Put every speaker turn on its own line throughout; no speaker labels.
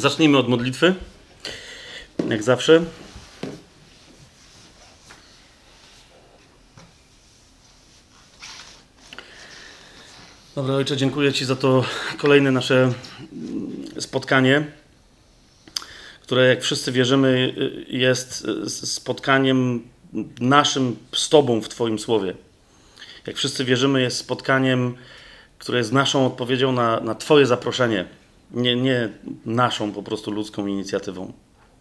Zacznijmy od modlitwy, jak zawsze. Dobra, Ojcze, dziękuję Ci za to kolejne nasze spotkanie, które, jak wszyscy wierzymy, jest spotkaniem naszym z Tobą w Twoim Słowie. Jak wszyscy wierzymy, jest spotkaniem, które jest naszą odpowiedzią na Twoje zaproszenie. Nie naszą po prostu ludzką inicjatywą.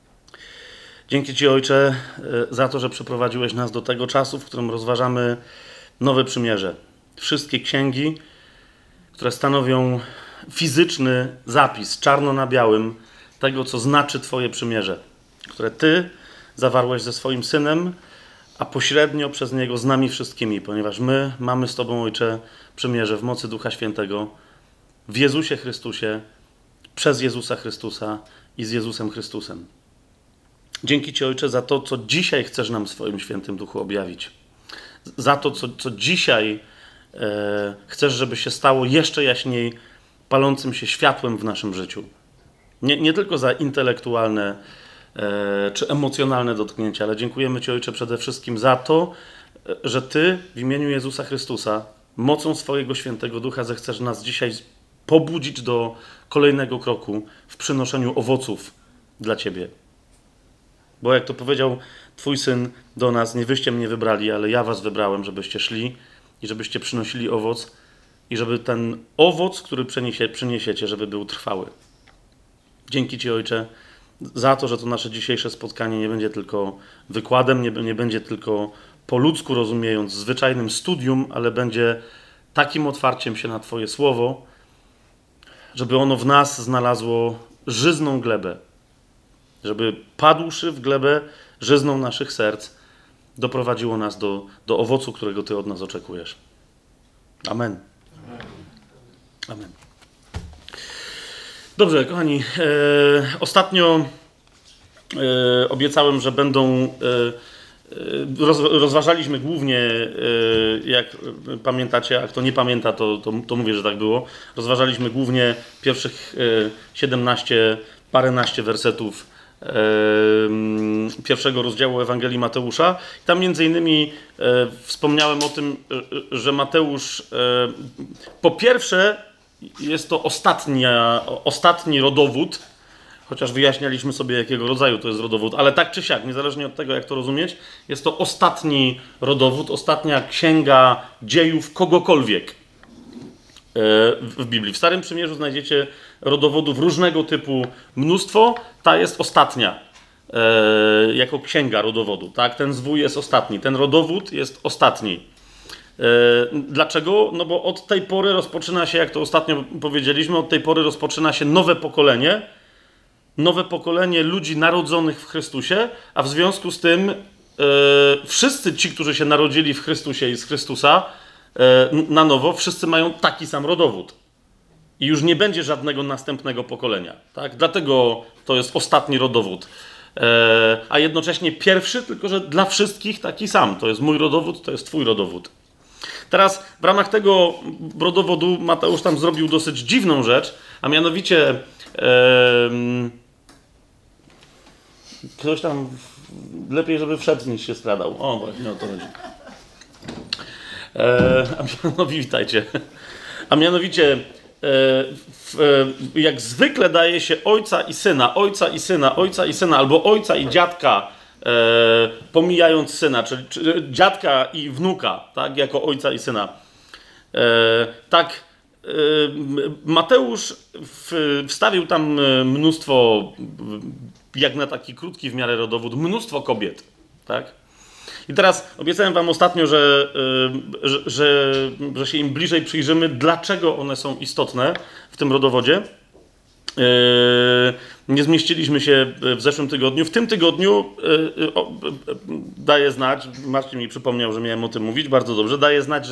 Dzięki Ci, Ojcze, za to, że przyprowadziłeś nas do tego czasu, w którym rozważamy nowe przymierze. Wszystkie księgi, które stanowią fizyczny zapis, czarno na białym, tego, co znaczy Twoje przymierze, które Ty zawarłeś ze swoim Synem, a pośrednio przez Niego z nami wszystkimi, ponieważ my mamy z Tobą, Ojcze, przymierze w mocy Ducha Świętego, w Jezusie Chrystusie, przez Jezusa Chrystusa i z Jezusem Chrystusem. Dzięki Ci, Ojcze, za to, co dzisiaj chcesz nam w swoim Świętym Duchu objawić. Za to, co dzisiaj chcesz, żeby się stało jeszcze jaśniej palącym się światłem w naszym życiu. Nie tylko za intelektualne czy emocjonalne dotknięcia, ale dziękujemy Ci, Ojcze, przede wszystkim za to, że Ty w imieniu Jezusa Chrystusa, mocą swojego Świętego Ducha, zechcesz nas dzisiaj pobudzić do kolejnego kroku w przynoszeniu owoców dla Ciebie. Bo jak to powiedział Twój Syn do nas, nie wyście mnie wybrali, ale ja was wybrałem, żebyście szli i żebyście przynosili owoc i żeby ten owoc, który przyniesiecie, żeby był trwały. Dzięki Ci, Ojcze, za to, że to nasze dzisiejsze spotkanie nie będzie tylko wykładem, nie będzie tylko po ludzku rozumiejąc zwyczajnym studium, ale będzie takim otwarciem się na Twoje słowo, żeby ono w nas znalazło żyzną glebę, żeby padłszy w glebę żyzną naszych serc, doprowadziło nas do owocu, którego Ty od nas oczekujesz. Amen. Amen. Dobrze, kochani, ostatnio obiecałem, że będą... Rozważaliśmy głównie, jak pamiętacie, a kto nie pamięta, to mówię, że tak było. Rozważaliśmy głównie pierwszych 17, paręnaście wersetów pierwszego rozdziału Ewangelii Mateusza. Tam między innymi wspomniałem o tym, że Mateusz po pierwsze jest to ostatni rodowód, chociaż wyjaśnialiśmy sobie, jakiego rodzaju to jest rodowód, ale tak czy siak, niezależnie od tego, jak to rozumieć, jest to ostatni rodowód, ostatnia księga dziejów kogokolwiek w Biblii. W Starym Przymierzu znajdziecie rodowodów różnego typu mnóstwo, ta jest ostatnia jako księga rodowodu. Tak? Ten zwój jest ostatni, ten rodowód jest ostatni. Dlaczego? No bo od tej pory rozpoczyna się, jak to ostatnio powiedzieliśmy, od tej pory rozpoczyna się nowe pokolenie ludzi narodzonych w Chrystusie, a w związku z tym wszyscy ci, którzy się narodzili w Chrystusie i z Chrystusa na nowo, wszyscy mają taki sam rodowód. I już nie będzie żadnego następnego pokolenia. Tak? Dlatego to jest ostatni rodowód. A jednocześnie pierwszy, tylko że dla wszystkich taki sam. To jest mój rodowód, to jest twój rodowód. Teraz w ramach tego rodowodu Mateusz tam zrobił dosyć dziwną rzecz, a mianowicie ktoś tam lepiej, żeby wszedł niż się skradał. O, właśnie o to chodzi. Witajcie. A mianowicie jak zwykle daje się ojca i syna, albo ojca i dziadka, pomijając syna, czyli dziadka i wnuka, tak, jako ojca i syna. Tak, Mateusz wstawił tam mnóstwo, jak na taki krótki w miarę rodowód, mnóstwo kobiet, tak? I teraz obiecałem wam ostatnio, że się im bliżej przyjrzymy, dlaczego one są istotne w tym rodowodzie. Nie zmieściliśmy się w zeszłym tygodniu. W tym tygodniu daję znać, Marcin mi przypomniał, że miałem o tym mówić, bardzo dobrze, daję znać,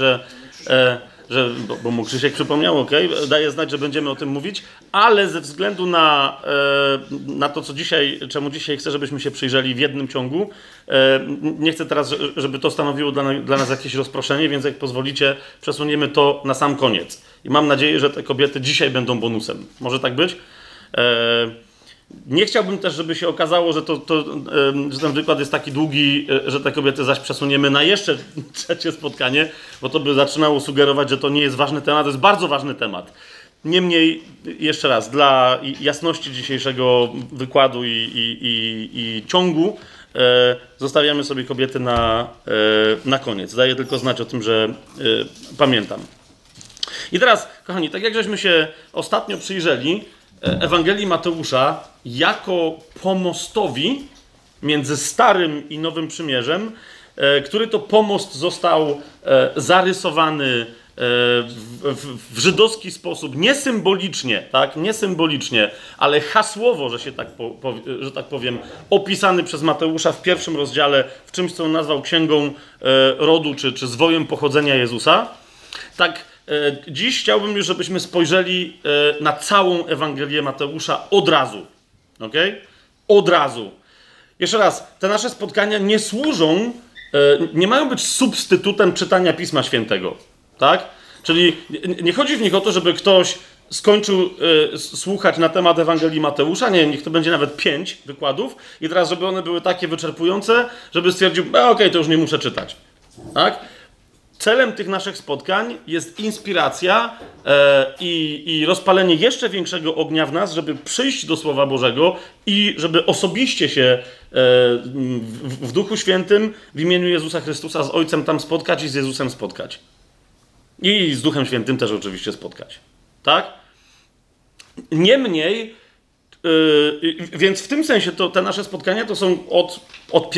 bo mu Krzysiek przypomniał, daję znać, że będziemy o tym mówić, ale ze względu na to, czemu dzisiaj chcę, żebyśmy się przyjrzeli w jednym ciągu, nie chcę teraz, żeby to stanowiło dla nas jakieś rozproszenie, więc jak pozwolicie, przesuniemy to na sam koniec. I mam nadzieję, że te kobiety dzisiaj będą bonusem. Może tak być? Nie chciałbym też, żeby się okazało, że, że ten wykład jest taki długi, że te kobiety zaś przesuniemy na jeszcze trzecie spotkanie, bo to by zaczynało sugerować, że to nie jest ważny temat. To jest bardzo ważny temat. Niemniej, jeszcze raz, dla jasności dzisiejszego wykładu i ciągu zostawiamy sobie kobiety na koniec. Daję tylko znać o tym, że pamiętam. I teraz, kochani, tak jak żeśmy się ostatnio przyjrzeli Ewangelii Mateusza jako pomostowi między Starym i Nowym Przymierzem, który to pomost został zarysowany w żydowski sposób, nie symbolicznie, tak? Nie symbolicznie, ale hasłowo, że tak powiem, opisany przez Mateusza w pierwszym rozdziale w czymś, co on nazwał księgą rodu, czy zwojem pochodzenia Jezusa. Tak, dziś chciałbym już, żebyśmy spojrzeli na całą Ewangelię Mateusza od razu. Okay? Od razu. Jeszcze raz, te nasze spotkania nie służą, nie mają być substytutem czytania Pisma Świętego. Tak? Czyli nie chodzi w nich o to, żeby ktoś skończył słuchać na temat Ewangelii Mateusza, nie, niech to będzie nawet 5 wykładów i teraz, żeby one były takie wyczerpujące, żeby stwierdził, okej, to już nie muszę czytać. Tak? Celem tych naszych spotkań jest inspiracja i rozpalenie jeszcze większego ognia w nas, żeby przyjść do Słowa Bożego i żeby osobiście się w Duchu Świętym w imieniu Jezusa Chrystusa z Ojcem tam spotkać i z Jezusem spotkać. I z Duchem Świętym też oczywiście spotkać. Tak? Niemniej, więc w tym sensie te nasze spotkania to są od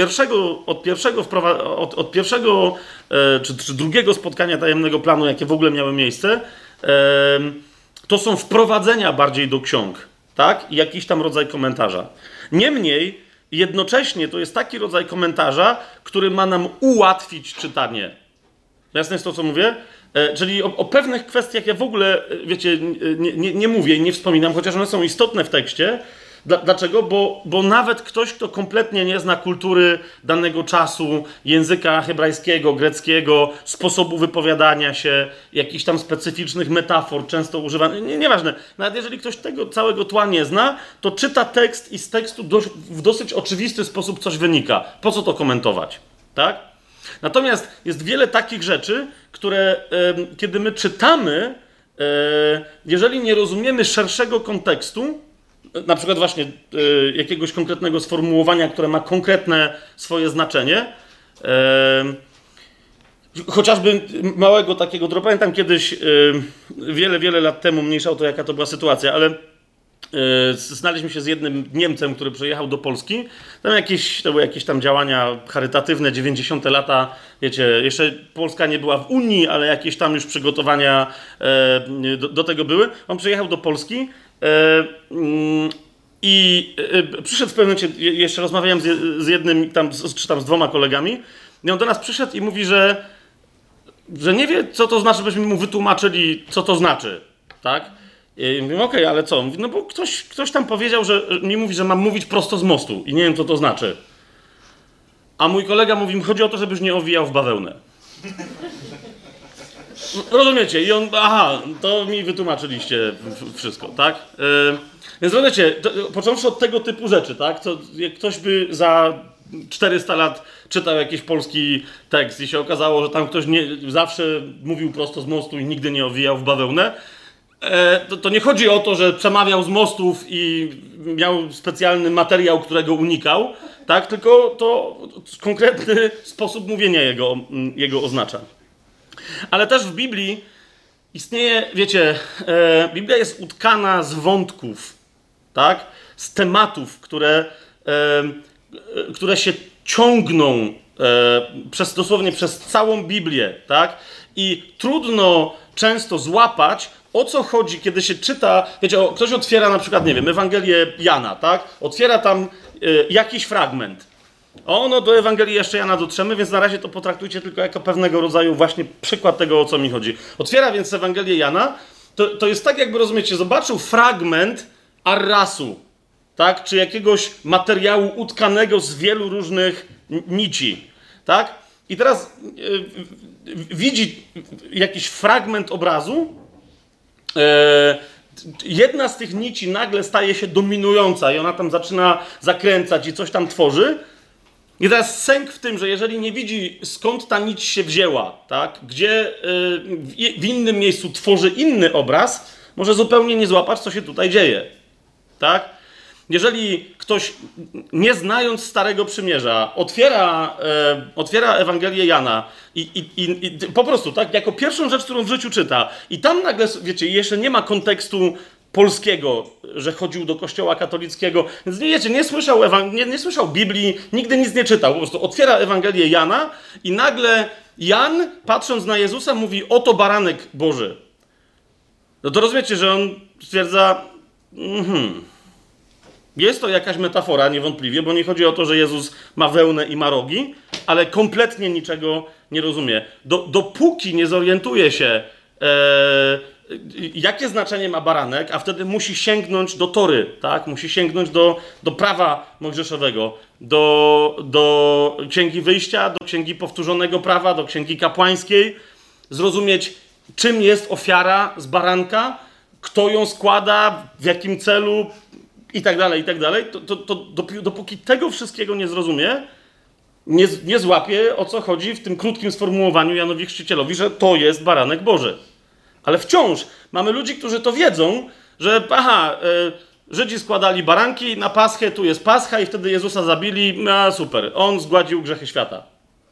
pierwszego czy drugiego spotkania tajemnego planu, jakie w ogóle miały miejsce, to są wprowadzenia bardziej do ksiąg, tak? I jakiś tam rodzaj komentarza. Niemniej, jednocześnie to jest taki rodzaj komentarza, który ma nam ułatwić czytanie. Jasne jest to, co mówię? Czyli o pewnych kwestiach ja w ogóle, wiecie, nie mówię i nie wspominam, chociaż one są istotne w tekście. Dlaczego? Bo nawet ktoś, kto kompletnie nie zna kultury danego czasu, języka hebrajskiego, greckiego, sposobu wypowiadania się, jakichś tam specyficznych metafor, często używanych, nieważne. Nawet jeżeli ktoś tego całego tła nie zna, to czyta tekst i z tekstu w dosyć oczywisty sposób coś wynika. Po co to komentować? Tak? Natomiast jest wiele takich rzeczy, które kiedy my czytamy, jeżeli nie rozumiemy szerszego kontekstu, na przykład właśnie jakiegoś konkretnego sformułowania, które ma konkretne swoje znaczenie, chociażby małego takiego, pamiętam kiedyś, wiele lat temu, mniejsza o to, jaka to była sytuacja, ale znaliśmy się z jednym Niemcem, który przyjechał do Polski. To były jakieś tam działania charytatywne, 90. lata, wiecie, jeszcze Polska nie była w Unii, ale jakieś tam już przygotowania do tego były. On przyjechał do Polski i przyszedł w pewnym momencie, jeszcze rozmawiałem z jednym, czy tam z 2 kolegami, i on do nas przyszedł i mówi, że nie wie, co to znaczy, byśmy mu wytłumaczyli, co to znaczy, tak? I mówię, okej, ale co? Mówi, no bo ktoś tam powiedział, że mi mówi, że mam mówić prosto z mostu i nie wiem, co to znaczy. A mój kolega mówi, mi chodzi o to, żebyś nie owijał w bawełnę. Rozumiecie? I on, to mi wytłumaczyliście wszystko, tak? Więc rozumiecie, począwszy od tego typu rzeczy, tak? Jak ktoś by za 400 lat czytał jakiś polski tekst i się okazało, że tam ktoś zawsze mówił prosto z mostu i nigdy nie owijał w bawełnę, to nie chodzi o to, że przemawiał z mostów i miał specjalny materiał, którego unikał, tak? Tylko to konkretny sposób mówienia jego oznacza. Ale też w Biblii istnieje, wiecie, Biblia jest utkana z wątków, tak? Z tematów, które się ciągną dosłownie przez całą Biblię, tak? I trudno często złapać, o co chodzi, kiedy się czyta, wiecie, ktoś otwiera na przykład, nie wiem, Ewangelię Jana, tak? Otwiera tam jakiś fragment. Do Ewangelii jeszcze Jana dotrzemy, więc na razie to potraktujcie tylko jako pewnego rodzaju właśnie przykład tego, o co mi chodzi. Otwiera więc Ewangelię Jana, to jest tak, jakby, rozumiecie, zobaczył fragment Arrasu, tak? Czy jakiegoś materiału utkanego z wielu różnych nici, tak? I teraz widzi jakiś fragment obrazu, jedna z tych nici nagle staje się dominująca i ona tam zaczyna zakręcać i coś tam tworzy. I teraz sęk w tym, że jeżeli nie widzi, skąd ta nić się wzięła, tak, gdzie w innym miejscu tworzy inny obraz, może zupełnie nie złapać, co się tutaj dzieje. Tak? Jeżeli ktoś, nie znając Starego Przymierza, otwiera Ewangelię Jana i po prostu, tak, jako pierwszą rzecz, którą w życiu czyta, i tam nagle, wiecie, jeszcze nie ma kontekstu polskiego, że chodził do kościoła katolickiego, więc wiecie, nie słyszał Biblii, nigdy nic nie czytał, po prostu otwiera Ewangelię Jana i nagle Jan, patrząc na Jezusa, mówi: oto baranek Boży. No to rozumiecie, że on stwierdza, jest to jakaś metafora, niewątpliwie, bo nie chodzi o to, że Jezus ma wełnę i ma rogi, ale kompletnie niczego nie rozumie. Dopóki nie zorientuje się, jakie znaczenie ma baranek, a wtedy musi sięgnąć do Tory, tak? Musi sięgnąć do prawa mojżeszowego, do Księgi Wyjścia, do Księgi Powtórzonego Prawa, do Księgi Kapłańskiej, zrozumieć, czym jest ofiara z baranka, kto ją składa, w jakim celu i tak dalej, dopóki tego wszystkiego nie zrozumie, nie złapie, o co chodzi w tym krótkim sformułowaniu Janowi Chrzcicielowi, że to jest baranek Boży. Ale wciąż mamy ludzi, którzy to wiedzą, że Żydzi składali baranki na Paschę, tu jest Pascha i wtedy Jezusa zabili, super, on zgładził grzechy świata.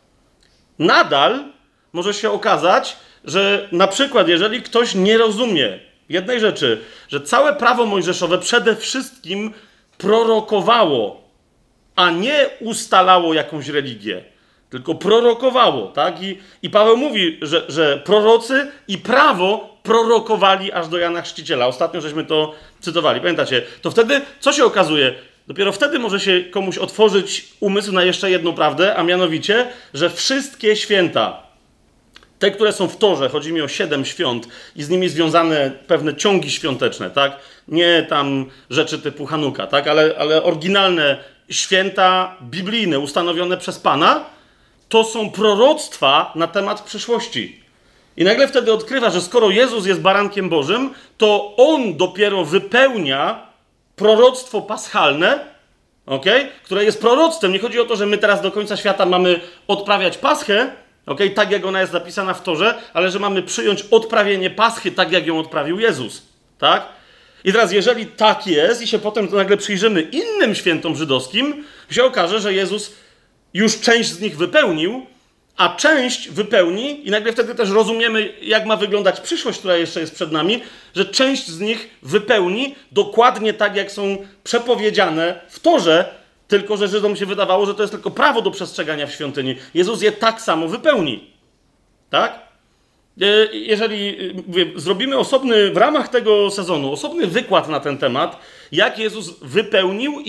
Nadal może się okazać, że na przykład jeżeli ktoś nie rozumie jednej rzeczy, że całe prawo mojżeszowe przede wszystkim prorokowało, a nie ustalało jakąś religię, tylko prorokowało, tak? I Paweł mówi, że prorocy i prawo prorokowali aż do Jana Chrzciciela. Ostatnio żeśmy to cytowali, pamiętacie? To wtedy, co się okazuje? Dopiero wtedy może się komuś otworzyć umysł na jeszcze jedną prawdę, a mianowicie, że wszystkie święta, te, które są w Torze, chodzi mi o 7 świąt i z nimi związane pewne ciągi świąteczne, tak? Nie tam rzeczy typu Hanuka, tak? Ale oryginalne święta biblijne ustanowione przez Pana, to są proroctwa na temat przyszłości. I nagle wtedy odkrywa, że skoro Jezus jest barankiem Bożym, to On dopiero wypełnia proroctwo paschalne, które jest proroctwem. Nie chodzi o to, że my teraz do końca świata mamy odprawiać Paschę, tak jak ona jest zapisana w Torze, ale że mamy przyjąć odprawienie Paschy tak, jak ją odprawił Jezus. Tak? I teraz, jeżeli tak jest i się potem nagle przyjrzymy innym świętom żydowskim, się okaże, że Jezus już część z nich wypełnił, a część wypełni i nagle wtedy też rozumiemy, jak ma wyglądać przyszłość, która jeszcze jest przed nami, że część z nich wypełni dokładnie tak, jak są przepowiedziane w Torze, tylko że Żydom się wydawało, że to jest tylko prawo do przestrzegania w świątyni. Jezus je tak samo wypełni. Tak? Jeżeli zrobimy osobny, w ramach tego sezonu, osobny wykład na ten temat, jak Jezus wypełnił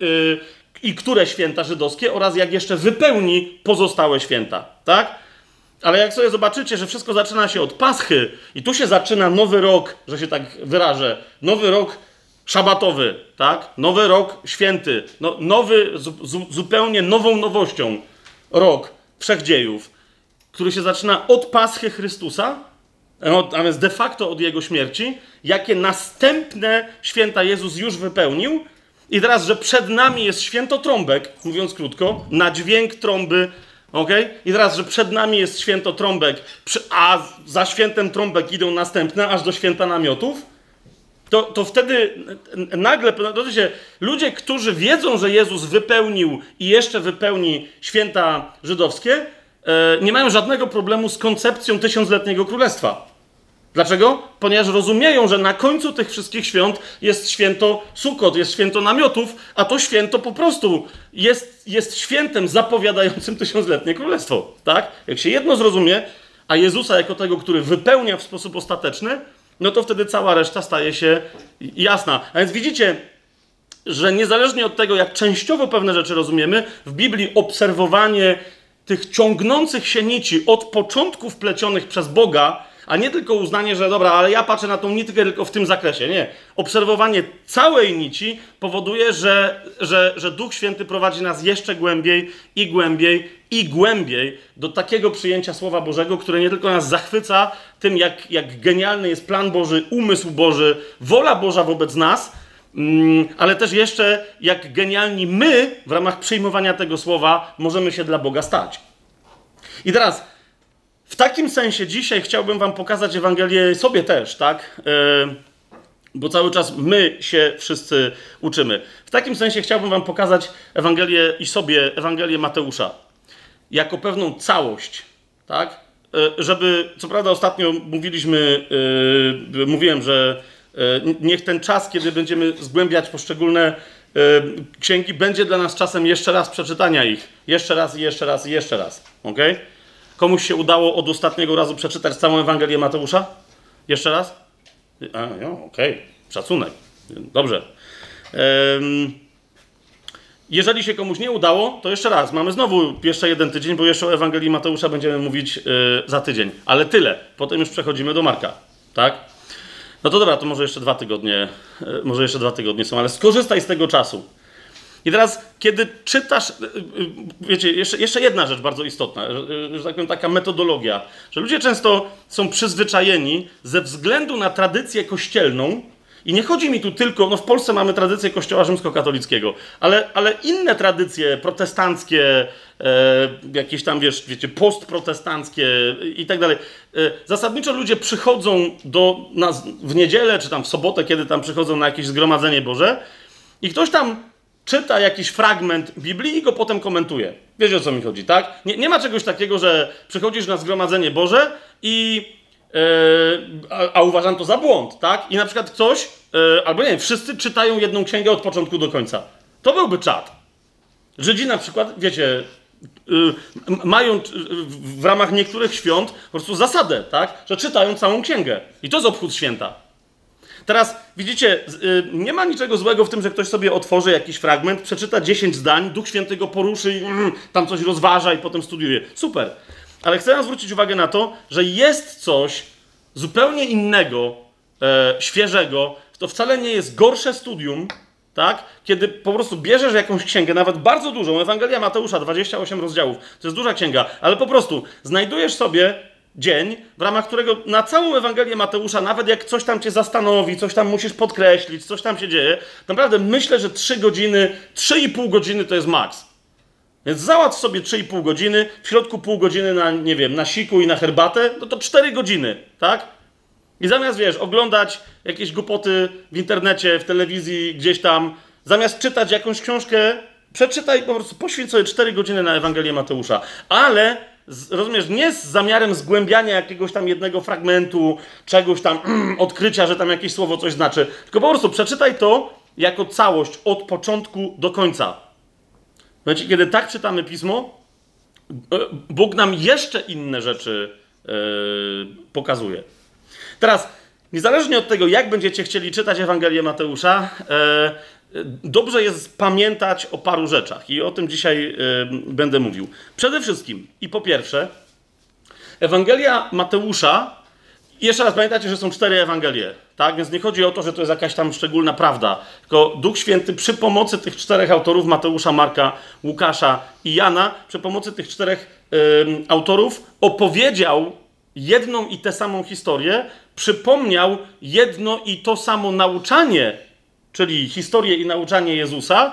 i które święta żydowskie oraz jak jeszcze wypełni pozostałe święta. Tak? Ale jak sobie zobaczycie, że wszystko zaczyna się od Paschy i tu się zaczyna nowy rok, że się tak wyrażę, nowy rok szabatowy, tak? Nowy rok święty, nowy, zupełnie nową nowością rok wszechdziejów, który się zaczyna od Paschy Chrystusa, a więc de facto od Jego śmierci, jakie następne święta Jezus już wypełnił i teraz, że przed nami jest święto trąbek, mówiąc krótko, na dźwięk trąby, i teraz, że przed nami jest święto trąbek, a za świętem trąbek idą następne, aż do święta namiotów, to wtedy nagle, ludzie, którzy wiedzą, że Jezus wypełnił i jeszcze wypełni święta żydowskie, nie mają żadnego problemu z koncepcją tysiącletniego królestwa. Dlaczego? Ponieważ rozumieją, że na końcu tych wszystkich świąt jest święto Sukot, jest święto namiotów, a to święto po prostu jest świętem zapowiadającym tysiącletnie królestwo. Tak? Jak się jedno zrozumie, a Jezusa jako tego, który wypełnia w sposób ostateczny, no to wtedy cała reszta staje się jasna. A więc widzicie, że niezależnie od tego, jak częściowo pewne rzeczy rozumiemy, w Biblii obserwowanie tych ciągnących się nici od początków plecionych przez Boga, A nie tylko uznanie, że dobra, ale ja patrzę na tą nitkę tylko w tym zakresie. Nie. Obserwowanie całej nici powoduje, że Duch Święty prowadzi nas jeszcze głębiej i głębiej i głębiej do takiego przyjęcia Słowa Bożego, które nie tylko nas zachwyca tym, jak genialny jest plan Boży, umysł Boży, wola Boża wobec nas, ale też jeszcze jak genialni my w ramach przyjmowania tego Słowa możemy się dla Boga stać. I teraz w takim sensie dzisiaj chciałbym wam pokazać Ewangelię sobie też, tak? Bo cały czas my się wszyscy uczymy. W takim sensie chciałbym wam pokazać Ewangelię i sobie Ewangelię Mateusza jako pewną całość, tak? Żeby, co prawda ostatnio mówiłem, że niech ten czas, kiedy będziemy zgłębiać poszczególne księgi, będzie dla nas czasem jeszcze raz przeczytania ich. Jeszcze raz i jeszcze raz i jeszcze raz. Okay? Komuś się udało od ostatniego razu przeczytać całą Ewangelię Mateusza? Jeszcze raz? Okej. Szacunek. Dobrze. Jeżeli się komuś nie udało, to jeszcze raz. Mamy znowu jeszcze jeden tydzień, bo jeszcze o Ewangelii Mateusza będziemy mówić za tydzień. Ale tyle. Potem już przechodzimy do Marka. Tak? No to dobra, to może jeszcze 2 tygodnie. Może jeszcze 2 tygodnie są, ale skorzystaj z tego czasu. I teraz, kiedy czytasz, wiecie, jeszcze jedna rzecz bardzo istotna, że tak powiem, taka metodologia, że ludzie często są przyzwyczajeni ze względu na tradycję kościelną, i nie chodzi mi tu tylko, no w Polsce mamy tradycję kościoła rzymskokatolickiego, ale inne tradycje protestanckie, jakieś tam, wiecie, postprotestanckie i tak dalej. Zasadniczo ludzie przychodzą do nas w niedzielę, czy tam w sobotę, kiedy tam przychodzą na jakieś zgromadzenie Boże i ktoś tam czyta jakiś fragment Biblii i go potem komentuje. Wiecie, o co mi chodzi, tak? Nie ma czegoś takiego, że przychodzisz na zgromadzenie Boże i a uważam to za błąd, tak? I na przykład ktoś, albo nie wiem, wszyscy czytają jedną księgę od początku do końca. To byłby czad. Żydzi na przykład, wiecie, mają w ramach niektórych świąt po prostu zasadę, tak? Że czytają całą księgę. I to jest obchód święta. Teraz, widzicie, nie ma niczego złego w tym, że ktoś sobie otworzy jakiś fragment, przeczyta 10 zdań, Duch Święty go poruszy i tam coś rozważa i potem studiuje. Super. Ale chcę zwrócić uwagę na to, że jest coś zupełnie innego, świeżego. To wcale nie jest gorsze studium, tak? Kiedy po prostu bierzesz jakąś księgę, nawet bardzo dużą, Ewangelia Mateusza, 28 rozdziałów, to jest duża księga, ale po prostu znajdujesz sobie dzień, w ramach którego na całą Ewangelię Mateusza, nawet jak coś tam cię zastanowi, coś tam musisz podkreślić, coś tam się dzieje, naprawdę myślę, że 3 godziny, 3,5 godziny to jest maks. Więc załatw sobie 3,5 godziny, w środku pół godziny na, nie wiem, na siku i na herbatę, no to 4 godziny, tak? I zamiast, wiesz, oglądać jakieś głupoty w internecie, w telewizji, gdzieś tam, zamiast czytać jakąś książkę, przeczytaj, po prostu poświęć sobie 4 godziny na Ewangelię Mateusza. Ale, rozumiesz, nie z zamiarem zgłębiania jakiegoś tam jednego fragmentu, czegoś tam, odkrycia, że tam jakieś słowo coś znaczy, tylko po prostu przeczytaj to jako całość, od początku do końca. Znaczy, kiedy tak czytamy Pismo, Bóg nam jeszcze inne rzeczy pokazuje. Teraz, niezależnie od tego, jak będziecie chcieli czytać Ewangelię Mateusza, dobrze jest pamiętać o paru rzeczach i o tym dzisiaj będę mówił. Przede wszystkim i po pierwsze, Ewangelia Mateusza, i jeszcze raz pamiętacie, że są 4 Ewangelie, tak? Więc nie chodzi o to, że to jest jakaś tam szczególna prawda, tylko Duch Święty przy pomocy tych 4 autorów, Mateusza, Marka, Łukasza i Jana, przy pomocy tych 4 autorów opowiedział jedną i tę samą historię, przypomniał jedno i to samo nauczanie, czyli historię i nauczanie Jezusa,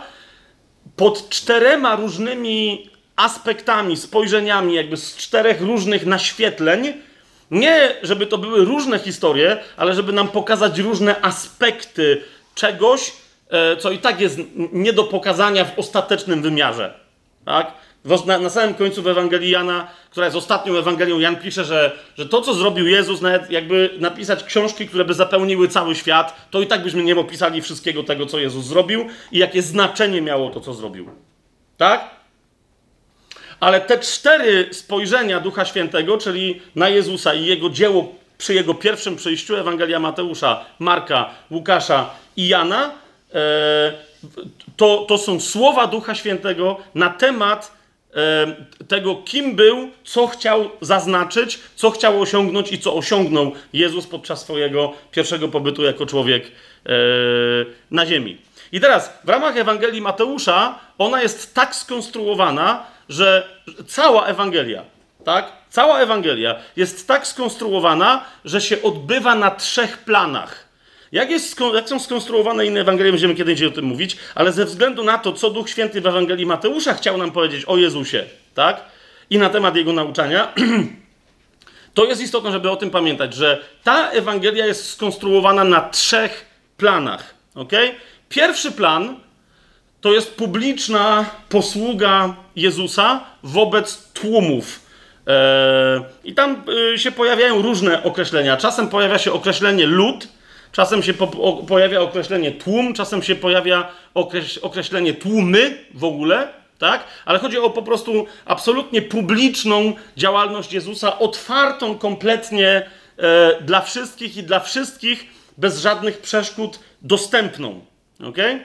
pod 4 różnymi aspektami, spojrzeniami, jakby z 4 różnych naświetleń. Nie, żeby to były różne historie, ale żeby nam pokazać różne aspekty czegoś, co i tak jest nie do pokazania w ostatecznym wymiarze. Tak? Na samym końcu w Ewangelii Jana, która jest ostatnią Ewangelią, Jan pisze, że to, co zrobił Jezus, nawet jakby napisać książki, które by zapełniły cały świat, to i tak byśmy nie opisali wszystkiego tego, co Jezus zrobił i jakie znaczenie miało to, co zrobił. Tak? Ale te 4 spojrzenia Ducha Świętego, czyli na Jezusa i Jego dzieło przy Jego pierwszym przyjściu, Ewangelia Mateusza, Marka, Łukasza i Jana, to są słowa Ducha Świętego na temat tego, kim był, co chciał zaznaczyć, co chciał osiągnąć i co osiągnął Jezus podczas swojego pierwszego pobytu jako człowiek na ziemi. I teraz w ramach Ewangelii Mateusza ona jest tak skonstruowana, że cała Ewangelia, tak? Cała Ewangelia jest tak skonstruowana, że się odbywa na 3 planach. Jak są skonstruowane inne Ewangelie, będziemy kiedy indziej o tym mówić, ale ze względu na to, co Duch Święty w Ewangelii Mateusza chciał nam powiedzieć o Jezusie, tak? I na temat Jego nauczania, to jest istotne, żeby o tym pamiętać, że ta Ewangelia jest skonstruowana na 3 planach, okej? Pierwszy plan to jest publiczna posługa Jezusa wobec tłumów. I tam się pojawiają różne określenia. Czasem pojawia się określenie lud, czasem się pojawia określenie tłum, czasem się pojawia określenie tłumy w ogóle, tak? Ale chodzi o po prostu absolutnie publiczną działalność Jezusa, otwartą kompletnie dla wszystkich i dla wszystkich, bez żadnych przeszkód, dostępną. Okej?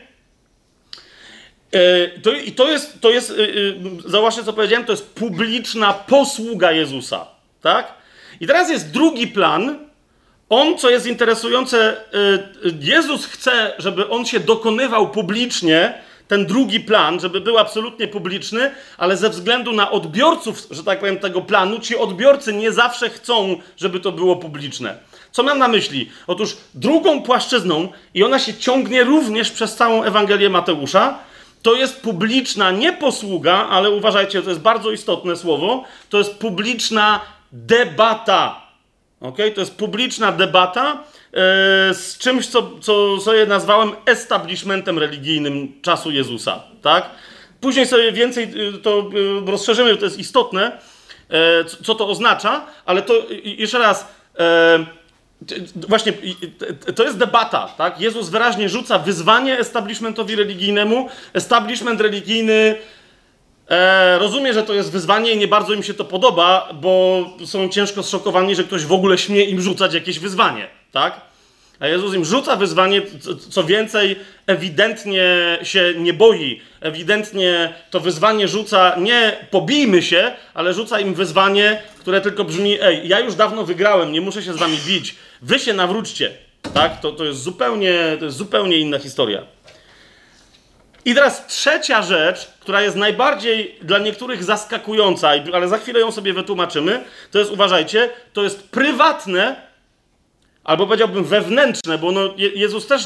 To jest, zauważcie co powiedziałem, to jest publiczna posługa Jezusa, tak? I teraz jest drugi plan. On, co jest interesujące, Jezus chce, żeby on się dokonywał publicznie, ten drugi plan, żeby był absolutnie publiczny, ale ze względu na odbiorców, że tak powiem, tego planu, ci odbiorcy nie zawsze chcą, żeby to było publiczne. Co mam na myśli? Otóż drugą płaszczyzną, i ona się ciągnie również przez całą Ewangelię Mateusza, to jest publiczna nie posługa, ale uważajcie, to jest bardzo istotne słowo, to jest publiczna debata. Okay? To jest publiczna debata z czymś, co sobie nazwałem establishmentem religijnym czasu Jezusa. Tak? Później sobie więcej to rozszerzymy, to jest istotne, co to oznacza, ale to jeszcze raz... Właśnie, to jest debata, tak? Jezus wyraźnie rzuca wyzwanie establishmentowi religijnemu. Establishment religijny rozumie, że to jest wyzwanie i nie bardzo im się to podoba, bo są ciężko zszokowani, że ktoś w ogóle śmie im rzucać jakieś wyzwanie, tak? A Jezus im rzuca wyzwanie, co więcej, ewidentnie się nie boi. Ewidentnie to wyzwanie rzuca nie pobijmy się, ale rzuca im wyzwanie, które tylko brzmi: ej, ja już dawno wygrałem, nie muszę się z wami bić, wy się nawróćcie. Tak? To jest zupełnie inna historia. I teraz trzecia rzecz, która jest najbardziej dla niektórych zaskakująca, ale za chwilę ją sobie wytłumaczymy, to jest, uważajcie, to jest prywatne, albo powiedziałbym wewnętrzne, bo no, Jezus też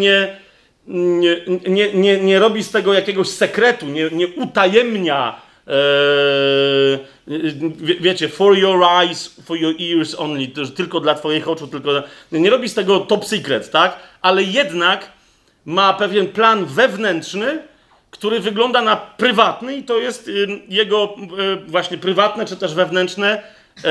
nie robi z tego jakiegoś sekretu, nie utajemnia, wiecie, for your eyes, for your ears only, tylko dla twoich oczu, nie robi z tego top secret, tak? Ale jednak ma pewien plan wewnętrzny, który wygląda na prywatny i to jest jego właśnie prywatne, czy też wewnętrzne,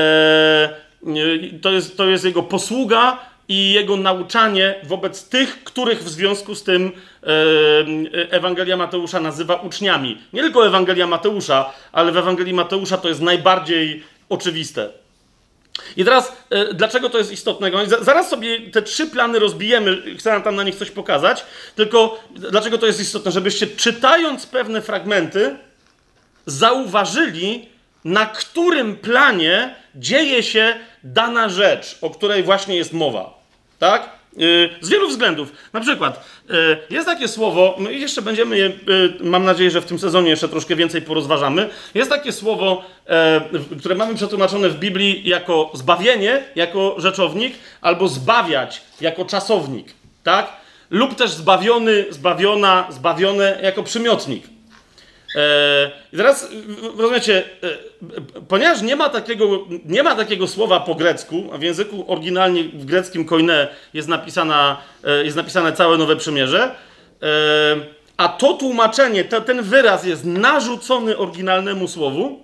to jest jego posługa i jego nauczanie wobec tych, których w związku z tym Ewangelia Mateusza nazywa uczniami. Nie tylko Ewangelia Mateusza, ale w Ewangelii Mateusza to jest najbardziej oczywiste. I teraz, dlaczego to jest istotnego? Zaraz sobie te 3 plany rozbijemy, chcę tam na nich coś pokazać, tylko dlaczego to jest istotne? Żebyście, czytając pewne fragmenty, zauważyli, na którym planie dzieje się dana rzecz, o której właśnie jest mowa. Tak? Z wielu względów. Na przykład, jest takie słowo, my jeszcze będziemy je, mam nadzieję, że w tym sezonie jeszcze troszkę więcej porozważamy. Jest takie słowo, które mamy przetłumaczone w Biblii jako zbawienie, jako rzeczownik, albo zbawiać, jako czasownik. Tak? Lub też zbawiony, zbawiona, zbawione, jako przymiotnik. I teraz, rozumiecie, ponieważ nie ma takiego słowa po grecku, a w języku oryginalnie w greckim koine jest napisane całe Nowe Przymierze, a to tłumaczenie, ten wyraz jest narzucony oryginalnemu słowu,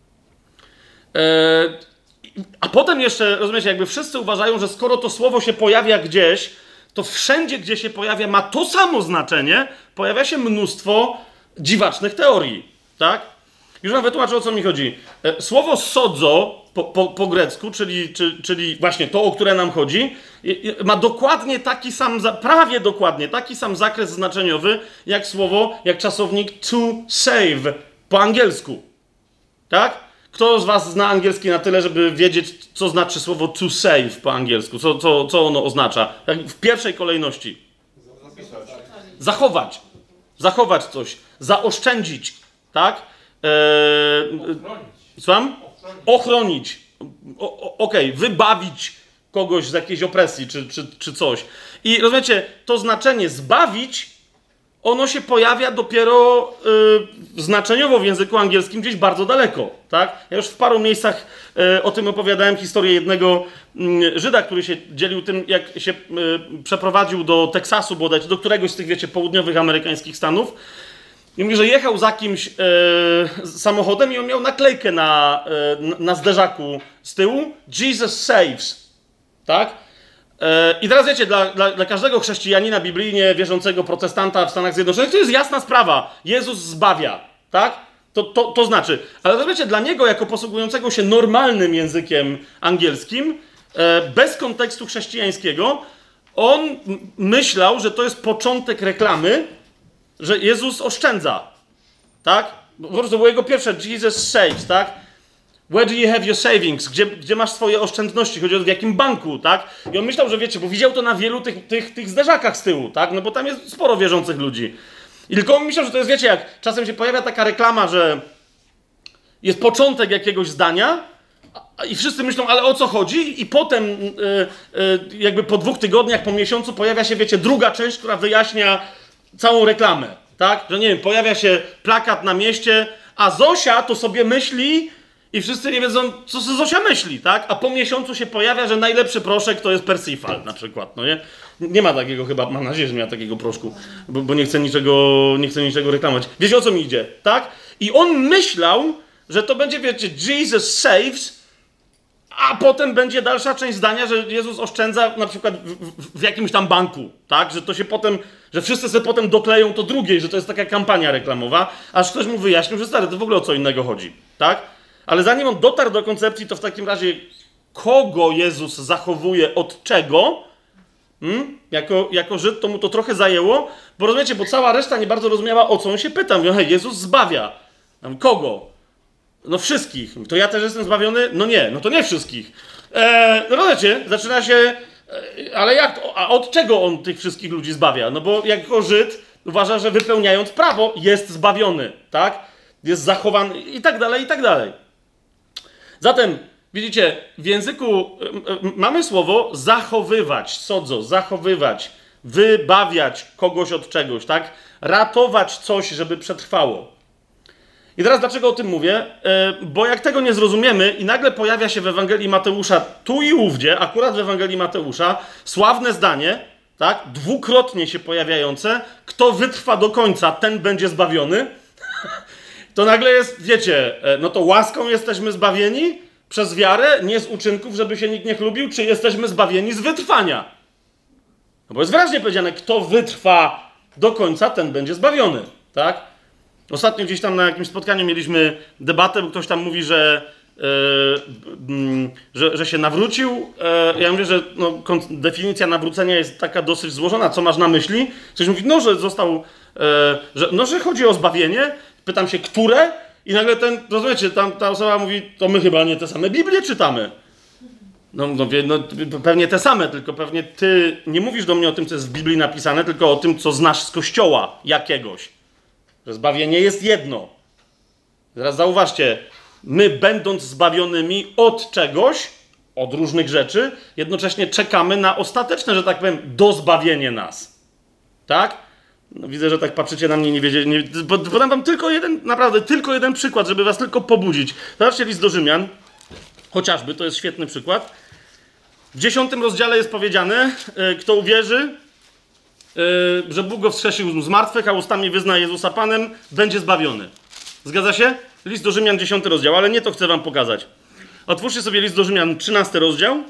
a potem jeszcze, rozumiecie, jakby wszyscy uważają, że skoro to słowo się pojawia gdzieś, to wszędzie, gdzie się pojawia, ma to samo znaczenie, pojawia się mnóstwo dziwacznych teorii, tak? Już wam wytłumaczę, o co mi chodzi. Słowo sodzo po grecku, czyli właśnie to, o które nam chodzi, ma dokładnie taki sam, prawie dokładnie taki sam zakres znaczeniowy, jak czasownik to save po angielsku. Tak? Kto z was zna angielski na tyle, żeby wiedzieć, co znaczy słowo to save po angielsku? Co ono oznacza? W pierwszej kolejności. Zachować. Zachować coś. Zaoszczędzić. Tak? Słucham? Ochronić. Okej, wybawić kogoś z jakiejś opresji czy coś. I rozumiecie, to znaczenie zbawić, ono się pojawia dopiero znaczeniowo w języku angielskim gdzieś bardzo daleko. Tak? Ja już w paru miejscach o tym opowiadałem historię jednego Żyda, który się dzielił tym, jak się przeprowadził do Teksasu bodajże, do któregoś z tych, wiecie, południowych amerykańskich stanów. I mówi, że jechał za kimś samochodem i on miał naklejkę na zderzaku z tyłu Jesus saves. Tak? I teraz wiecie, dla każdego chrześcijanina biblijnie wierzącego protestanta w Stanach Zjednoczonych to jest jasna sprawa. Jezus zbawia. Tak? To znaczy. Ale wiecie, dla niego jako posługującego się normalnym językiem angielskim, bez kontekstu chrześcijańskiego, on myślał, że to jest początek reklamy, że Jezus oszczędza, tak? Po prostu to było jego pierwsze, Jesus saves, tak? Where do you have your savings? Gdzie masz swoje oszczędności? Chodzi o w jakim banku, tak? I on myślał, że wiecie, bo widział to na wielu tych zderzakach z tyłu, tak? No bo tam jest sporo wierzących ludzi. I tylko on myślał, że to jest, wiecie, jak czasem się pojawia taka reklama, że jest początek jakiegoś zdania i wszyscy myślą, ale o co chodzi? I potem jakby po 2 tygodniach, po miesiącu pojawia się, wiecie, druga część, która wyjaśnia całą reklamę, tak? Że nie wiem, pojawia się plakat na mieście, a Zosia to sobie myśli i wszyscy nie wiedzą, co sobie Zosia myśli, tak? A po miesiącu się pojawia, że najlepszy proszek to jest Persifal na przykład, no nie? Nie ma takiego chyba, mam nadzieję, że nie ma takiego proszku, bo nie chcę niczego reklamować. Wiecie, o co mi idzie, tak? I on myślał, że to będzie, wiecie, Jesus saves, a potem będzie dalsza część zdania, że Jezus oszczędza na przykład w jakimś tam banku, tak? Że to się potem, że wszyscy sobie potem dokleją to drugiej, że to jest taka kampania reklamowa, aż ktoś mu wyjaśnił, że stary, to w ogóle o co innego chodzi, tak? Ale zanim on dotarł do koncepcji, to w takim razie kogo Jezus zachowuje od czego, jako Żyd, to mu to trochę zajęło, bo rozumiecie, bo cała reszta nie bardzo rozumiała, o co on się pyta. Mówią, hej, Jezus zbawia. Kogo? No wszystkich. To ja też jestem zbawiony? No nie, no to nie wszystkich. No rozumiecie, zaczyna się, ale jak to? A od czego on tych wszystkich ludzi zbawia? No bo jako Żyd uważa, że wypełniając prawo jest zbawiony, tak? Jest zachowany i tak dalej, i tak dalej. Zatem, widzicie, w języku mamy słowo zachowywać, sodzo, zachowywać, wybawiać kogoś od czegoś, tak? Ratować coś, żeby przetrwało. I teraz dlaczego o tym mówię? Bo jak tego nie zrozumiemy i nagle pojawia się w Ewangelii Mateusza tu i ówdzie, akurat w Ewangelii Mateusza, sławne zdanie, tak? Dwukrotnie się pojawiające, kto wytrwa do końca, ten będzie zbawiony. To nagle jest, wiecie, no to łaską jesteśmy zbawieni przez wiarę, nie z uczynków, żeby się nikt nie chlubił, czy jesteśmy zbawieni z wytrwania? No bo jest wyraźnie powiedziane, kto wytrwa do końca, ten będzie zbawiony, tak? Ostatnio gdzieś tam na jakimś spotkaniu mieliśmy debatę, bo ktoś tam mówi, że się nawrócił. Ja mówię, że no, definicja nawrócenia jest taka dosyć złożona. Co masz na myśli? Ktoś mówi, no, że został, że chodzi o zbawienie. Pytam się, które? I nagle rozumiecie, ta osoba mówi, to my chyba nie te same Biblię czytamy. No, pewnie te same, tylko pewnie ty nie mówisz do mnie o tym, co jest w Biblii napisane, tylko o tym, co znasz z Kościoła jakiegoś. Że zbawienie jest jedno. Teraz zauważcie, my będąc zbawionymi od czegoś, od różnych rzeczy, jednocześnie czekamy na ostateczne, że tak powiem, dozbawienie nas. Tak? No, widzę, że tak patrzycie na mnie, nie wiedzieli. Podam wam tylko jeden przykład, żeby was tylko pobudzić. Zobaczcie list do Rzymian, chociażby, to jest świetny przykład. W 10 rozdziale jest powiedziane, kto uwierzy, że Bóg go wskrzesił z martwych, a ustami wyzna Jezusa Panem, będzie zbawiony. Zgadza się? List do Rzymian, 10 rozdział, ale nie to chcę wam pokazać. Otwórzcie sobie list do Rzymian, 13 rozdział.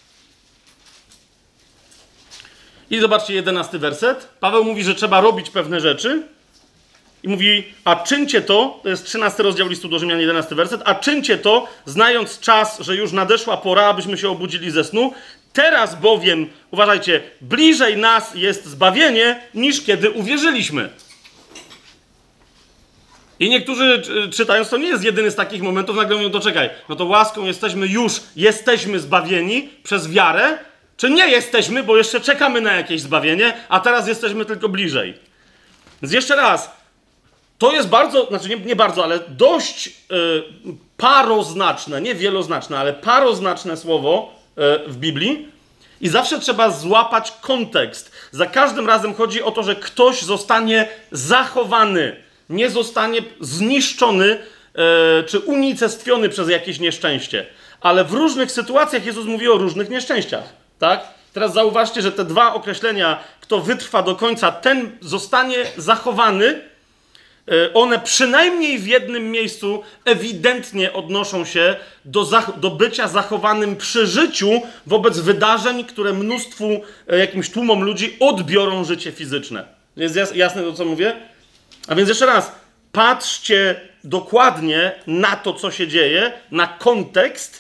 I zobaczcie 11 werset. Paweł mówi, że trzeba robić pewne rzeczy. I mówi, a czyńcie to jest 13 rozdział listu do Rzymian, 11 werset, a czyńcie to, znając czas, że już nadeszła pora, abyśmy się obudzili ze snu. Teraz bowiem, uważajcie, bliżej nas jest zbawienie, niż kiedy uwierzyliśmy. I niektórzy czytając, to nie jest jedyny z takich momentów, nagle mówią, to czekaj, no to łaską jesteśmy zbawieni przez wiarę, czy nie jesteśmy, bo jeszcze czekamy na jakieś zbawienie, a teraz jesteśmy tylko bliżej. Więc jeszcze raz, to jest bardzo, znaczy nie bardzo, ale dość paroznaczne, nie wieloznaczne, ale paroznaczne słowo w Biblii i zawsze trzeba złapać kontekst. Za każdym razem chodzi o to, że ktoś zostanie zachowany, nie zostanie zniszczony czy unicestwiony przez jakieś nieszczęście. Ale w różnych sytuacjach Jezus mówi o różnych nieszczęściach, tak? Teraz zauważcie, że te dwa określenia, kto wytrwa do końca, ten zostanie zachowany, one przynajmniej w jednym miejscu ewidentnie odnoszą się do bycia zachowanym przy życiu wobec wydarzeń, które mnóstwu, jakimś tłumom ludzi odbiorą życie fizyczne. Jest jasne to, co mówię? A więc jeszcze raz, patrzcie dokładnie na to, co się dzieje, na kontekst,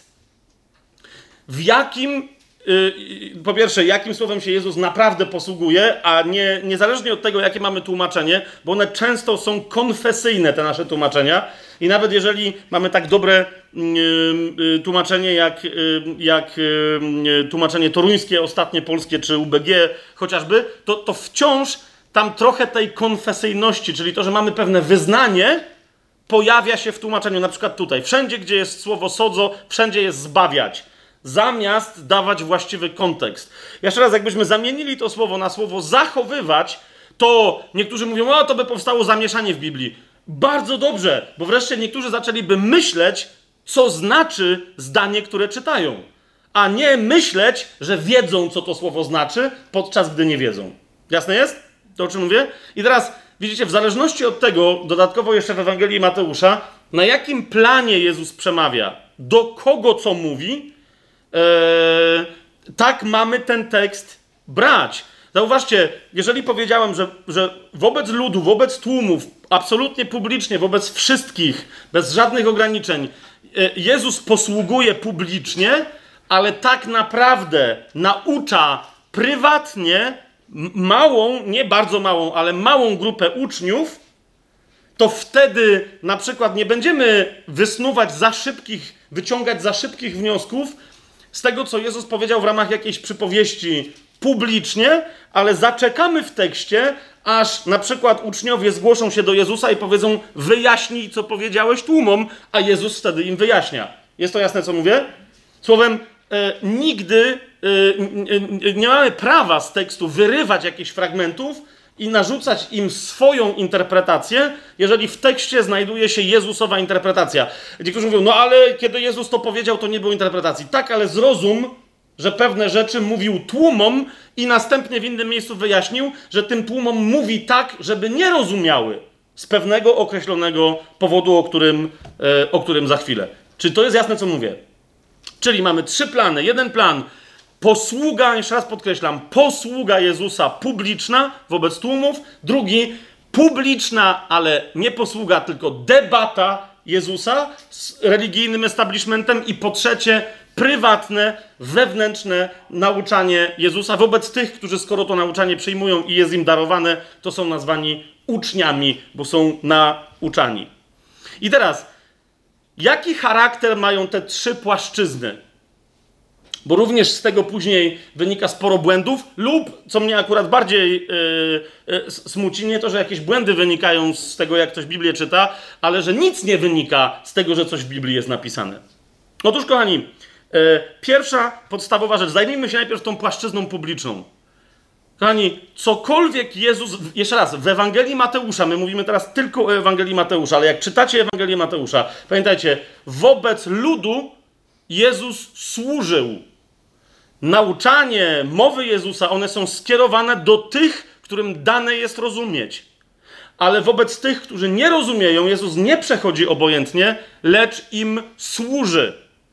w jakim, po pierwsze, jakim słowem się Jezus naprawdę posługuje, a niezależnie od tego, jakie mamy tłumaczenie, bo one często są konfesyjne, te nasze tłumaczenia, i nawet jeżeli mamy tak dobre tłumaczenie, jak tłumaczenie toruńskie, ostatnie polskie, czy UBG chociażby, to wciąż tam trochę tej konfesyjności, czyli to, że mamy pewne wyznanie, pojawia się w tłumaczeniu. Na przykład tutaj. Wszędzie, gdzie jest słowo sodzo, wszędzie jest zbawiać. Zamiast dawać właściwy kontekst. Jeszcze raz, jakbyśmy zamienili to słowo na słowo zachowywać, to niektórzy mówią, o, to by powstało zamieszanie w Biblii. Bardzo dobrze, bo wreszcie niektórzy zaczęliby myśleć, co znaczy zdanie, które czytają. A nie myśleć, że wiedzą, co to słowo znaczy, podczas gdy nie wiedzą. Jasne jest? To, o czym mówię? I teraz, widzicie, w zależności od tego, dodatkowo jeszcze w Ewangelii Mateusza, na jakim planie Jezus przemawia, do kogo co mówi, tak mamy ten tekst brać. Zauważcie, jeżeli powiedziałem, że wobec ludu, wobec tłumów, absolutnie publicznie, wobec wszystkich, bez żadnych ograniczeń, Jezus posługuje publicznie, ale tak naprawdę naucza prywatnie małą, nie bardzo małą, ale małą grupę uczniów, to wtedy na przykład nie będziemy wyciągać za szybkich wniosków z tego, co Jezus powiedział w ramach jakiejś przypowieści publicznie, ale zaczekamy w tekście, aż na przykład uczniowie zgłoszą się do Jezusa i powiedzą, wyjaśnij, co powiedziałeś tłumom, a Jezus wtedy im wyjaśnia. Jest to jasne, co mówię? Słowem, nigdy nie mamy prawa z tekstu wyrywać jakichś fragmentów i narzucać im swoją interpretację, jeżeli w tekście znajduje się Jezusowa interpretacja. Niektórzy mówią, no ale kiedy Jezus to powiedział, to nie było interpretacji. Tak, ale zrozum, że pewne rzeczy mówił tłumom i następnie w innym miejscu wyjaśnił, że tym tłumom mówi tak, żeby nie rozumiały z pewnego określonego powodu, o którym za chwilę. Czy to jest jasne, co mówię? Czyli mamy 3 plany. Jeden plan, posługa, jeszcze raz podkreślam, posługa Jezusa publiczna wobec tłumów. Drugi, publiczna, ale nie posługa, tylko debata Jezusa z religijnym establishmentem. I po trzecie, prywatne, wewnętrzne nauczanie Jezusa wobec tych, którzy skoro to nauczanie przyjmują i jest im darowane, to są nazwani uczniami, bo są nauczani. I teraz, jaki charakter mają te 3 płaszczyzny? Bo również z tego później wynika sporo błędów lub, co mnie akurat bardziej smuci, nie to, że jakieś błędy wynikają z tego, jak ktoś Biblię czyta, ale że nic nie wynika z tego, że coś w Biblii jest napisane. Otóż, kochani, pierwsza podstawowa rzecz. Zajmijmy się najpierw tą płaszczyzną publiczną. Kochani, cokolwiek Jezus... Jeszcze raz, w Ewangelii Mateusza, my mówimy teraz tylko o Ewangelii Mateusza, ale jak czytacie Ewangelię Mateusza, pamiętajcie, wobec ludu Jezus służył. Nauczanie, mowy Jezusa, one są skierowane do tych, którym dane jest rozumieć. Ale wobec tych, którzy nie rozumieją, Jezus nie przechodzi obojętnie, lecz im służy.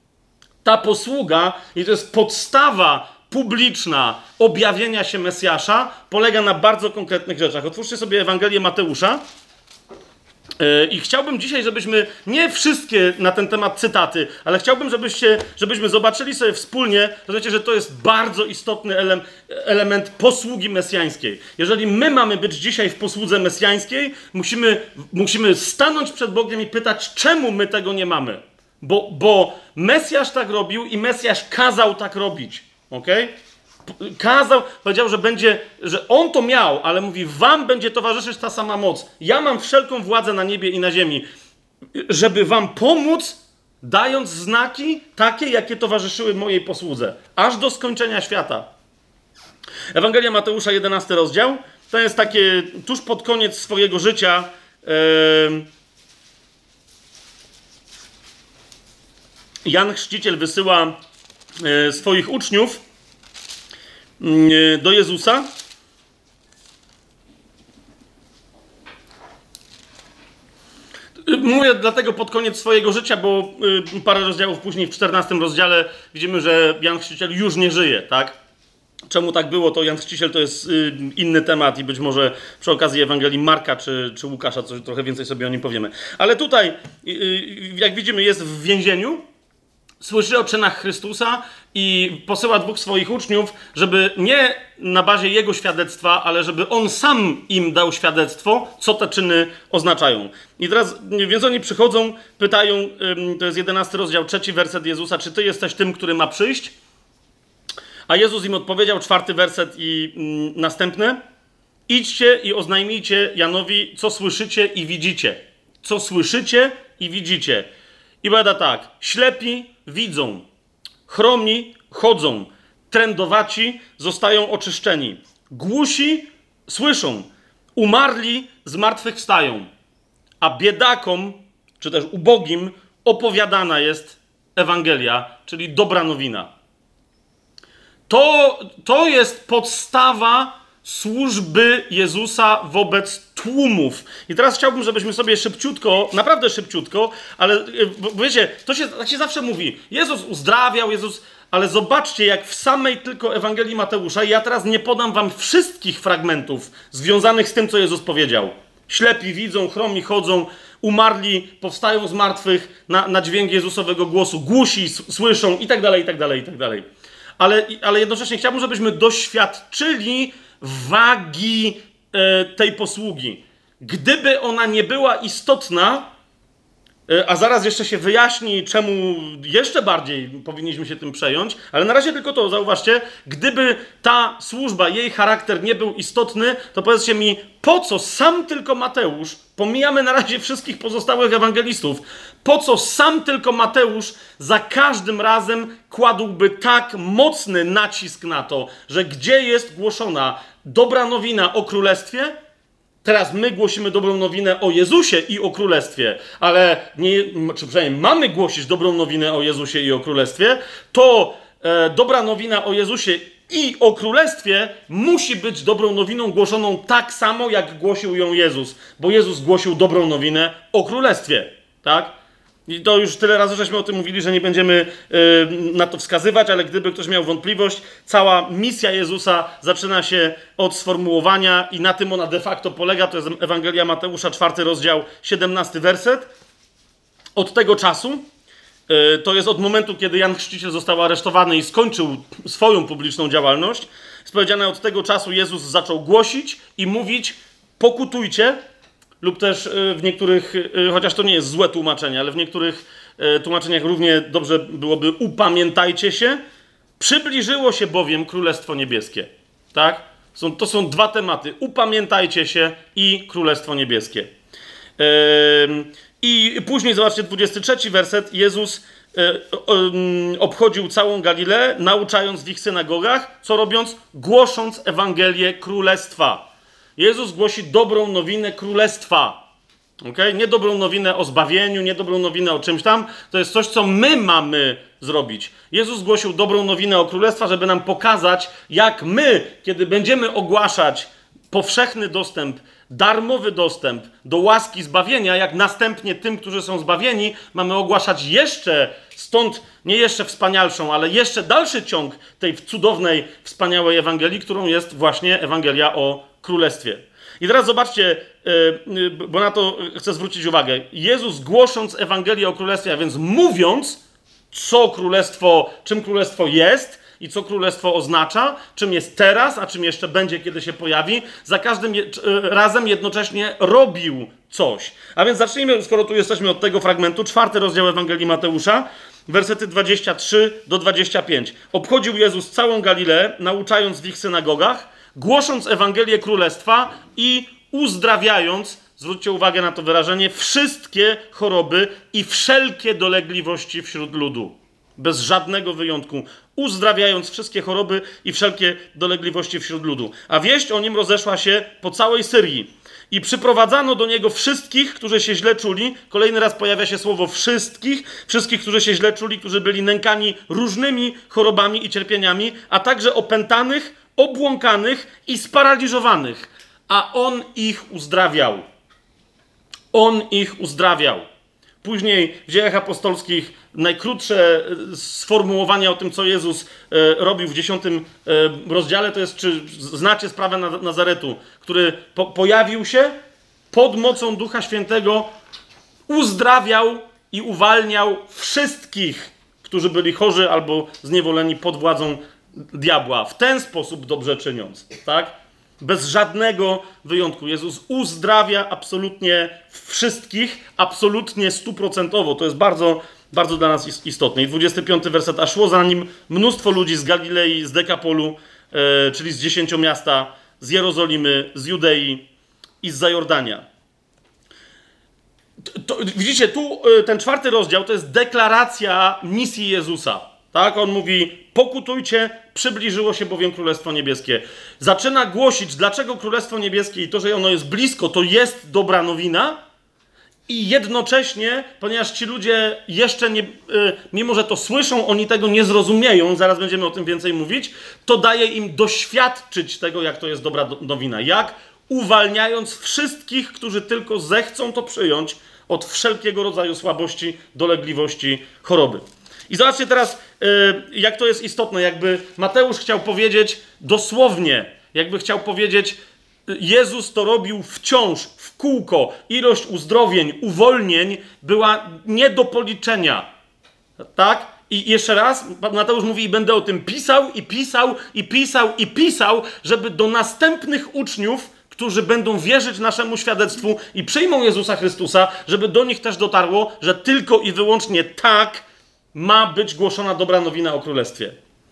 Ta posługa, i to jest podstawa publiczna objawienia się Mesjasza, polega na bardzo konkretnych rzeczach. Otwórzcie sobie Ewangelię Mateusza, I chciałbym dzisiaj, żebyśmy nie wszystkie na ten temat cytaty, ale chciałbym, żebyśmy zobaczyli sobie wspólnie, rozumiecie, że to jest bardzo istotny element posługi mesjańskiej. Jeżeli my mamy być dzisiaj w posłudze mesjańskiej, musimy stanąć przed Bogiem i pytać, czemu my tego nie mamy. Bo Mesjasz tak robił i Mesjasz kazał tak robić. Okej? Kazał, powiedział, że on to miał, ale mówi, wam będzie towarzyszyć ta sama moc. Ja mam wszelką władzę na niebie i na ziemi, żeby wam pomóc, dając znaki takie, jakie towarzyszyły mojej posłudze, aż do skończenia świata. Ewangelia Mateusza, 11 rozdział, to jest takie tuż pod koniec swojego życia. Jan Chrzciciel wysyła swoich uczniów do Jezusa. Mówię dlatego pod koniec swojego życia, bo parę rozdziałów później, w 14 rozdziale, widzimy, że Jan Chrzciciel już nie żyje, tak? Czemu tak było, to Jan Chrzciciel to jest inny temat i być może przy okazji Ewangelii Marka czy Łukasza coś trochę więcej sobie o nim powiemy. Ale tutaj, jak widzimy, jest w więzieniu, słyszy o czynach Chrystusa i posyła dwóch swoich uczniów, żeby nie na bazie jego świadectwa, ale żeby on sam im dał świadectwo, co te czyny oznaczają. I teraz, więc oni przychodzą, pytają, to jest 11 rozdział, 3 werset Jezusa, czy ty jesteś tym, który ma przyjść? A Jezus im odpowiedział, 4 werset i następny. Idźcie i oznajmijcie Janowi, co słyszycie i widzicie. Co słyszycie i widzicie. I powiada tak, ślepi widzą, chromi chodzą, trędowaci zostają oczyszczeni, głusi słyszą, umarli zmartwychwstają, a biedakom, czy też ubogim opowiadana jest Ewangelia, czyli dobra nowina. To jest podstawa służby Jezusa wobec tłumów. I teraz chciałbym, żebyśmy sobie szybciutko, naprawdę szybciutko, ale bo wiecie, tak się zawsze mówi, Jezus uzdrawiał, ale zobaczcie, jak w samej tylko Ewangelii Mateusza, i ja teraz nie podam wam wszystkich fragmentów związanych z tym, co Jezus powiedział. Ślepi widzą, chromi chodzą, umarli powstają z martwych na dźwięk Jezusowego głosu, głusi słyszą i tak dalej, i tak dalej, i tak dalej. Ale jednocześnie chciałbym, żebyśmy doświadczyli wagi tej posługi. Gdyby ona nie była istotna, a zaraz jeszcze się wyjaśni, czemu jeszcze bardziej powinniśmy się tym przejąć, ale na razie tylko to, zauważcie, gdyby ta służba, jej charakter nie był istotny, to powiedzcie mi, po co sam tylko Mateusz, pomijamy na razie wszystkich pozostałych ewangelistów, po co sam tylko Mateusz za każdym razem kładłby tak mocny nacisk na to, że gdzie jest głoszona dobra nowina o Królestwie. Teraz my głosimy dobrą nowinę o Jezusie i o Królestwie, ale czy przynajmniej mamy głosić dobrą nowinę o Jezusie i o Królestwie, to dobra nowina o Jezusie i o Królestwie musi być dobrą nowiną głoszoną tak samo, jak głosił ją Jezus, bo Jezus głosił dobrą nowinę o Królestwie, tak? I to już tyle razy żeśmy o tym mówili, że nie będziemy na to wskazywać, ale gdyby ktoś miał wątpliwość, cała misja Jezusa zaczyna się od sformułowania i na tym ona de facto polega, to jest Ewangelia Mateusza, 4 rozdział, 17 werset. Od tego czasu, to jest od momentu, kiedy Jan Chrzciciel został aresztowany i skończył swoją publiczną działalność, jest powiedziane, od tego czasu Jezus zaczął głosić i mówić, pokutujcie, lub też w niektórych, chociaż to nie jest złe tłumaczenie, ale w niektórych tłumaczeniach równie dobrze byłoby upamiętajcie się. Przybliżyło się bowiem Królestwo Niebieskie. Tak? To są dwa tematy. Upamiętajcie się i Królestwo Niebieskie. I później, zobaczcie, 23 werset. Jezus obchodził całą Galileę, nauczając w ich synagogach, co robiąc? Głosząc Ewangelię Królestwa. Jezus głosi dobrą nowinę Królestwa. Okay? Nie dobrą nowinę o zbawieniu, nie dobrą nowinę o czymś tam. To jest coś, co my mamy zrobić. Jezus głosił dobrą nowinę o Królestwa, żeby nam pokazać, jak my, kiedy będziemy ogłaszać powszechny dostęp, darmowy dostęp do łaski zbawienia, jak następnie tym, którzy są zbawieni, mamy ogłaszać jeszcze, stąd nie jeszcze wspanialszą, ale jeszcze dalszy ciąg tej cudownej, wspaniałej Ewangelii, którą jest właśnie Ewangelia o Królestwie. I teraz zobaczcie, bo na to chcę zwrócić uwagę. Jezus głosząc Ewangelię o Królestwie, a więc mówiąc, czym Królestwo jest i co Królestwo oznacza, czym jest teraz, a czym jeszcze będzie, kiedy się pojawi, za każdym razem jednocześnie robił coś. A więc zacznijmy, skoro tu jesteśmy od tego fragmentu, 4 rozdział Ewangelii Mateusza, wersety 23-25. Obchodził Jezus całą Galileę, nauczając w ich synagogach, głosząc Ewangelię Królestwa i uzdrawiając, zwróćcie uwagę na to wyrażenie, wszystkie choroby i wszelkie dolegliwości wśród ludu. Bez żadnego wyjątku. Uzdrawiając wszystkie choroby i wszelkie dolegliwości wśród ludu. A wieść o nim rozeszła się po całej Syrii. I przyprowadzano do niego wszystkich, którzy się źle czuli. Kolejny raz pojawia się słowo wszystkich, którzy się źle czuli, którzy byli nękani różnymi chorobami i cierpieniami, a także opętanych, obłąkanych i sparaliżowanych. A on ich uzdrawiał. On ich uzdrawiał. Później w Dziejach Apostolskich najkrótsze sformułowanie o tym, co Jezus robił w 10 rozdziale, to jest, czy znacie sprawę Nazaretu, który pojawił się pod mocą Ducha Świętego, uzdrawiał i uwalniał wszystkich, którzy byli chorzy albo zniewoleni pod władzą diabła. W ten sposób dobrze czyniąc, tak? Bez żadnego wyjątku. Jezus uzdrawia absolutnie wszystkich, absolutnie 100%. To jest bardzo, bardzo dla nas istotne. I 25 werset. A szło za nim mnóstwo ludzi z Galilei, z Dekapolu, czyli z 10 miasta, z Jerozolimy, z Judei i z Zajordania. Widzicie, tu ten 4 rozdział to jest deklaracja misji Jezusa. Tak? On mówi, pokutujcie, przybliżyło się bowiem Królestwo Niebieskie. Zaczyna głosić, dlaczego Królestwo Niebieskie i to, że ono jest blisko, to jest dobra nowina. I jednocześnie, ponieważ ci ludzie jeszcze nie, mimo że to słyszą, oni tego nie zrozumieją, zaraz będziemy o tym więcej mówić, to daje im doświadczyć tego, jak to jest dobra nowina. Jak? Uwalniając wszystkich, którzy tylko zechcą to przyjąć od wszelkiego rodzaju słabości, dolegliwości, choroby. I zobaczcie teraz, jak to jest istotne. Jakby Mateusz chciał powiedzieć dosłownie, jakby chciał powiedzieć, Jezus to robił wciąż, w kółko. Ilość uzdrowień, uwolnień była nie do policzenia. Tak? I jeszcze raz, Mateusz mówi, i będę o tym pisał, i pisał, i pisał, i pisał, żeby do następnych uczniów, którzy będą wierzyć naszemu świadectwu i przyjmą Jezusa Chrystusa, żeby do nich też dotarło, że tylko i wyłącznie tak ma być głoszona dobra nowina o Królestwie.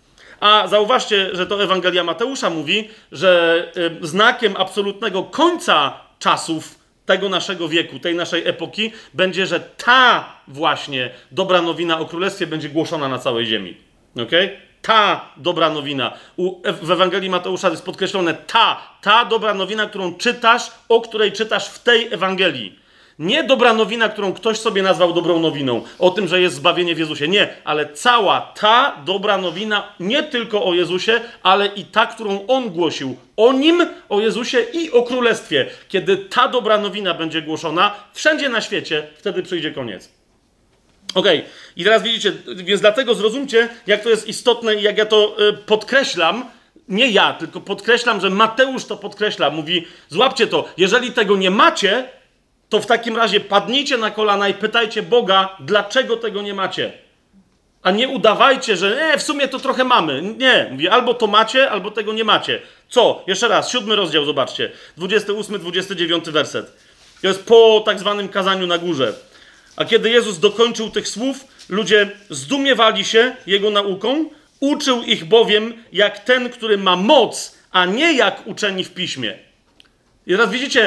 A zauważcie, że to Ewangelia Mateusza mówi, że znakiem absolutnego końca czasów tego naszego wieku, tej naszej epoki, będzie, że ta właśnie dobra nowina o Królestwie będzie głoszona na całej ziemi. Okay? Ta dobra nowina. W Ewangelii Mateusza jest podkreślone ta dobra nowina, którą czytasz, o której czytasz w tej Ewangelii. Nie dobra nowina, którą ktoś sobie nazwał dobrą nowiną, o tym, że jest zbawienie w Jezusie. Nie, ale cała ta dobra nowina, nie tylko o Jezusie, ale i ta, którą On głosił. O Nim, o Jezusie i o Królestwie. Kiedy ta dobra nowina będzie głoszona wszędzie na świecie, wtedy przyjdzie koniec. Okej, i teraz widzicie, więc dlatego zrozumcie, jak to jest istotne i jak ja to podkreślam. Nie ja, tylko podkreślam, że Mateusz to podkreśla. Mówi, złapcie to, jeżeli tego nie macie, to w takim razie padnijcie na kolana i pytajcie Boga, dlaczego tego nie macie. A nie udawajcie, że w sumie to trochę mamy. Nie, mówi, albo to macie, albo tego nie macie. Co? Jeszcze raz, 7 rozdział, zobaczcie. 28-29 werset. To jest po tak zwanym kazaniu na górze. A kiedy Jezus dokończył tych słów, ludzie zdumiewali się Jego nauką, uczył ich bowiem jak ten, który ma moc, a nie jak uczeni w piśmie. I teraz widzicie,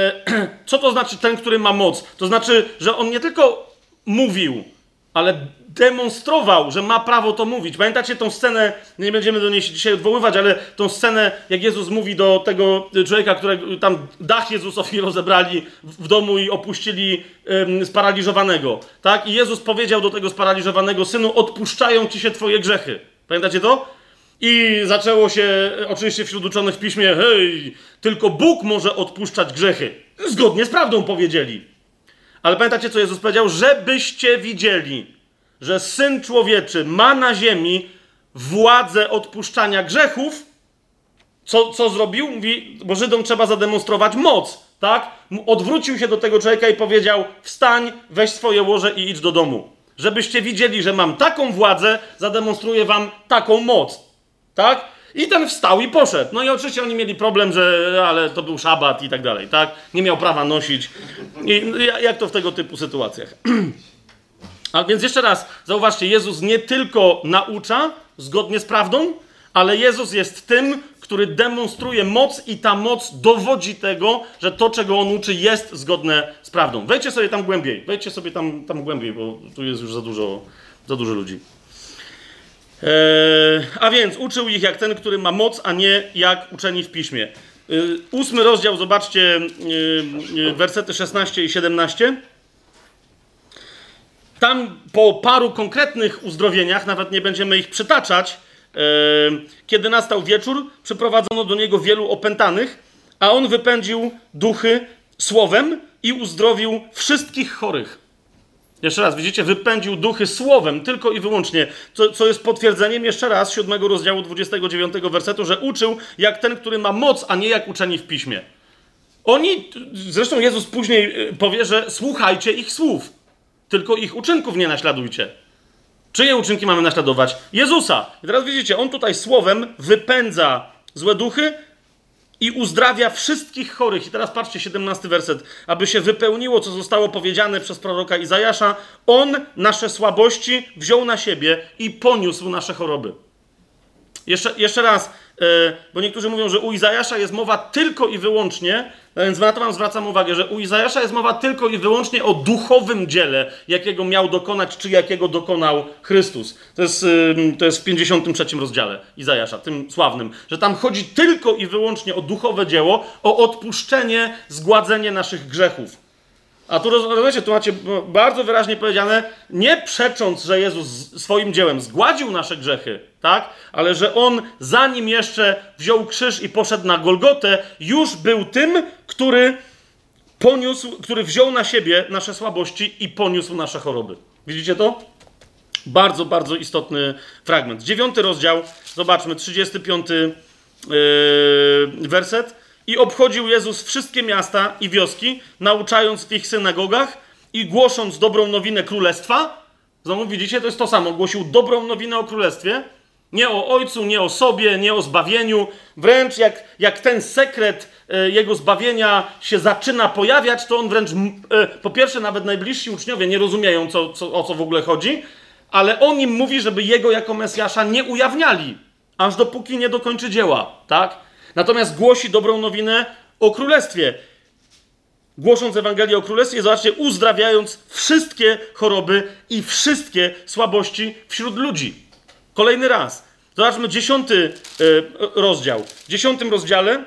co to znaczy ten, który ma moc? To znaczy, że on nie tylko mówił, ale demonstrował, że ma prawo to mówić. Pamiętacie tą scenę, nie będziemy do niej się dzisiaj odwoływać, ale tą scenę, jak Jezus mówi do tego człowieka, którego tam dach Jezusowi rozebrali w domu i opuścili sparaliżowanego. Tak? I Jezus powiedział do tego sparaliżowanego, synu, odpuszczają ci się twoje grzechy. Pamiętacie to? I zaczęło się oczywiście wśród uczonych w piśmie, hej, tylko Bóg może odpuszczać grzechy. Zgodnie z prawdą powiedzieli. Ale pamiętacie, co Jezus powiedział? Żebyście widzieli, że Syn Człowieczy ma na ziemi władzę odpuszczania grzechów. Co zrobił? Mówi, bo Żydom trzeba zademonstrować moc. tak? Odwrócił się do tego człowieka i powiedział: wstań, weź swoje łoże i idź do domu. Żebyście widzieli, że mam taką władzę, zademonstruję wam taką moc, tak? I ten wstał i poszedł. No i oczywiście oni mieli problem, ale to był szabat i tak dalej, tak? Nie miał prawa nosić. I jak to w tego typu sytuacjach? A więc jeszcze raz, zauważcie, Jezus nie tylko naucza zgodnie z prawdą, ale Jezus jest tym, który demonstruje moc i ta moc dowodzi tego, że to, czego On uczy, jest zgodne z prawdą. Wejdźcie sobie tam głębiej, bo tu jest już za dużo ludzi. A więc uczył ich jak ten, który ma moc, a nie jak uczeni w Piśmie. 8 rozdział, zobaczcie, wersety 16 i 17. Tam po paru konkretnych uzdrowieniach, nawet nie będziemy ich przytaczać, kiedy nastał wieczór, przyprowadzono do niego wielu opętanych, a on wypędził duchy słowem i uzdrowił wszystkich chorych. Jeszcze raz, widzicie, wypędził duchy słowem, tylko i wyłącznie, co jest potwierdzeniem, jeszcze raz, 7 rozdziału 29 wersetu, że uczył jak ten, który ma moc, a nie jak uczeni w Piśmie. Zresztą Jezus później powie, że słuchajcie ich słów, tylko ich uczynków nie naśladujcie. Czyje uczynki mamy naśladować? Jezusa. I teraz widzicie, on tutaj słowem wypędza złe duchy i uzdrawia wszystkich chorych. I teraz patrzcie, 17 werset. Aby się wypełniło, co zostało powiedziane przez proroka Izajasza, on nasze słabości wziął na siebie i poniósł nasze choroby. Jeszcze raz, bo niektórzy mówią, że u Izajasza jest mowa tylko i wyłącznie, więc na to wam zwracam uwagę, że u Izajasza jest mowa tylko i wyłącznie o duchowym dziele, jakiego miał dokonać, czy jakiego dokonał Chrystus. To jest w 53 rozdziale Izajasza, tym sławnym, że tam chodzi tylko i wyłącznie o duchowe dzieło, o odpuszczenie, zgładzenie naszych grzechów. A tu rozumiecie, tu macie bardzo wyraźnie powiedziane, nie przecząc, że Jezus swoim dziełem zgładził nasze grzechy, tak? Ale że On, zanim jeszcze wziął krzyż i poszedł na Golgotę, już był tym, który wziął na siebie nasze słabości i poniósł nasze choroby. Widzicie to? Bardzo, bardzo istotny fragment. 9 rozdział, zobaczmy, 35 werset. I obchodził Jezus wszystkie miasta i wioski, nauczając w ich synagogach i głosząc dobrą nowinę królestwa. Znowu widzicie, to jest to samo. Głosił dobrą nowinę o królestwie. Nie o Ojcu, nie o sobie, nie o zbawieniu. Wręcz jak ten sekret jego zbawienia się zaczyna pojawiać, to on wręcz, po pierwsze nawet najbliżsi uczniowie nie rozumieją, o co w ogóle chodzi, ale on im mówi, żeby jego jako Mesjasza nie ujawniali, aż dopóki nie dokończy dzieła, tak? Natomiast głosi dobrą nowinę o Królestwie. Głosząc Ewangelię o Królestwie, zobaczcie, uzdrawiając wszystkie choroby i wszystkie słabości wśród ludzi. Kolejny raz. Zobaczmy 10 rozdział. W 10 rozdziale,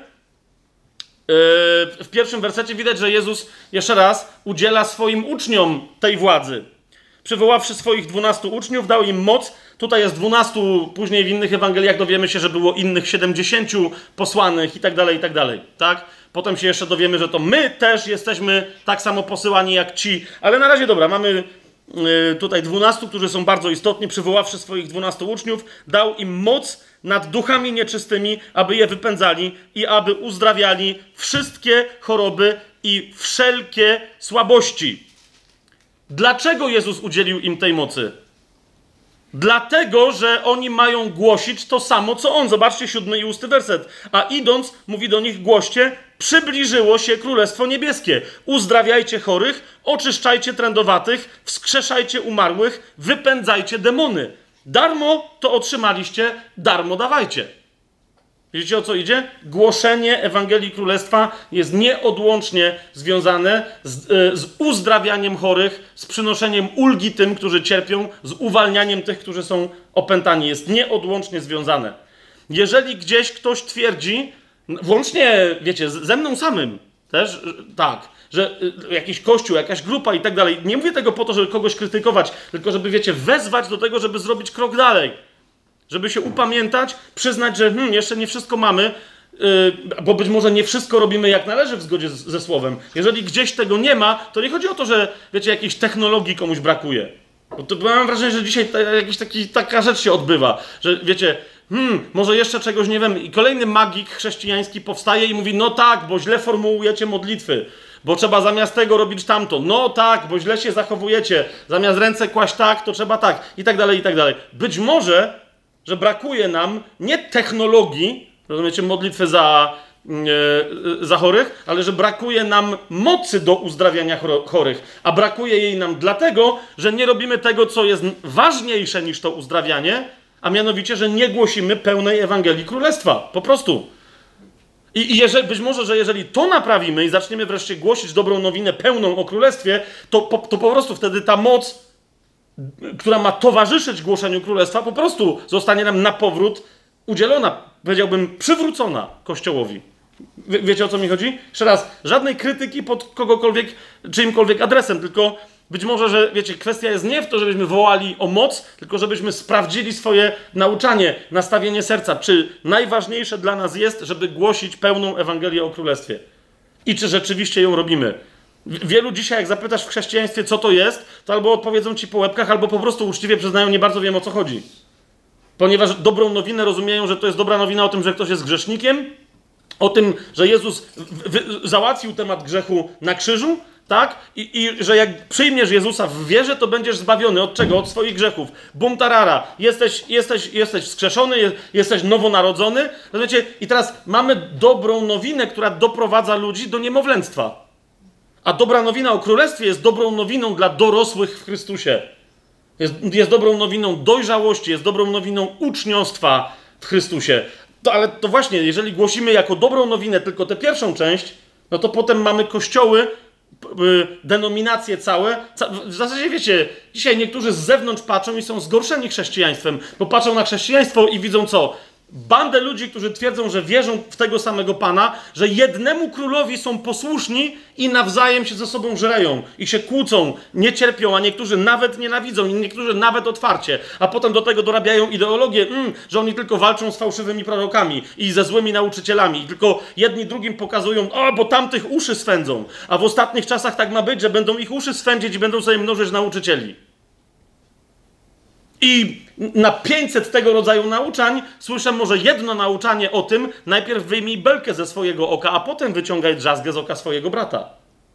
w pierwszym wersecie widać, że Jezus jeszcze raz udziela swoim uczniom tej władzy. Przywoławszy swoich 12 uczniów, dał im moc. Tutaj jest 12, później w innych Ewangeliach dowiemy się, że było innych 70 posłanych i tak dalej, tak? Potem się jeszcze dowiemy, że to my też jesteśmy tak samo posyłani jak ci. Ale na razie, dobra, mamy tutaj 12, którzy są bardzo istotni. Przywoławszy swoich 12 uczniów, dał im moc nad duchami nieczystymi, aby je wypędzali i aby uzdrawiali wszystkie choroby i wszelkie słabości. Dlaczego Jezus udzielił im tej mocy? Dlatego, że oni mają głosić to samo, co On. Zobaczcie 7 i 8 werset. A idąc, mówi do nich, głoście, przybliżyło się Królestwo Niebieskie. Uzdrawiajcie chorych, oczyszczajcie trędowatych, wskrzeszajcie umarłych, wypędzajcie demony. Darmo to otrzymaliście, darmo dawajcie. Widzicie, o co idzie? Głoszenie Ewangelii Królestwa jest nieodłącznie związane z uzdrawianiem chorych, z przynoszeniem ulgi tym, którzy cierpią, z uwalnianiem tych, którzy są opętani. Jest nieodłącznie związane. Jeżeli gdzieś ktoś twierdzi, włącznie, wiecie, ze mną samym też, tak, że jakiś kościół, jakaś grupa i tak dalej, nie mówię tego po to, żeby kogoś krytykować, tylko żeby, wiecie, wezwać do tego, żeby zrobić krok dalej. Żeby się upamiętać, przyznać, że jeszcze nie wszystko mamy, bo być może nie wszystko robimy jak należy w zgodzie ze Słowem. Jeżeli gdzieś tego nie ma, to nie chodzi o to, że, wiecie, jakiejś technologii komuś brakuje. Bo mam wrażenie, że dzisiaj jakaś taka rzecz się odbywa, że, wiecie, może jeszcze czegoś nie wiem. I kolejny magik chrześcijański powstaje i mówi, no tak, bo źle formułujecie modlitwy, bo trzeba zamiast tego robić tamto. No tak, bo źle się zachowujecie. Zamiast ręce kłaść tak, to trzeba tak. I tak dalej, i tak dalej. Być może, że brakuje nam nie technologii, rozumiecie, modlitwy za chorych, ale że brakuje nam mocy do uzdrawiania chorych. A brakuje jej nam dlatego, że nie robimy tego, co jest ważniejsze niż to uzdrawianie, a mianowicie, że nie głosimy pełnej Ewangelii Królestwa. Po prostu. I być może, że jeżeli to naprawimy i zaczniemy wreszcie głosić dobrą nowinę pełną o Królestwie, to po prostu wtedy ta moc, która ma towarzyszyć głoszeniu Królestwa, po prostu zostanie nam na powrót udzielona, powiedziałbym, przywrócona Kościołowi. Wiecie, o co mi chodzi? Jeszcze raz, żadnej krytyki pod kogokolwiek, czyimkolwiek adresem, tylko być może, że, wiecie, kwestia jest nie w to, żebyśmy wołali o moc, tylko żebyśmy sprawdzili swoje nauczanie, nastawienie serca. Czy najważniejsze dla nas jest, żeby głosić pełną Ewangelię o Królestwie? I czy rzeczywiście ją robimy? Wielu dzisiaj, jak zapytasz w chrześcijaństwie, co to jest, to albo odpowiedzą ci po łebkach, albo po prostu uczciwie przyznają, nie bardzo wiem, o co chodzi. Ponieważ dobrą nowinę rozumieją, że to jest dobra nowina o tym, że ktoś jest grzesznikiem, o tym, że Jezus załatwił temat grzechu na krzyżu, tak? I że jak przyjmiesz Jezusa w wierze, to będziesz zbawiony. Od czego? Od swoich grzechów. Bum tarara. Jesteś wskrzeszony, jesteś nowonarodzony. Rozumiecie? I teraz mamy dobrą nowinę, która doprowadza ludzi do niemowlęctwa. A dobra nowina o Królestwie jest dobrą nowiną dla dorosłych w Chrystusie. Jest dobrą nowiną dojrzałości, jest dobrą nowiną uczniostwa w Chrystusie. Ale to właśnie, jeżeli głosimy jako dobrą nowinę tylko tę pierwszą część, no to potem mamy kościoły, denominacje całe. W zasadzie wiecie, dzisiaj niektórzy z zewnątrz patrzą i są zgorszeni chrześcijaństwem, bo patrzą na chrześcijaństwo i widzą co? Bandę ludzi, którzy twierdzą, że wierzą w tego samego Pana, że jednemu królowi są posłuszni i nawzajem się ze sobą żreją i się kłócą, nie cierpią, a niektórzy nawet nienawidzą i niektórzy nawet otwarcie, a potem do tego dorabiają ideologię, że oni tylko walczą z fałszywymi prorokami i ze złymi nauczycielami i tylko jedni drugim pokazują, bo tamtych uszy swędzą, a w ostatnich czasach tak ma być, że będą ich uszy swędzić i będą sobie mnożyć nauczycieli. I na 500 tego rodzaju nauczań słyszę może jedno nauczanie o tym, najpierw wyjmij belkę ze swojego oka, a potem wyciągaj drzazgę z oka swojego brata.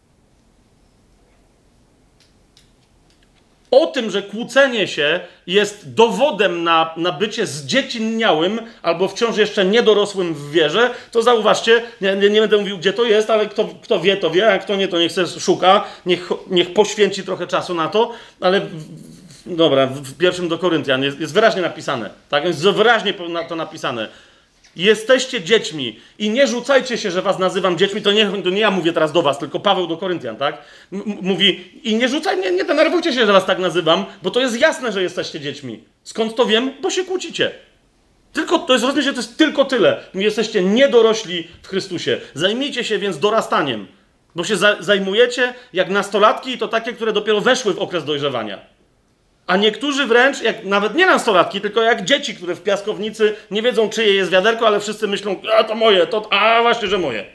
O tym, że kłócenie się jest dowodem na bycie zdziecinniałym albo wciąż jeszcze niedorosłym w wierze, to zauważcie, nie będę mówił, gdzie to jest, ale kto wie, to wie, a kto nie, to niech se szuka, niech poświęci trochę czasu na to, ale dobra, w pierwszym do Koryntian jest wyraźnie napisane, tak? Jest wyraźnie to napisane. Jesteście dziećmi i nie rzucajcie się, że was nazywam dziećmi, to nie ja mówię teraz do was, tylko Paweł do Koryntian, tak? Mówi, i nie denerwujcie się, że was tak nazywam, bo to jest jasne, że jesteście dziećmi. Skąd to wiem? Bo się kłócicie. Rozumiecie, to jest tylko tyle. Jesteście niedorośli w Chrystusie. Zajmijcie się więc dorastaniem, bo się zajmujecie jak nastolatki i to takie, które dopiero weszły w okres dojrzewania. A niektórzy wręcz, jak nawet nie nastolatki, tylko jak dzieci, które w piaskownicy nie wiedzą, czyje jest wiaderko, ale wszyscy myślą, to moje, właśnie, że moje.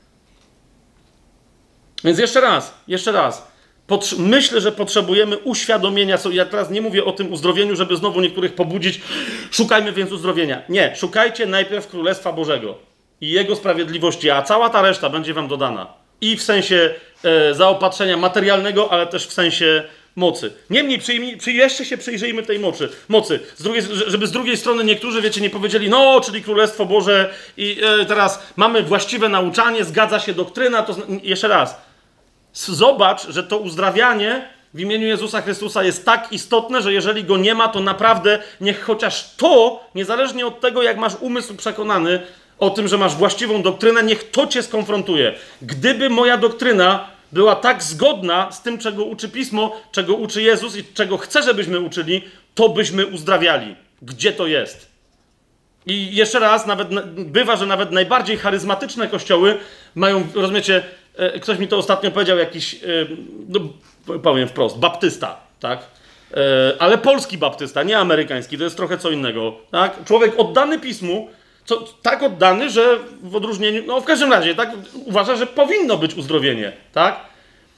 Więc jeszcze raz. Myślę, że potrzebujemy uświadomienia sobie. Ja teraz nie mówię o tym uzdrowieniu, żeby znowu niektórych pobudzić. Szukajmy więc uzdrowienia. Nie, szukajcie najpierw Królestwa Bożego i Jego sprawiedliwości, a cała ta reszta będzie wam dodana. I w sensie zaopatrzenia materialnego, ale też w sensie mocy. Niemniej jeszcze się przyjrzyjmy tej mocy. Żeby z drugiej strony niektórzy, wiecie, nie powiedzieli, czyli Królestwo Boże i teraz mamy właściwe nauczanie, zgadza się doktryna, to jeszcze raz. Zobacz, że to uzdrawianie w imieniu Jezusa Chrystusa jest tak istotne, że jeżeli go nie ma, to naprawdę niech chociaż to, niezależnie od tego, jak masz umysł przekonany o tym, że masz właściwą doktrynę, niech to cię skonfrontuje. Gdyby moja doktryna była tak zgodna z tym, czego uczy Pismo, czego uczy Jezus i czego chce, żebyśmy uczyli, to byśmy uzdrawiali. Gdzie to jest? I jeszcze raz, bywa, że nawet najbardziej charyzmatyczne kościoły mają, rozumiecie, ktoś mi to ostatnio powiedział, jakiś, powiem wprost, baptysta, tak? Ale polski baptysta, nie amerykański, to jest trochę co innego, tak? Człowiek oddany Pismu, tak oddany, że w odróżnieniu, w każdym razie, tak uważa, że powinno być uzdrowienie, tak?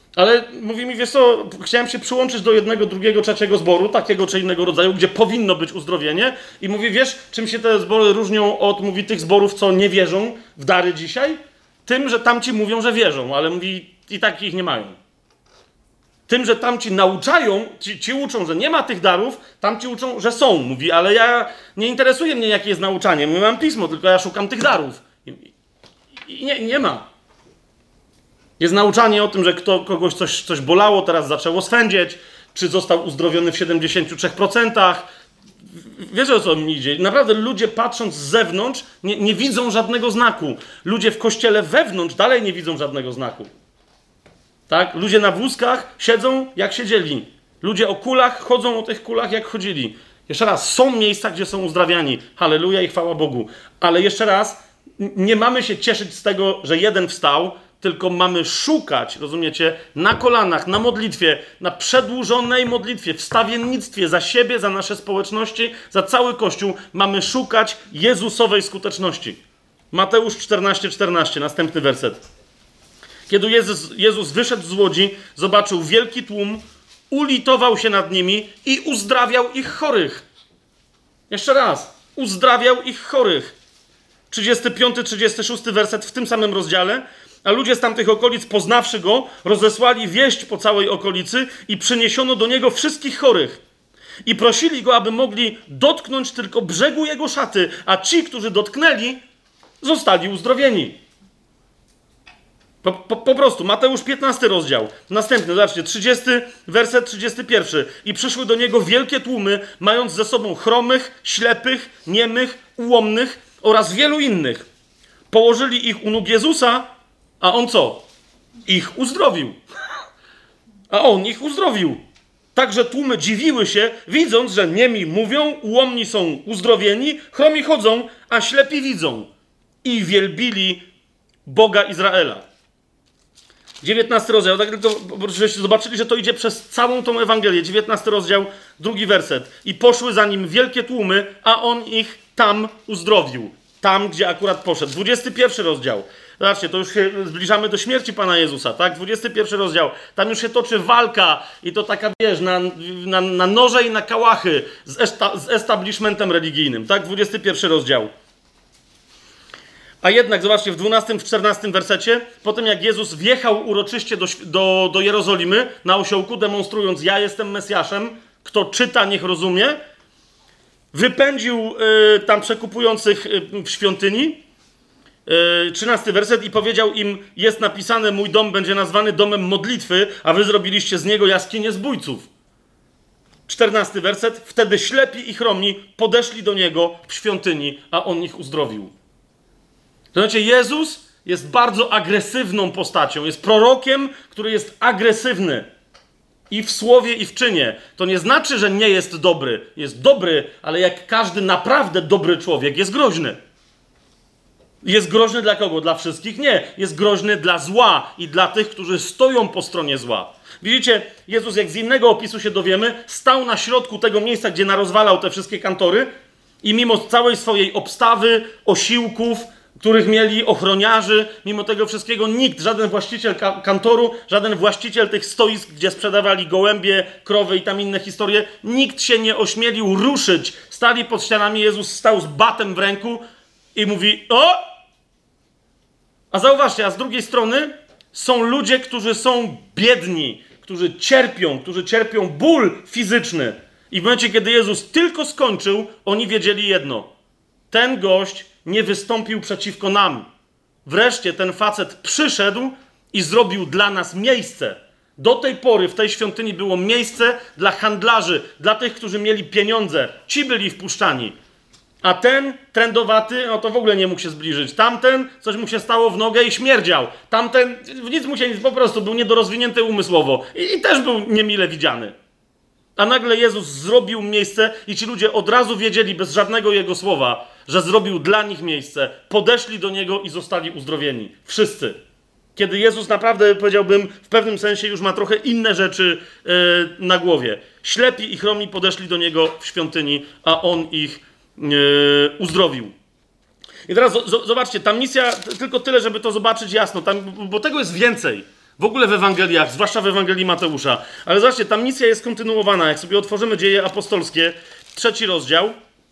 Ale mówi mi, wiesz co, chciałem się przyłączyć do jednego, drugiego, trzeciego zboru, takiego czy innego rodzaju, gdzie powinno być uzdrowienie. I mówi, wiesz, czym się te zbory różnią od, mówi, tych zborów, co nie wierzą w dary dzisiaj? Tym, że tamci mówią, że wierzą, ale mówi, i tak ich nie mają. Tym, że tamci nauczają, ci uczą, że nie ma tych darów, tamci uczą, że są. Mówi, ale nie interesuje mnie, jakie jest nauczanie. My mam pismo, tylko ja szukam tych darów. I nie ma. Jest nauczanie o tym, że kogoś coś bolało, teraz zaczęło swędzieć, czy został uzdrowiony w 73%. Wiesz, o co mi idzie? Naprawdę ludzie, patrząc z zewnątrz, nie widzą żadnego znaku. Ludzie w kościele wewnątrz dalej nie widzą żadnego znaku. Tak? Ludzie na wózkach siedzą, jak siedzieli. Ludzie o kulach chodzą o tych kulach, jak chodzili. Jeszcze raz, są miejsca, gdzie są uzdrawiani. Halleluja i chwała Bogu. Ale jeszcze raz, nie mamy się cieszyć z tego, że jeden wstał, tylko mamy szukać, rozumiecie, na kolanach, na modlitwie, na przedłużonej modlitwie, w stawiennictwie za siebie, za nasze społeczności, za cały Kościół. Mamy szukać Jezusowej skuteczności. Mateusz 14:14, następny werset. Kiedy Jezus wyszedł z łodzi, zobaczył wielki tłum, ulitował się nad nimi i uzdrawiał ich chorych. Jeszcze raz. Uzdrawiał ich chorych. 35-36 werset w tym samym rozdziale. A ludzie z tamtych okolic, poznawszy go, rozesłali wieść po całej okolicy i przyniesiono do niego wszystkich chorych. I prosili go, aby mogli dotknąć tylko brzegu jego szaty, a ci, którzy dotknęli, zostali uzdrowieni. Po prostu, Mateusz 15 rozdział. Następny, zobaczcie, 30 werset 31. I przyszły do niego wielkie tłumy, mając ze sobą chromych, ślepych, niemych, ułomnych oraz wielu innych. Położyli ich u nóg Jezusa, a on co? Ich uzdrowił. A on ich uzdrowił. Także tłumy dziwiły się, widząc, że niemi mówią, ułomni są uzdrowieni, chromi chodzą, a ślepi widzą. I wielbili Boga Izraela. 19 rozdział, tak tylko, żeście zobaczyli, że to idzie przez całą tą Ewangelię. 19 rozdział, 2 werset. I poszły za nim wielkie tłumy, a on ich tam uzdrowił. Tam, gdzie akurat poszedł. 21 rozdział. Zobaczcie, to już się zbliżamy do śmierci Pana Jezusa, tak? 21 rozdział. Tam już się toczy walka i to taka, wiesz, na noże i na kałachy z establishmentem religijnym, tak? 21 rozdział. A jednak, zobaczcie, w 12, w 14 wersecie, po tym jak Jezus wjechał uroczyście do Jerozolimy na osiołku, demonstrując, ja jestem Mesjaszem, kto czyta, niech rozumie, wypędził tam przekupujących w świątyni, 13 werset, i powiedział im, jest napisane, mój dom będzie nazwany domem modlitwy, a wy zrobiliście z niego jaskinię zbójców. 14 werset, wtedy ślepi i chromi podeszli do niego w świątyni, a on ich uzdrowił. To znaczy, Jezus jest bardzo agresywną postacią, jest prorokiem, który jest agresywny i w słowie, i w czynie. To nie znaczy, że nie jest dobry. Jest dobry, ale jak każdy naprawdę dobry człowiek, jest groźny. Jest groźny dla kogo? Dla wszystkich? Nie. Jest groźny dla zła i dla tych, którzy stoją po stronie zła. Widzicie, Jezus, jak z innego opisu się dowiemy, stał na środku tego miejsca, gdzie narozwalał te wszystkie kantory i mimo całej swojej obstawy, osiłków, których mieli ochroniarzy, mimo tego wszystkiego nikt, żaden właściciel kantoru, żaden właściciel tych stoisk, gdzie sprzedawali gołębie, krowy i tam inne historie, nikt się nie ośmielił ruszyć. Stali pod ścianami, Jezus stał z batem w ręku i mówi, o! A zauważcie, a z drugiej strony są ludzie, którzy są biedni, którzy cierpią ból fizyczny. I w momencie, kiedy Jezus tylko skończył, oni wiedzieli jedno. Ten gość nie wystąpił przeciwko nam. Wreszcie ten facet przyszedł i zrobił dla nas miejsce. Do tej pory w tej świątyni było miejsce dla handlarzy, dla tych, którzy mieli pieniądze. Ci byli wpuszczani. A ten trędowaty, no to w ogóle nie mógł się zbliżyć. Tamten, coś mu się stało w nogę i śmierdział. Tamten, nic mu się, po prostu był niedorozwinięty umysłowo. I też był niemile widziany. A nagle Jezus zrobił miejsce i ci ludzie od razu wiedzieli, bez żadnego Jego słowa, że zrobił dla nich miejsce. Podeszli do Niego i zostali uzdrowieni. Wszyscy. Kiedy Jezus naprawdę, powiedziałbym, w pewnym sensie już ma trochę inne rzeczy na głowie. Ślepi i chromi podeszli do Niego w świątyni, a On ich uzdrowił. I teraz zobaczcie, ta misja, tylko tyle, żeby to zobaczyć jasno, bo tego jest więcej. W ogóle w Ewangeliach, zwłaszcza w Ewangelii Mateusza. Ale zobaczcie, ta misja jest kontynuowana. Jak sobie otworzymy Dzieje Apostolskie, 3 rozdział,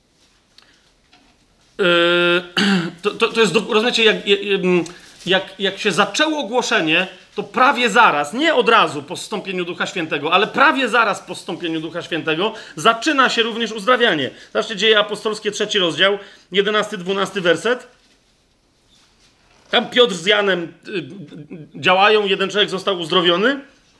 to jest, rozumiecie, jak się zaczęło głoszenie, to prawie zaraz, nie od razu po zstąpieniu Ducha Świętego, ale prawie zaraz po zstąpieniu Ducha Świętego zaczyna się również uzdrawianie. Zobaczcie, Dzieje Apostolskie, 3 rozdział, 11-12 werset. Tam Piotr z Janem działają, jeden człowiek został uzdrowiony,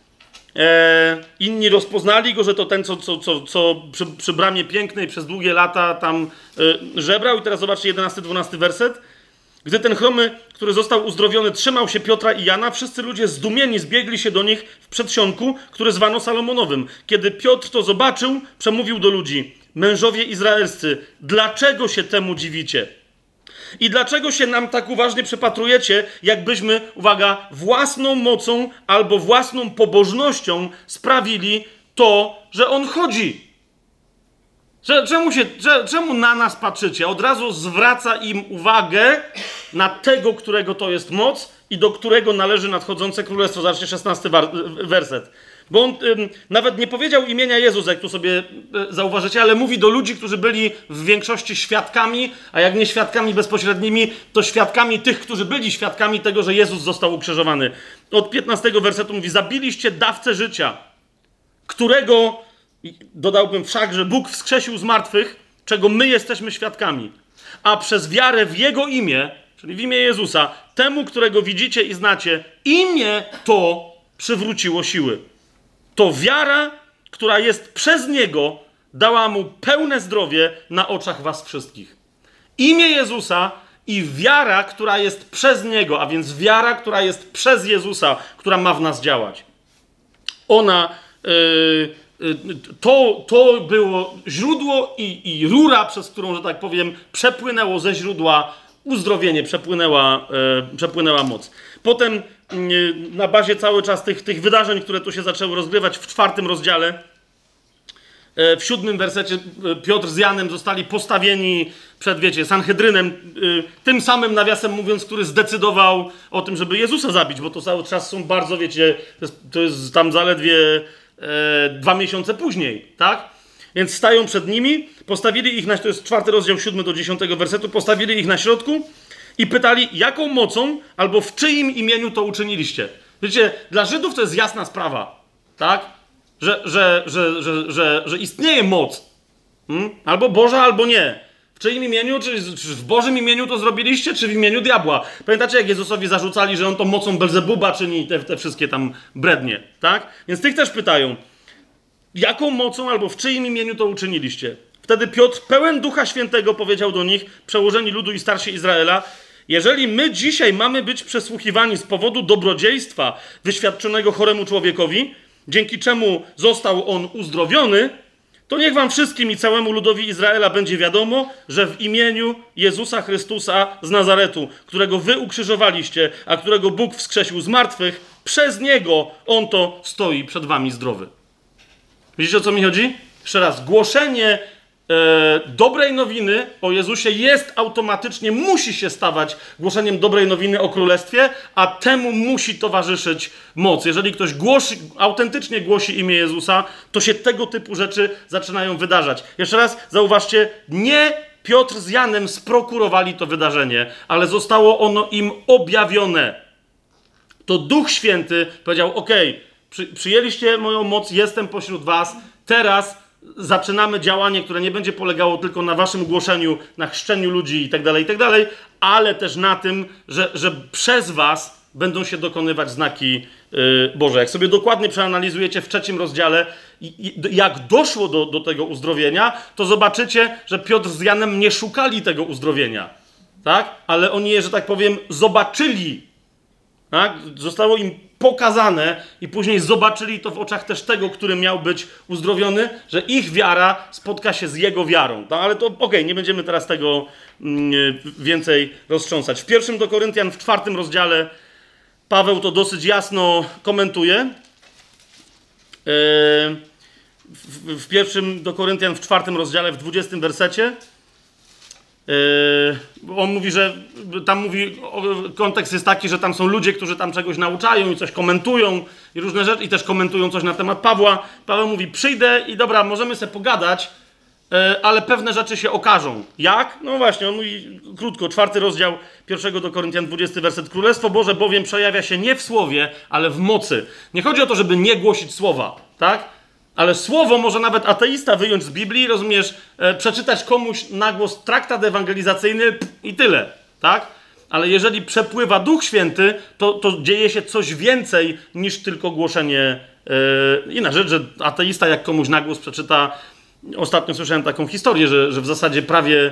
inni rozpoznali go, że to ten, co przy bramie pięknej przez długie lata tam żebrał. I teraz zobaczcie 11-12 werset. Gdy ten chromy, który został uzdrowiony, trzymał się Piotra i Jana, wszyscy ludzie zdumieni zbiegli się do nich w przedsionku, który zwano Salomonowym. Kiedy Piotr to zobaczył, przemówił do ludzi: mężowie izraelscy, dlaczego się temu dziwicie? I dlaczego się nam tak uważnie przypatrujecie, jakbyśmy, uwaga, własną mocą albo własną pobożnością sprawili to, że on chodzi? Czemu na nas patrzycie? Od razu zwraca im uwagę na tego, którego to jest moc i do którego należy nadchodzące królestwo. Zobaczcie 16 werset. Bo on nawet nie powiedział imienia Jezus, jak tu sobie zauważycie, ale mówi do ludzi, którzy byli w większości świadkami, a jak nie świadkami bezpośrednimi, to świadkami tych, którzy byli świadkami tego, że Jezus został ukrzyżowany. Od 15 wersetu mówi: zabiliście dawcę życia, którego, dodałbym wszak, że Bóg wskrzesił z martwych, czego my jesteśmy świadkami. A przez wiarę w Jego imię, czyli w imię Jezusa, temu, którego widzicie i znacie, imię to przywróciło siły. To wiara, która jest przez Niego, dała Mu pełne zdrowie na oczach was wszystkich. Imię Jezusa i wiara, która jest przez Niego, a więc wiara, która jest przez Jezusa, która ma w nas działać. Ona, to było źródło i rura, przez którą, że tak powiem, przepłynęło ze źródła uzdrowienie, przepłynęła moc. Potem na bazie cały czas tych wydarzeń, które tu się zaczęły rozgrywać w 4 rozdziale, w 7 wersecie Piotr z Janem zostali postawieni przed, wiecie, Sanhedrynem, tym samym, nawiasem mówiąc, który zdecydował o tym, żeby Jezusa zabić, bo to cały czas są bardzo, wiecie, to jest tam zaledwie 2 miesiące później, tak? Więc stają przed nimi, postawili ich to jest 4 rozdział 7 do 10 wersetu, postawili ich na środku i pytali, jaką mocą albo w czyim imieniu to uczyniliście. Wiecie, dla Żydów to jest jasna sprawa, tak? Że istnieje moc. Albo Boża, albo nie. W czyim imieniu? Czy w Bożym imieniu to zrobiliście, czy w imieniu diabła? Pamiętacie, jak Jezusowi zarzucali, że on to mocą Belzebuba czyni te wszystkie tam brednie, tak? Więc tych też pytają, jaką mocą albo w czyim imieniu to uczyniliście? Wtedy Piotr, pełen Ducha Świętego, powiedział do nich, przełożeni ludu i starsi Izraela: jeżeli my dzisiaj mamy być przesłuchiwani z powodu dobrodziejstwa wyświadczonego choremu człowiekowi, dzięki czemu został on uzdrowiony, to niech wam wszystkim i całemu ludowi Izraela będzie wiadomo, że w imieniu Jezusa Chrystusa z Nazaretu, którego wy ukrzyżowaliście, a którego Bóg wskrzesił z martwych, przez Niego on to stoi przed wami zdrowy. Widzicie, o co mi chodzi? Jeszcze raz, głoszenie dobrej nowiny o Jezusie jest automatycznie, musi się stawać głoszeniem dobrej nowiny o Królestwie, a temu musi towarzyszyć moc. Jeżeli ktoś autentycznie głosi imię Jezusa, to się tego typu rzeczy zaczynają wydarzać. Jeszcze raz zauważcie, nie Piotr z Janem sprokurowali to wydarzenie, ale zostało ono im objawione. To Duch Święty powiedział: okej, przyjęliście moją moc, jestem pośród was, teraz zaczynamy działanie, które nie będzie polegało tylko na waszym głoszeniu, na chrzczeniu ludzi i tak dalej, ale też na tym, że przez was będą się dokonywać znaki Boże. Jak sobie dokładnie przeanalizujecie w 3 rozdziale, jak doszło do tego uzdrowienia, to zobaczycie, że Piotr z Janem nie szukali tego uzdrowienia, tak? Ale oni je, że tak powiem, zobaczyli. Tak? Zostało im pokazane i później zobaczyli to w oczach też tego, który miał być uzdrowiony, że ich wiara spotka się z jego wiarą. No, ale to okej, nie będziemy teraz tego więcej roztrząsać. W 1 do Koryntian w 4 rozdziale Paweł to dosyć jasno komentuje. W 1 do Koryntian w 4 rozdziale w 20 wersecie On mówi, że tam kontekst jest taki, że tam są ludzie, którzy tam czegoś nauczają i coś komentują i różne rzeczy, i też komentują coś na temat Pawła. Paweł mówi, przyjdę i dobra, możemy sobie pogadać, ale pewne rzeczy się okażą. Jak? No właśnie, on mówi krótko, 4 rozdział 1 do Koryntian, 20 werset. Królestwo Boże bowiem przejawia się nie w słowie, ale w mocy. Nie chodzi o to, żeby nie głosić słowa, tak? Ale słowo może nawet ateista wyjąć z Biblii, rozumiesz, przeczytać komuś na głos traktat ewangelizacyjny i tyle, tak? Ale jeżeli przepływa Duch Święty, to dzieje się coś więcej niż tylko głoszenie. Inna rzecz, że ateista jak komuś na głos przeczyta. Ostatnio słyszałem taką historię, że w zasadzie prawie,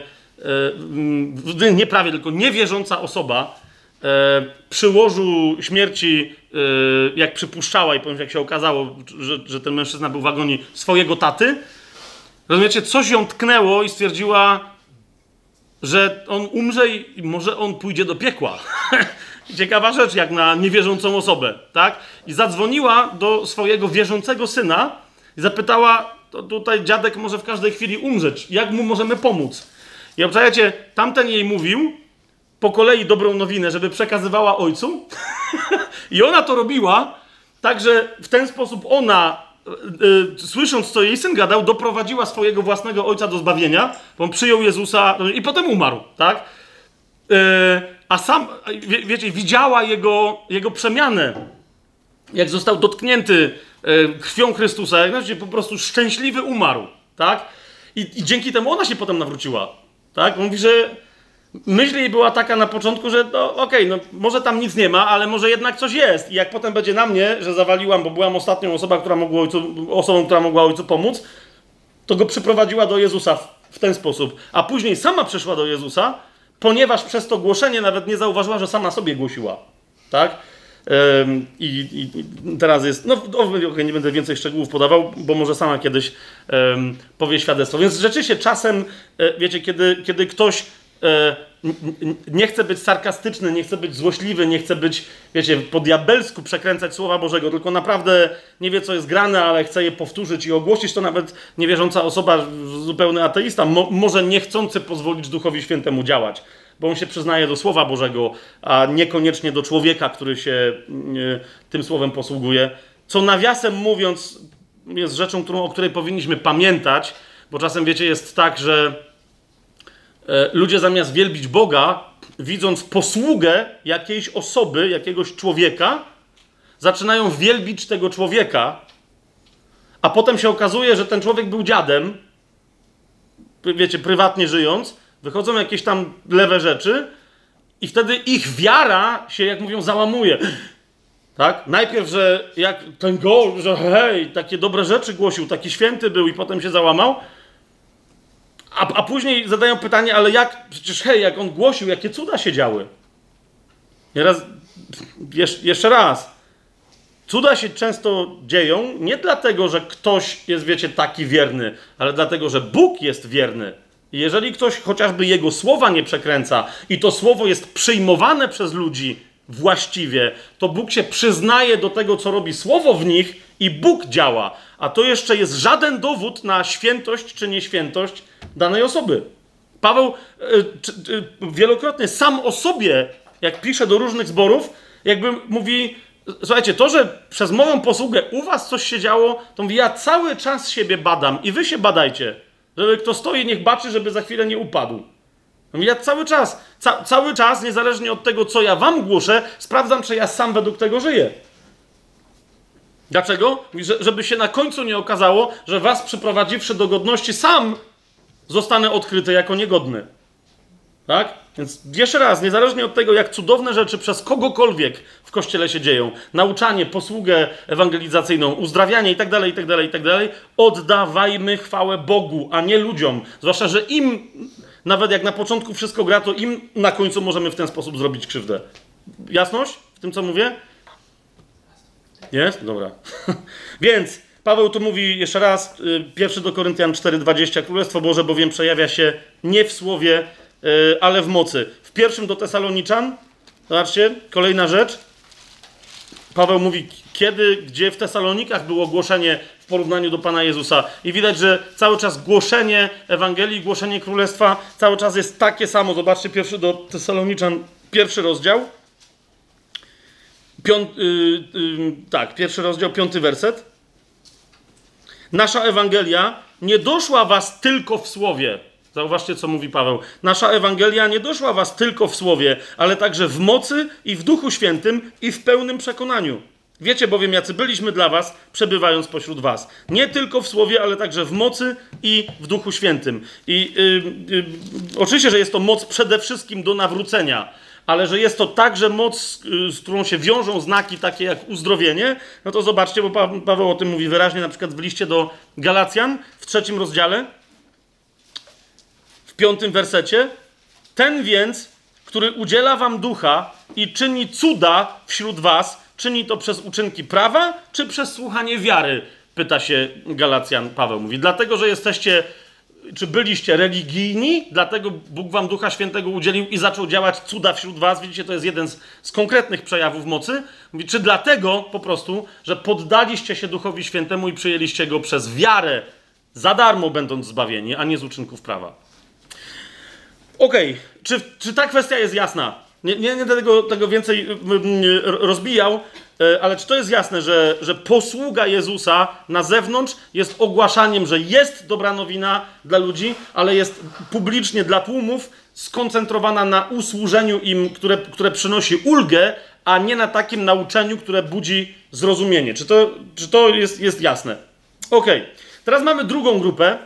nie prawie, tylko niewierząca osoba przy łożu śmierci, jak przypuszczała i powiem, jak się okazało, że ten mężczyzna był w agonii swojego taty, rozumiecie, coś ją tknęło i stwierdziła, że on umrze i może on pójdzie do piekła. Ciekawa rzecz, jak na niewierzącą osobę, tak? I zadzwoniła do swojego wierzącego syna i zapytała, to tutaj dziadek może w każdej chwili umrzeć, jak mu możemy pomóc? I obczajcie, tamten jej mówił po kolei dobrą nowinę, żeby przekazywała ojcu i ona to robiła, tak, że w ten sposób ona, słysząc, co jej syn gadał, doprowadziła swojego własnego ojca do zbawienia, bo on przyjął Jezusa i potem umarł, tak? A sam, wiecie, widziała jego przemianę, jak został dotknięty krwią Chrystusa, jak znaczy, po prostu szczęśliwy umarł, tak? I dzięki temu ona się potem nawróciła, tak? Mówi, że myśl jej była taka na początku, że no okej, no może tam nic nie ma, ale może jednak coś jest. I jak potem będzie na mnie, że zawaliłam, bo byłam ostatnią osobą, która mogła ojcu pomóc, to go przyprowadziła do Jezusa w ten sposób. A później sama przyszła do Jezusa, ponieważ przez to głoszenie nawet nie zauważyła, że sama sobie głosiła, tak? I teraz jest, no nie będę więcej szczegółów podawał, bo może sama kiedyś powie świadectwo. Więc rzeczywiście czasem, wiecie, kiedy ktoś nie chce być sarkastyczny, nie chce być złośliwy, nie chce być, wiecie, po diabelsku przekręcać Słowa Bożego, tylko naprawdę nie wie, co jest grane, ale chce je powtórzyć i ogłosić, to nawet niewierząca osoba, zupełny ateista, może niechcący pozwolić Duchowi Świętemu działać, bo on się przyznaje do Słowa Bożego, a niekoniecznie do człowieka, który się tym Słowem posługuje. Co nawiasem mówiąc jest rzeczą, o której powinniśmy pamiętać, bo czasem, wiecie, jest tak, że ludzie zamiast wielbić Boga, widząc posługę jakiejś osoby, jakiegoś człowieka, zaczynają wielbić tego człowieka, a potem się okazuje, że ten człowiek był dziadem, wiecie, prywatnie żyjąc, wychodzą jakieś tam lewe rzeczy i wtedy ich wiara się, jak mówią, załamuje. Tak? Najpierw, że jak ten gość, że hej, takie dobre rzeczy głosił, taki święty był i potem się załamał, a później zadają pytanie, ale jak, przecież hej, jak on głosił, jakie cuda się działy. Jeszcze raz. Cuda się często dzieją nie dlatego, że ktoś jest, wiecie, taki wierny, ale dlatego, że Bóg jest wierny. I jeżeli ktoś chociażby jego słowa nie przekręca i to słowo jest przyjmowane przez ludzi właściwie, to Bóg się przyznaje do tego, co robi słowo w nich i Bóg działa. A to jeszcze jest żaden dowód na świętość czy nieświętość danej osoby. Paweł wielokrotnie sam o sobie, jak pisze do różnych zborów, jakby mówi, słuchajcie, to, że przez moją posługę u was coś się działo, to mówi, ja cały czas siebie badam i wy się badajcie, żeby kto stoi, niech baczy, żeby za chwilę nie upadł. Mówi, ja cały czas, niezależnie od tego, co ja wam głoszę, sprawdzam, czy ja sam według tego żyję. Dlaczego? Mówi, żeby się na końcu nie okazało, że was przyprowadziwszy do godności, sam zostanę odkryty jako niegodny. Tak? Więc jeszcze raz, niezależnie od tego, jak cudowne rzeczy przez kogokolwiek w Kościele się dzieją, nauczanie, posługę ewangelizacyjną, uzdrawianie itd., oddawajmy chwałę Bogu, a nie ludziom. Zwłaszcza, że im, nawet jak na początku wszystko gra, to im na końcu możemy w ten sposób zrobić krzywdę. Jasność w tym, co mówię? Jest? Dobra. Więc Paweł tu mówi jeszcze raz, 1 do Koryntian 4,20, Królestwo Boże bowiem przejawia się nie w słowie, ale w mocy. W 1 do Tesaloniczan, zobaczcie, kolejna rzecz. Paweł mówi kiedy, gdzie w Tesalonikach było głoszenie w porównaniu do Pana Jezusa. I widać, że cały czas głoszenie Ewangelii, głoszenie Królestwa cały czas jest takie samo. Zobaczcie pierwszy do Tesaloniczan, 1 rozdział. Pierwszy rozdział, 5 werset. Nasza Ewangelia nie doszła was tylko w słowie. Zauważcie, co mówi Paweł. Nasza Ewangelia nie doszła was tylko w słowie, ale także w mocy i w Duchu Świętym i w pełnym przekonaniu. Wiecie bowiem, jacy byliśmy dla was, przebywając pośród was. Nie tylko w słowie, ale także w mocy i w Duchu Świętym. I oczywiście, że jest to moc przede wszystkim do nawrócenia, ale że jest to także moc, z którą się wiążą znaki takie jak uzdrowienie, no to zobaczcie, bo Paweł o tym mówi wyraźnie, na przykład w liście do Galacjan, w 3 rozdziale, w 5 wersecie. Ten więc, który udziela wam ducha i czyni cuda wśród was, czyni to przez uczynki prawa, czy przez słuchanie wiary? Pyta się Galacjan, Paweł mówi. Dlatego, że jesteście, czy byliście religijni, dlatego Bóg wam Ducha Świętego udzielił i zaczął działać cuda wśród was. Widzicie, to jest jeden z konkretnych przejawów mocy. Mówi, czy dlatego po prostu, że poddaliście się Duchowi Świętemu i przyjęliście Go przez wiarę, za darmo będąc zbawieni, a nie z uczynków prawa. Okej, czy ta kwestia jest jasna? Nie będę tego więcej rozbijał, ale czy to jest jasne, że posługa Jezusa na zewnątrz jest ogłaszaniem, że jest dobra nowina dla ludzi, ale jest publicznie dla tłumów skoncentrowana na usłużeniu im, które przynosi ulgę, a nie na takim nauczeniu, które budzi zrozumienie. Czy to jest jasne? Okej. Teraz mamy drugą grupę,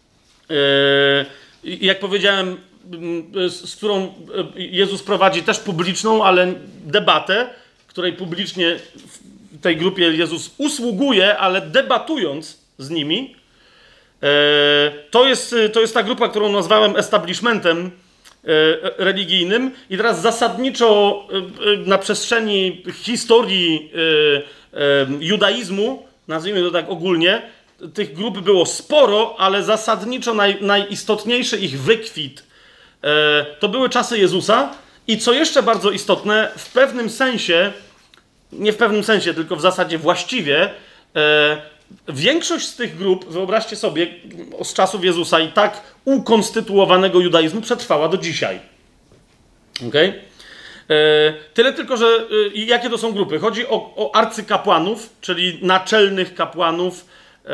jak powiedziałem, z którą Jezus prowadzi też publiczną, ale debatę, której publicznie w tej grupie Jezus usługuje, ale debatując z nimi. To jest ta grupa, którą nazwałem establishmentem religijnym i teraz zasadniczo na przestrzeni historii judaizmu, nazwijmy to tak ogólnie, tych grup było sporo, ale zasadniczo najistotniejszy ich wykwit to były czasy Jezusa i co jeszcze bardzo istotne, w pewnym sensie, nie w pewnym sensie, tylko w zasadzie właściwie, większość z tych grup, wyobraźcie sobie, z czasów Jezusa i tak ukonstytuowanego judaizmu przetrwała do dzisiaj. Okay? Tyle tylko, że jakie to są grupy? Chodzi o arcykapłanów, czyli naczelnych kapłanów,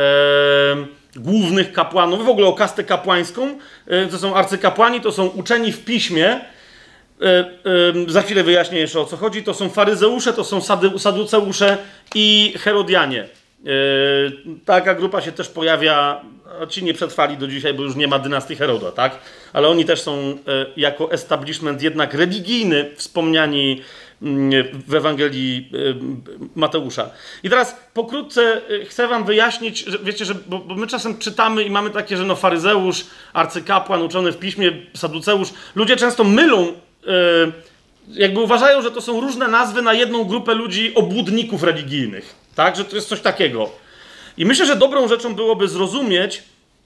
głównych kapłanów, w ogóle o kastę kapłańską. To są arcykapłani, to są uczeni w piśmie. Za chwilę wyjaśnię jeszcze, o co chodzi. To są faryzeusze, to są saduceusze i herodianie. Taka grupa się też pojawia, ci nie przetrwali do dzisiaj, bo już nie ma dynastii Heroda, tak? Ale oni też są jako establishment jednak religijny wspomniani w Ewangelii Mateusza. I teraz pokrótce chcę wam wyjaśnić, że wiecie, bo my czasem czytamy i mamy takie, że faryzeusz, arcykapłan, uczony w piśmie, saduceusz. Ludzie często mylą, jakby uważają, że to są różne nazwy na jedną grupę ludzi, obłudników religijnych. Tak? Że to jest coś takiego. I myślę, że dobrą rzeczą byłoby zrozumieć,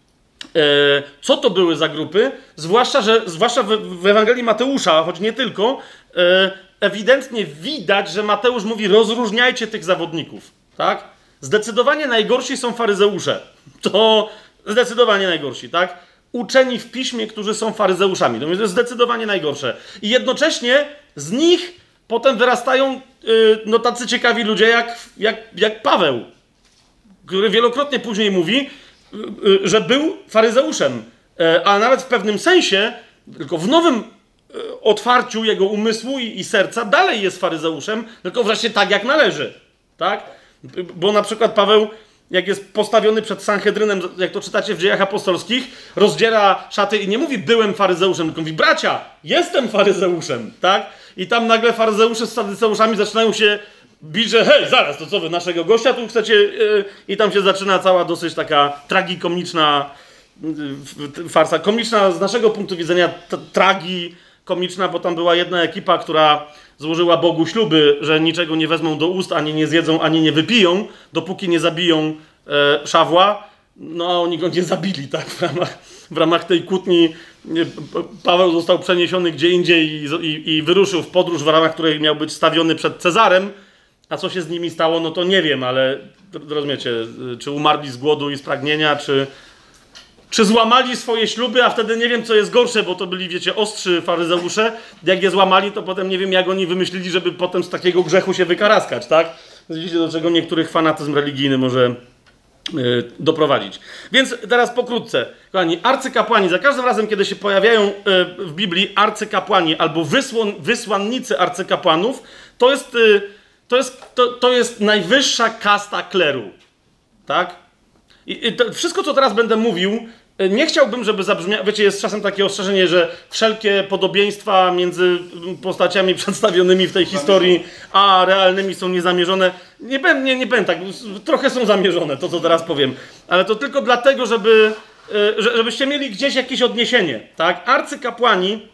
co to były za grupy, zwłaszcza w Ewangelii Mateusza, choć nie tylko, ewidentnie widać, że Mateusz mówi, rozróżniajcie tych zawodników. Tak? Zdecydowanie najgorsi są faryzeusze. To zdecydowanie najgorsi, tak? Uczeni w piśmie, którzy są faryzeuszami. To jest zdecydowanie najgorsze. I jednocześnie z nich potem wyrastają tacy ciekawi ludzie jak Paweł, który wielokrotnie później mówi, że był faryzeuszem, a nawet w pewnym sensie, tylko w nowym otwarciu jego umysłu i serca dalej jest faryzeuszem, tylko wreszcie tak jak należy. Tak? Bo na przykład Paweł, jak jest postawiony przed Sanhedrynem, jak to czytacie w Dziejach Apostolskich, rozdziera szaty i nie mówi byłem faryzeuszem, tylko mówi bracia, jestem faryzeuszem. Tak? I tam nagle faryzeusze z saduceuszami zaczynają się bić, że hej, zaraz, to co wy, naszego gościa tu chcecie? I tam się zaczyna cała dosyć taka tragikomiczna farsa. Komiczna z naszego punktu widzenia, tragikomiczna, bo tam była jedna ekipa, która złożyła Bogu śluby, że niczego nie wezmą do ust, ani nie zjedzą, ani nie wypiją, dopóki nie zabiją Szawła. No a oni go nie zabili, tak? W ramach tej kłótni Paweł został przeniesiony gdzie indziej i wyruszył w podróż, w ramach której miał być stawiony przed Cezarem, A co się z nimi stało, no to nie wiem, ale rozumiecie, czy umarli z głodu i z pragnienia, czy złamali swoje śluby, a wtedy nie wiem, co jest gorsze, bo to byli, wiecie, ostrzy faryzeusze. Jak je złamali, to potem nie wiem, jak oni wymyślili, żeby potem z takiego grzechu się wykaraskać, tak? Widzicie, do czego niektórych fanatyzm religijny może doprowadzić. Więc teraz pokrótce, kochani, arcykapłani, za każdym razem, kiedy się pojawiają w Biblii arcykapłani albo wysłannicy arcykapłanów, to jest najwyższa kasta kleru, tak? I to wszystko, co teraz będę mówił, nie chciałbym, żeby zabrzmiało, wiecie, jest czasem takie ostrzeżenie, że wszelkie podobieństwa między postaciami przedstawionymi w tej historii, a realnymi są niezamierzone. Nie powiem tak, trochę są zamierzone, to co teraz powiem, ale to tylko dlatego, żebyście mieli gdzieś jakieś odniesienie, tak? Arcykapłani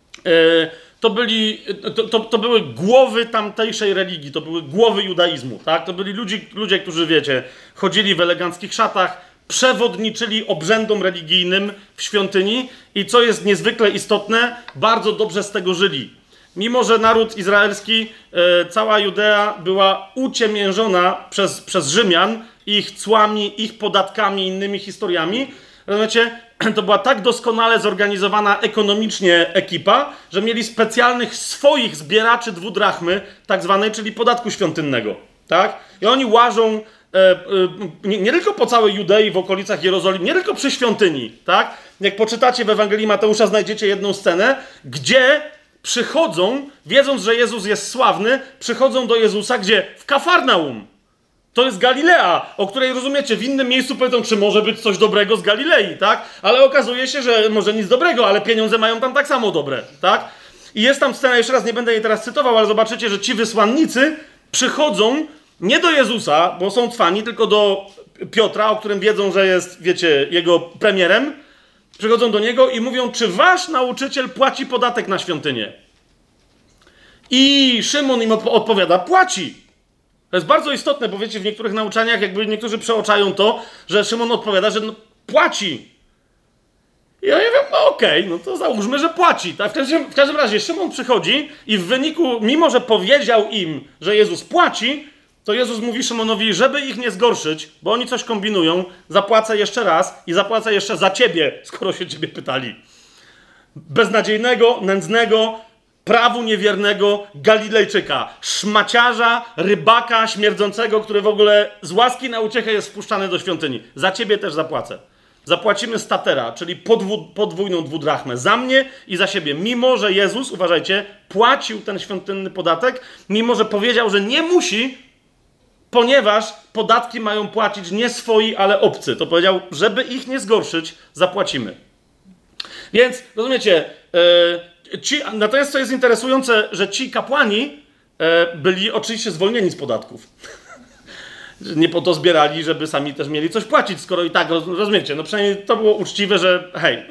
to były głowy tamtejszej religii, to były głowy judaizmu, tak? To byli ludzie, którzy, wiecie, chodzili w eleganckich szatach, przewodniczyli obrzędom religijnym w świątyni i co jest niezwykle istotne, bardzo dobrze z tego żyli. Mimo że naród izraelski, cała Judea była uciemiężona przez Rzymian, ich cłami, ich podatkami, innymi historiami, rozumiecie? To była tak doskonale zorganizowana ekonomicznie ekipa, że mieli specjalnych swoich zbieraczy dwudrachmy, tak zwanej, czyli podatku świątynnego, tak? I oni łażą nie tylko po całej Judei, w okolicach Jerozolimy, nie tylko przy świątyni, tak? Jak poczytacie w Ewangelii Mateusza, znajdziecie jedną scenę, gdzie przychodzą, wiedząc, że Jezus jest sławny, przychodzą do Jezusa, gdzie? W Kafarnaum. To jest Galilea, o której rozumiecie, w innym miejscu powiedzą, czy może być coś dobrego z Galilei, tak? Ale okazuje się, że może nic dobrego, ale pieniądze mają tam tak samo dobre, tak? I jest tam scena, jeszcze raz nie będę jej teraz cytował, ale zobaczycie, że ci wysłannicy przychodzą nie do Jezusa, bo są cwani, tylko do Piotra, o którym wiedzą, że jest, wiecie, jego premierem. Przychodzą do niego i mówią, czy wasz nauczyciel płaci podatek na świątynię? I Szymon im odpowiada, płaci. To jest bardzo istotne, bo wiecie, w niektórych nauczaniach jakby niektórzy przeoczają to, że Szymon odpowiada, że no, płaci. I ja wiem, no okej, no to załóżmy, że płaci. Tak? W każdym razie Szymon przychodzi i w wyniku, mimo że powiedział im, że Jezus płaci, to Jezus mówi Szymonowi, żeby ich nie zgorszyć, bo oni coś kombinują, zapłacę jeszcze raz i zapłacę jeszcze za ciebie, skoro się ciebie pytali. Beznadziejnego, nędznego, prawu niewiernego Galilejczyka, szmaciarza, rybaka śmierdzącego, który w ogóle z łaski na uciechę jest wpuszczany do świątyni. Za ciebie też zapłacę. Zapłacimy statera, czyli podwójną dwudrachmę za mnie i za siebie. Mimo że Jezus, uważajcie, płacił ten świątynny podatek, mimo że powiedział, że nie musi, ponieważ podatki mają płacić nie swoi, ale obcy. To powiedział, żeby ich nie zgorszyć, zapłacimy. Więc, rozumiecie, natomiast co jest interesujące, że ci kapłani byli oczywiście zwolnieni z podatków. Nie po to zbierali, żeby sami też mieli coś płacić, skoro i tak, rozumiecie, no przynajmniej to było uczciwe, że hej,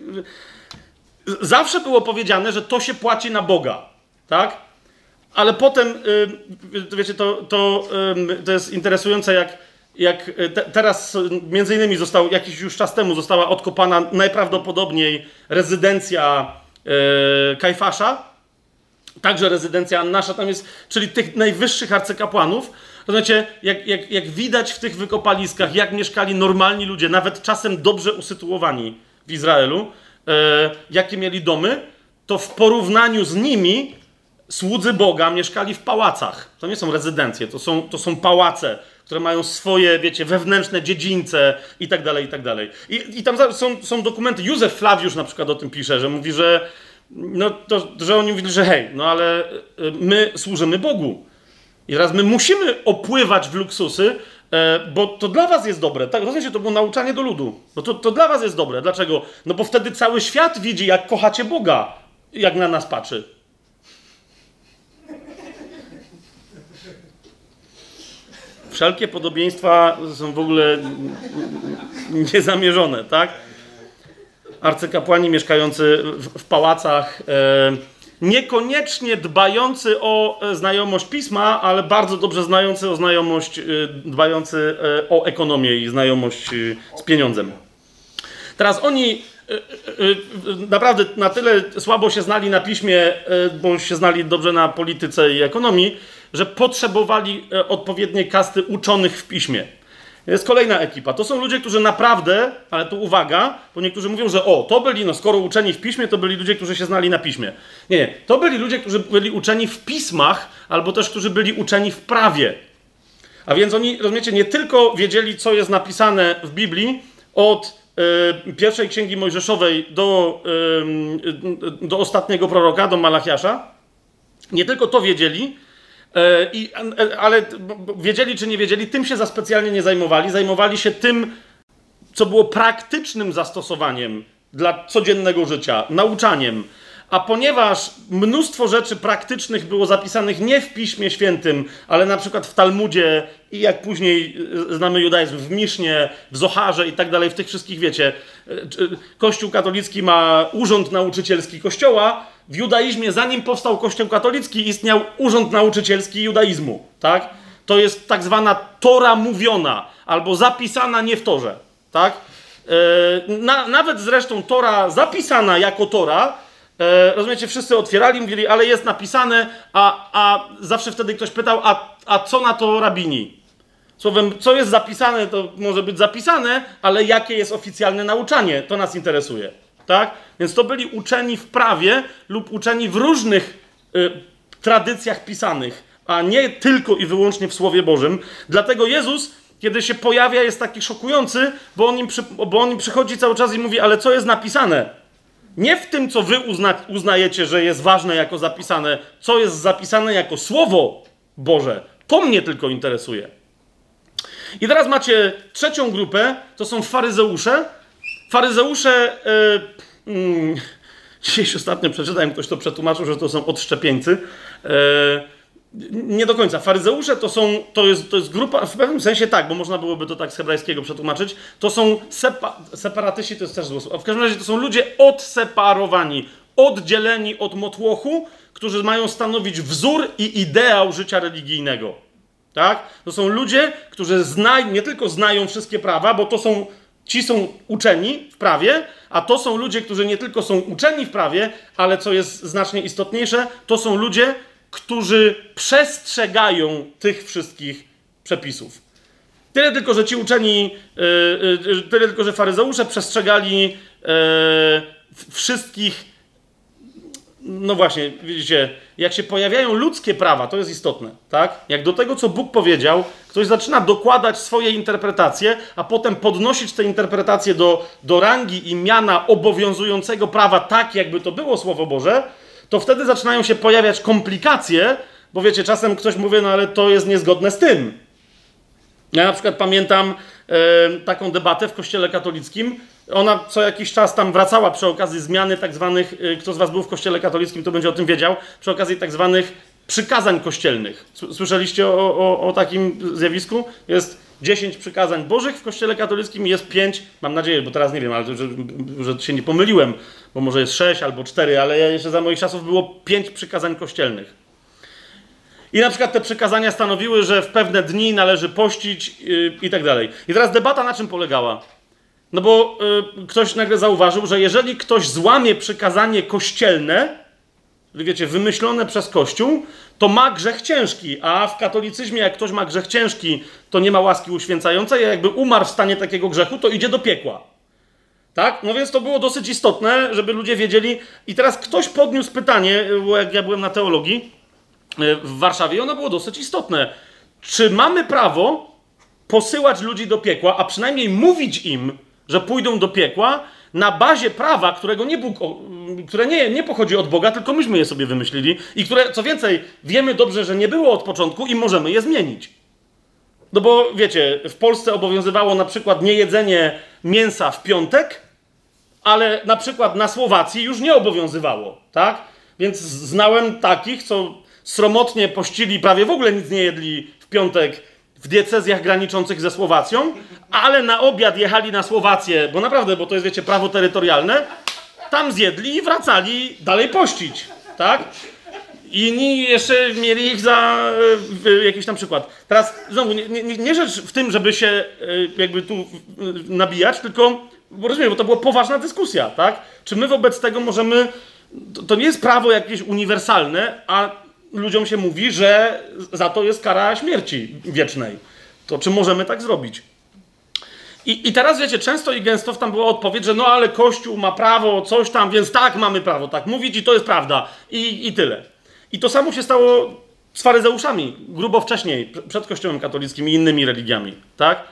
zawsze było powiedziane, że to się płaci na Boga, tak? Ale potem, wiecie, to jest interesujące, jak teraz między innymi jakiś już czas temu została odkopana najprawdopodobniej rezydencja Kajfasza, także rezydencja Annasza tam jest, czyli tych najwyższych arcykapłanów. Rozumiecie, jak widać w tych wykopaliskach, jak mieszkali normalni ludzie, nawet czasem dobrze usytuowani w Izraelu, jakie mieli domy, to w porównaniu z nimi słudzy Boga mieszkali w pałacach. To nie są rezydencje, to są pałace, które mają swoje, wiecie, wewnętrzne dziedzińce i tak dalej, i tak dalej. I tam są dokumenty. Józef Flawiusz na przykład o tym pisze, że mówi, że że oni mówili, że hej, no ale my służymy Bogu. I teraz my musimy opływać w luksusy, bo to dla was jest dobre. Tak, rozumiecie, to było nauczanie do ludu. Bo to dla was jest dobre. Dlaczego? No bo wtedy cały świat widzi, jak kochacie Boga, jak na nas patrzy. Wszelkie podobieństwa są w ogóle niezamierzone, tak? Arcykapłani mieszkający w pałacach, niekoniecznie dbający o znajomość pisma, ale bardzo dobrze znający o znajomość, dbający o ekonomię i znajomość z pieniądzem. Teraz oni naprawdę na tyle słabo się znali na piśmie, bo się znali dobrze na polityce i ekonomii, że potrzebowali odpowiedniej kasty uczonych w piśmie. Jest kolejna ekipa. To są ludzie, którzy naprawdę, ale tu uwaga, bo niektórzy mówią, że to byli, skoro uczeni w piśmie, to byli ludzie, którzy się znali na piśmie. Nie. To byli ludzie, którzy byli uczeni w pismach, albo też, którzy byli uczeni w prawie. A więc oni, rozumiecie, nie tylko wiedzieli, co jest napisane w Biblii od pierwszej księgi Mojżeszowej do ostatniego proroka, do Malachiasza. Nie tylko to wiedzieli, ale wiedzieli czy nie wiedzieli, tym się za specjalnie nie zajmowali. Zajmowali się tym, co było praktycznym zastosowaniem dla codziennego życia, nauczaniem. A ponieważ mnóstwo rzeczy praktycznych było zapisanych nie w Piśmie Świętym, ale na przykład w Talmudzie i jak później znamy judaizm, w Misznie, w Zocharze i tak dalej, w tych wszystkich, wiecie, Kościół katolicki ma urząd nauczycielski Kościoła. W judaizmie, zanim powstał Kościół katolicki, istniał urząd nauczycielski judaizmu, tak? To jest tak zwana Tora mówiona, albo zapisana nie w Torze, tak? Nawet zresztą Tora zapisana jako Tora, rozumiecie, wszyscy otwierali, mówili, ale jest napisane, a zawsze wtedy ktoś pytał, a co na to rabini? Słowem, co jest zapisane, to może być zapisane, ale jakie jest oficjalne nauczanie, to nas interesuje, tak? Więc to byli uczeni w prawie lub uczeni w różnych tradycjach pisanych, a nie tylko i wyłącznie w Słowie Bożym. Dlatego Jezus, kiedy się pojawia, jest taki szokujący, bo on im przychodzi cały czas i mówi, ale co jest napisane? Nie w tym, co wy uznajecie, że jest ważne jako zapisane, co jest zapisane jako Słowo Boże. To mnie tylko interesuje. I teraz macie trzecią grupę, to są faryzeusze. Faryzeusze, dzisiaj ostatnio przeczytałem, ktoś to przetłumaczył, że to są odszczepieńcy. Nie do końca. Faryzeusze to jest grupa, w pewnym sensie tak, bo można byłoby to tak z hebrajskiego przetłumaczyć, to są separatyści, to jest też złe słowo. W każdym razie to są ludzie odseparowani, oddzieleni od motłochu, którzy mają stanowić wzór i ideał życia religijnego. Tak? To są ludzie, którzy nie tylko znają wszystkie prawa, bo ci są uczeni w prawie, a to są ludzie, którzy nie tylko są uczeni w prawie, ale co jest znacznie istotniejsze, to są ludzie, którzy przestrzegają tych wszystkich przepisów. Tyle tylko, że ci uczeni, tyle tylko, że faryzeusze przestrzegali wszystkich. No właśnie, widzicie, jak się pojawiają ludzkie prawa, to jest istotne, tak? Jak do tego, co Bóg powiedział, ktoś zaczyna dokładać swoje interpretacje, a potem podnosić te interpretacje do rangi i miana obowiązującego prawa, tak jakby to było Słowo Boże, to wtedy zaczynają się pojawiać komplikacje, bo wiecie, czasem ktoś mówi, no ale to jest niezgodne z tym. Ja na przykład pamiętam taką debatę w Kościele katolickim. Ona co jakiś czas tam wracała przy okazji zmiany tak zwanych, kto z was był w Kościele katolickim, to będzie o tym wiedział, przy okazji tak zwanych przykazań kościelnych. Słyszeliście o takim zjawisku? Jest 10 przykazań bożych w Kościele katolickim i jest 5, mam nadzieję, bo teraz nie wiem, ale że się nie pomyliłem, bo może jest 6 albo 4, ale jeszcze za moich czasów było 5 przykazań kościelnych. I na przykład te przykazania stanowiły, że w pewne dni należy pościć i tak dalej. I teraz debata na czym polegała? No bo ktoś nagle zauważył, że jeżeli ktoś złamie przykazanie kościelne, wiecie, wymyślone przez Kościół, to ma grzech ciężki, a w katolicyzmie jak ktoś ma grzech ciężki, to nie ma łaski uświęcającej, a jakby umarł w stanie takiego grzechu, to idzie do piekła. Tak? No więc to było dosyć istotne, żeby ludzie wiedzieli. I teraz ktoś podniósł pytanie, bo jak ja byłem na teologii w Warszawie, i ono było dosyć istotne. Czy mamy prawo posyłać ludzi do piekła, a przynajmniej mówić im, że pójdą do piekła, na bazie prawa, które nie pochodzi od Boga, tylko myśmy je sobie wymyślili i które, co więcej, wiemy dobrze, że nie było od początku i możemy je zmienić. No bo wiecie, w Polsce obowiązywało na przykład niejedzenie mięsa w piątek, ale na przykład na Słowacji już nie obowiązywało, tak? Więc znałem takich, co sromotnie pościli, prawie w ogóle nic nie jedli w piątek w diecezjach graniczących ze Słowacją, ale na obiad jechali na Słowację, bo naprawdę, bo to jest, wiecie, prawo terytorialne, tam zjedli i wracali dalej pościć, tak? Inni jeszcze mieli ich za jakiś tam przykład. Teraz znowu, nie rzecz w tym, żeby się jakby tu nabijać, tylko, bo rozumiem, bo to była poważna dyskusja, tak? Czy my wobec tego możemy, to nie jest prawo jakieś uniwersalne, a ludziom się mówi, że za to jest kara śmierci wiecznej. To czy możemy tak zrobić? I teraz wiecie, często i gęsto tam była odpowiedź, że no ale Kościół ma prawo, coś tam, więc tak mamy prawo, tak mówić i to jest prawda. I tyle. I to samo się stało z faryzeuszami, grubo wcześniej, przed Kościołem katolickim i innymi religiami, tak?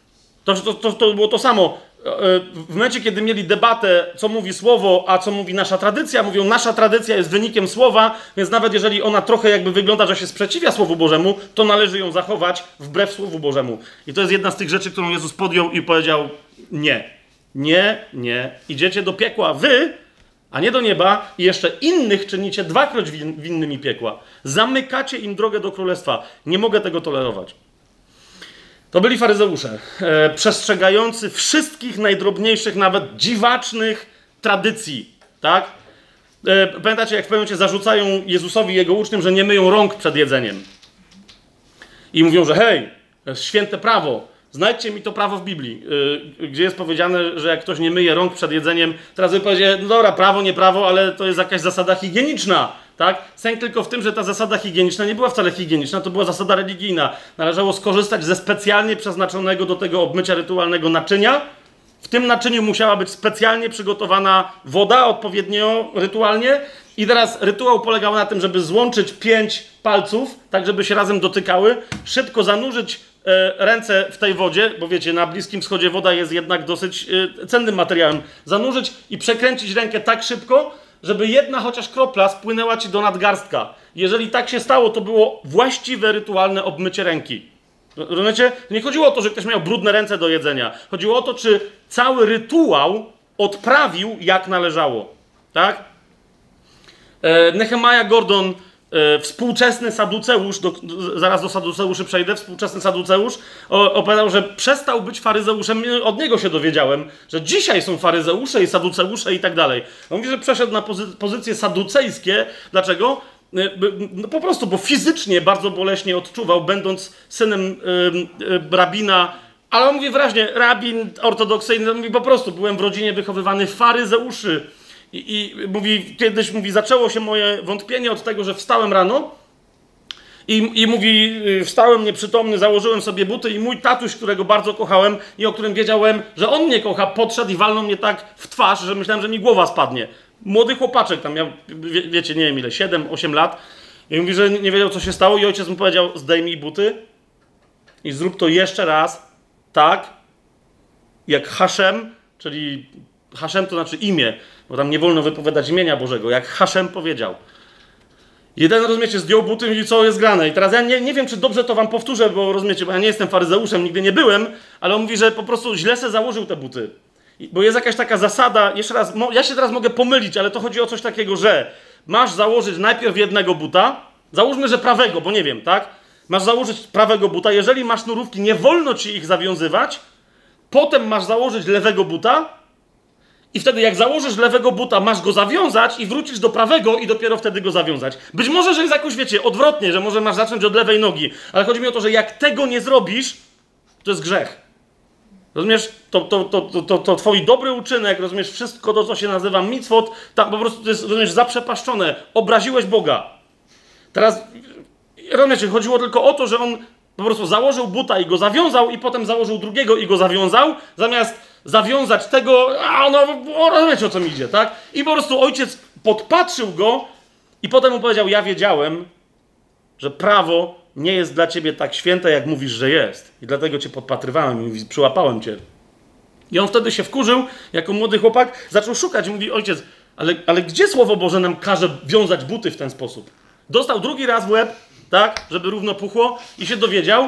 To było to samo. W momencie, kiedy mieli debatę, co mówi Słowo, a co mówi nasza tradycja, mówią, nasza tradycja jest wynikiem Słowa, więc nawet jeżeli ona trochę jakby wygląda, że się sprzeciwia Słowu Bożemu, to należy ją zachować wbrew Słowu Bożemu. I to jest jedna z tych rzeczy, którą Jezus podjął i powiedział, nie, nie, nie, idziecie do piekła wy, a nie do nieba i jeszcze innych czynicie dwakroć winnymi piekła. Zamykacie im drogę do królestwa. Nie mogę tego tolerować. To byli faryzeusze, przestrzegający wszystkich najdrobniejszych, nawet dziwacznych tradycji, tak? Pamiętacie, jak w pewnym momencie zarzucają Jezusowi i jego uczniom, że nie myją rąk przed jedzeniem. I mówią, że hej, to jest święte prawo, znajdźcie mi to prawo w Biblii, gdzie jest powiedziane, że jak ktoś nie myje rąk przed jedzeniem, teraz wy powiecie, no dobra, prawo, nie prawo, ale to jest jakaś zasada higieniczna. Tak? Sęk tylko w tym, że ta zasada higieniczna nie była wcale higieniczna, to była zasada religijna. Należało skorzystać ze specjalnie przeznaczonego do tego obmycia rytualnego naczynia. W tym naczyniu musiała być specjalnie przygotowana woda, odpowiednio rytualnie. I teraz rytuał polegał na tym, żeby złączyć 5 palców, tak żeby się razem dotykały, szybko zanurzyć ręce w tej wodzie, bo wiecie, na Bliskim Wschodzie woda jest jednak dosyć cennym materiałem. Zanurzyć i przekręcić rękę tak szybko, żeby jedna chociaż kropla spłynęła ci do nadgarstka. Jeżeli tak się stało, to było właściwe, rytualne obmycie ręki. Rozumiecie? Nie chodziło o to, że ktoś miał brudne ręce do jedzenia. Chodziło o to, czy cały rytuał odprawił jak należało. Tak? Nehemiah Gordon, współczesny saduceusz, zaraz do saduceuszy przejdę, współczesny saduceusz, opowiadał, że przestał być faryzeuszem, od niego się dowiedziałem, że dzisiaj są faryzeusze i saduceusze i tak dalej. On mówi, że przeszedł na pozycje saducejskie. Dlaczego? No po prostu, bo fizycznie bardzo boleśnie odczuwał, będąc synem rabina, ale on mówi wyraźnie, rabin ortodoksyjny, mówi po prostu, byłem w rodzinie wychowywany faryzeuszy. I mówi, kiedyś mówi, zaczęło się moje wątpienie od tego, że wstałem rano i mówi, wstałem nieprzytomny, założyłem sobie buty i mój tatuś, którego bardzo kochałem i o którym wiedziałem, że on mnie kocha, podszedł i walnął mnie tak w twarz, że myślałem, że mi głowa spadnie. Młody chłopaczek, tam miał, wiecie, nie wiem ile, 7-8 lat. I mówi, że nie wiedział, co się stało i ojciec mu powiedział, zdejmij buty i zrób to jeszcze raz, tak, jak Haszem, czyli Haszem to znaczy imię, bo tam nie wolno wypowiadać imienia Bożego, jak Haszem powiedział. Jeden, rozumiecie, zdjął buty i mówi, co jest grane. I teraz ja nie wiem, czy dobrze to wam powtórzę, bo rozumiecie, bo ja nie jestem faryzeuszem, nigdy nie byłem, ale on mówi, że po prostu źle se założył te buty. Bo jest jakaś taka zasada, jeszcze raz, ja się teraz mogę pomylić, ale to chodzi o coś takiego, że masz założyć najpierw jednego buta, załóżmy, że prawego, bo nie wiem, tak? Masz założyć prawego buta, jeżeli masz sznurówki, nie wolno ci ich zawiązywać, potem masz założyć lewego buta, i wtedy jak założysz lewego buta, masz go zawiązać i wrócisz do prawego i dopiero wtedy go zawiązać. Być może, że jest jakoś, wiecie, odwrotnie, że może masz zacząć od lewej nogi, ale chodzi mi o to, że jak tego nie zrobisz, to jest grzech. Rozumiesz? To twój dobry uczynek, rozumiesz? Wszystko to, co się nazywa micwot, tam po prostu to jest, rozumiesz, zaprzepaszczone. Obraziłeś Boga. Teraz, rozumiecie, chodziło tylko o to, że on po prostu założył buta i go zawiązał i potem założył drugiego i go zawiązał, zamiast zawiązać tego, rozumiecie, o co mi idzie, tak? I po prostu ojciec podpatrzył go i potem mu powiedział, ja wiedziałem, że prawo nie jest dla ciebie tak święte, jak mówisz, że jest. I dlatego cię podpatrywałem i przyłapałem cię. I on wtedy się wkurzył, jako młody chłopak, zaczął szukać i mówi, ojciec, ale gdzie Słowo Boże nam każe wiązać buty w ten sposób? Dostał drugi raz w łeb, tak, żeby równo puchło i się dowiedział,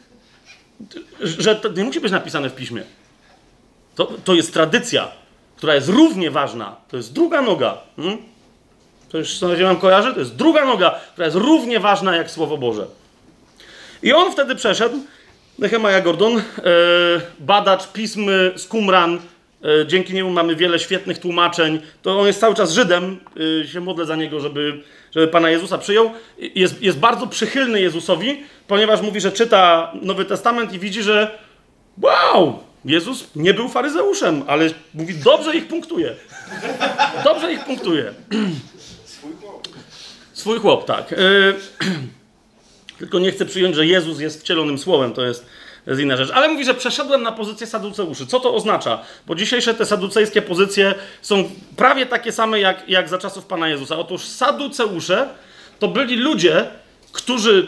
że to nie musi być napisane w piśmie. To jest tradycja, która jest równie ważna. To jest druga noga. To już sobie mam kojarzy? To jest druga noga, która jest równie ważna jak Słowo Boże. I on wtedy przeszedł, Nehemiah Gordon, badacz pism z Qumran, dzięki niemu mamy wiele świetnych tłumaczeń. To on jest cały czas Żydem, się modlę za niego, żeby Pana Jezusa przyjął, jest bardzo przychylny Jezusowi, ponieważ mówi, że czyta Nowy Testament i widzi, że wow, Jezus nie był faryzeuszem, ale mówi, dobrze ich punktuje. Dobrze ich punktuje. Swój chłop, tak. Tylko nie chcę przyjąć, że Jezus jest wcielonym słowem, to jest inna rzecz. Ale mówi, że przeszedłem na pozycję saduceuszy. Co to oznacza? Bo dzisiejsze te saducejskie pozycje są prawie takie same jak za czasów Pana Jezusa. Otóż saduceusze to byli ludzie, którzy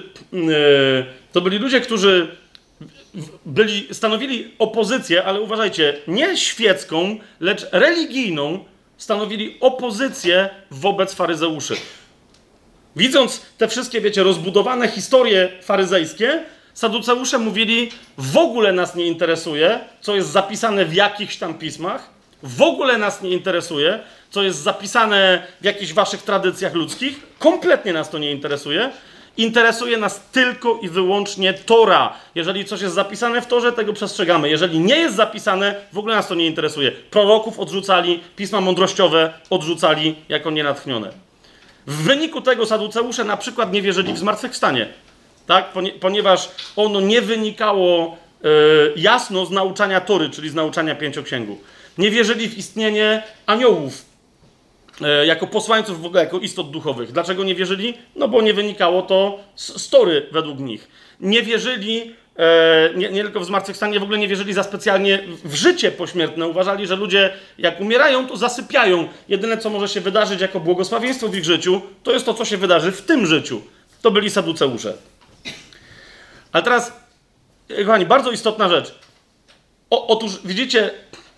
stanowili opozycję, ale uważajcie, nie świecką, lecz religijną, stanowili opozycję wobec faryzeuszy. Widząc te wszystkie, wiecie, rozbudowane historie faryzejskie, saduceusze mówili, w ogóle nas nie interesuje, co jest zapisane w jakichś tam pismach, w ogóle nas nie interesuje, co jest zapisane w jakichś waszych tradycjach ludzkich, kompletnie nas to nie interesuje. Interesuje nas tylko i wyłącznie Tora. Jeżeli coś jest zapisane w Torze, tego przestrzegamy. Jeżeli nie jest zapisane, w ogóle nas to nie interesuje. Proroków odrzucali, pisma mądrościowe odrzucali jako nienatchnione. W wyniku tego saduceusze na przykład nie wierzyli w zmartwychwstanie. Tak? Ponieważ ono nie wynikało jasno z nauczania Tory, czyli z nauczania pięcioksięgu. Nie wierzyli w istnienie aniołów jako posłańców, w ogóle jako istot duchowych. Dlaczego nie wierzyli? No bo nie wynikało to z Tory według nich. Nie wierzyli, nie tylko w zmartwychwstanie, w ogóle nie wierzyli za specjalnie w życie pośmiertne. Uważali, że ludzie jak umierają, to zasypiają. Jedyne, co może się wydarzyć jako błogosławieństwo w ich życiu, to jest to, co się wydarzy w tym życiu. To byli saduceusze. Ale teraz, kochani, bardzo istotna rzecz. Otóż widzicie,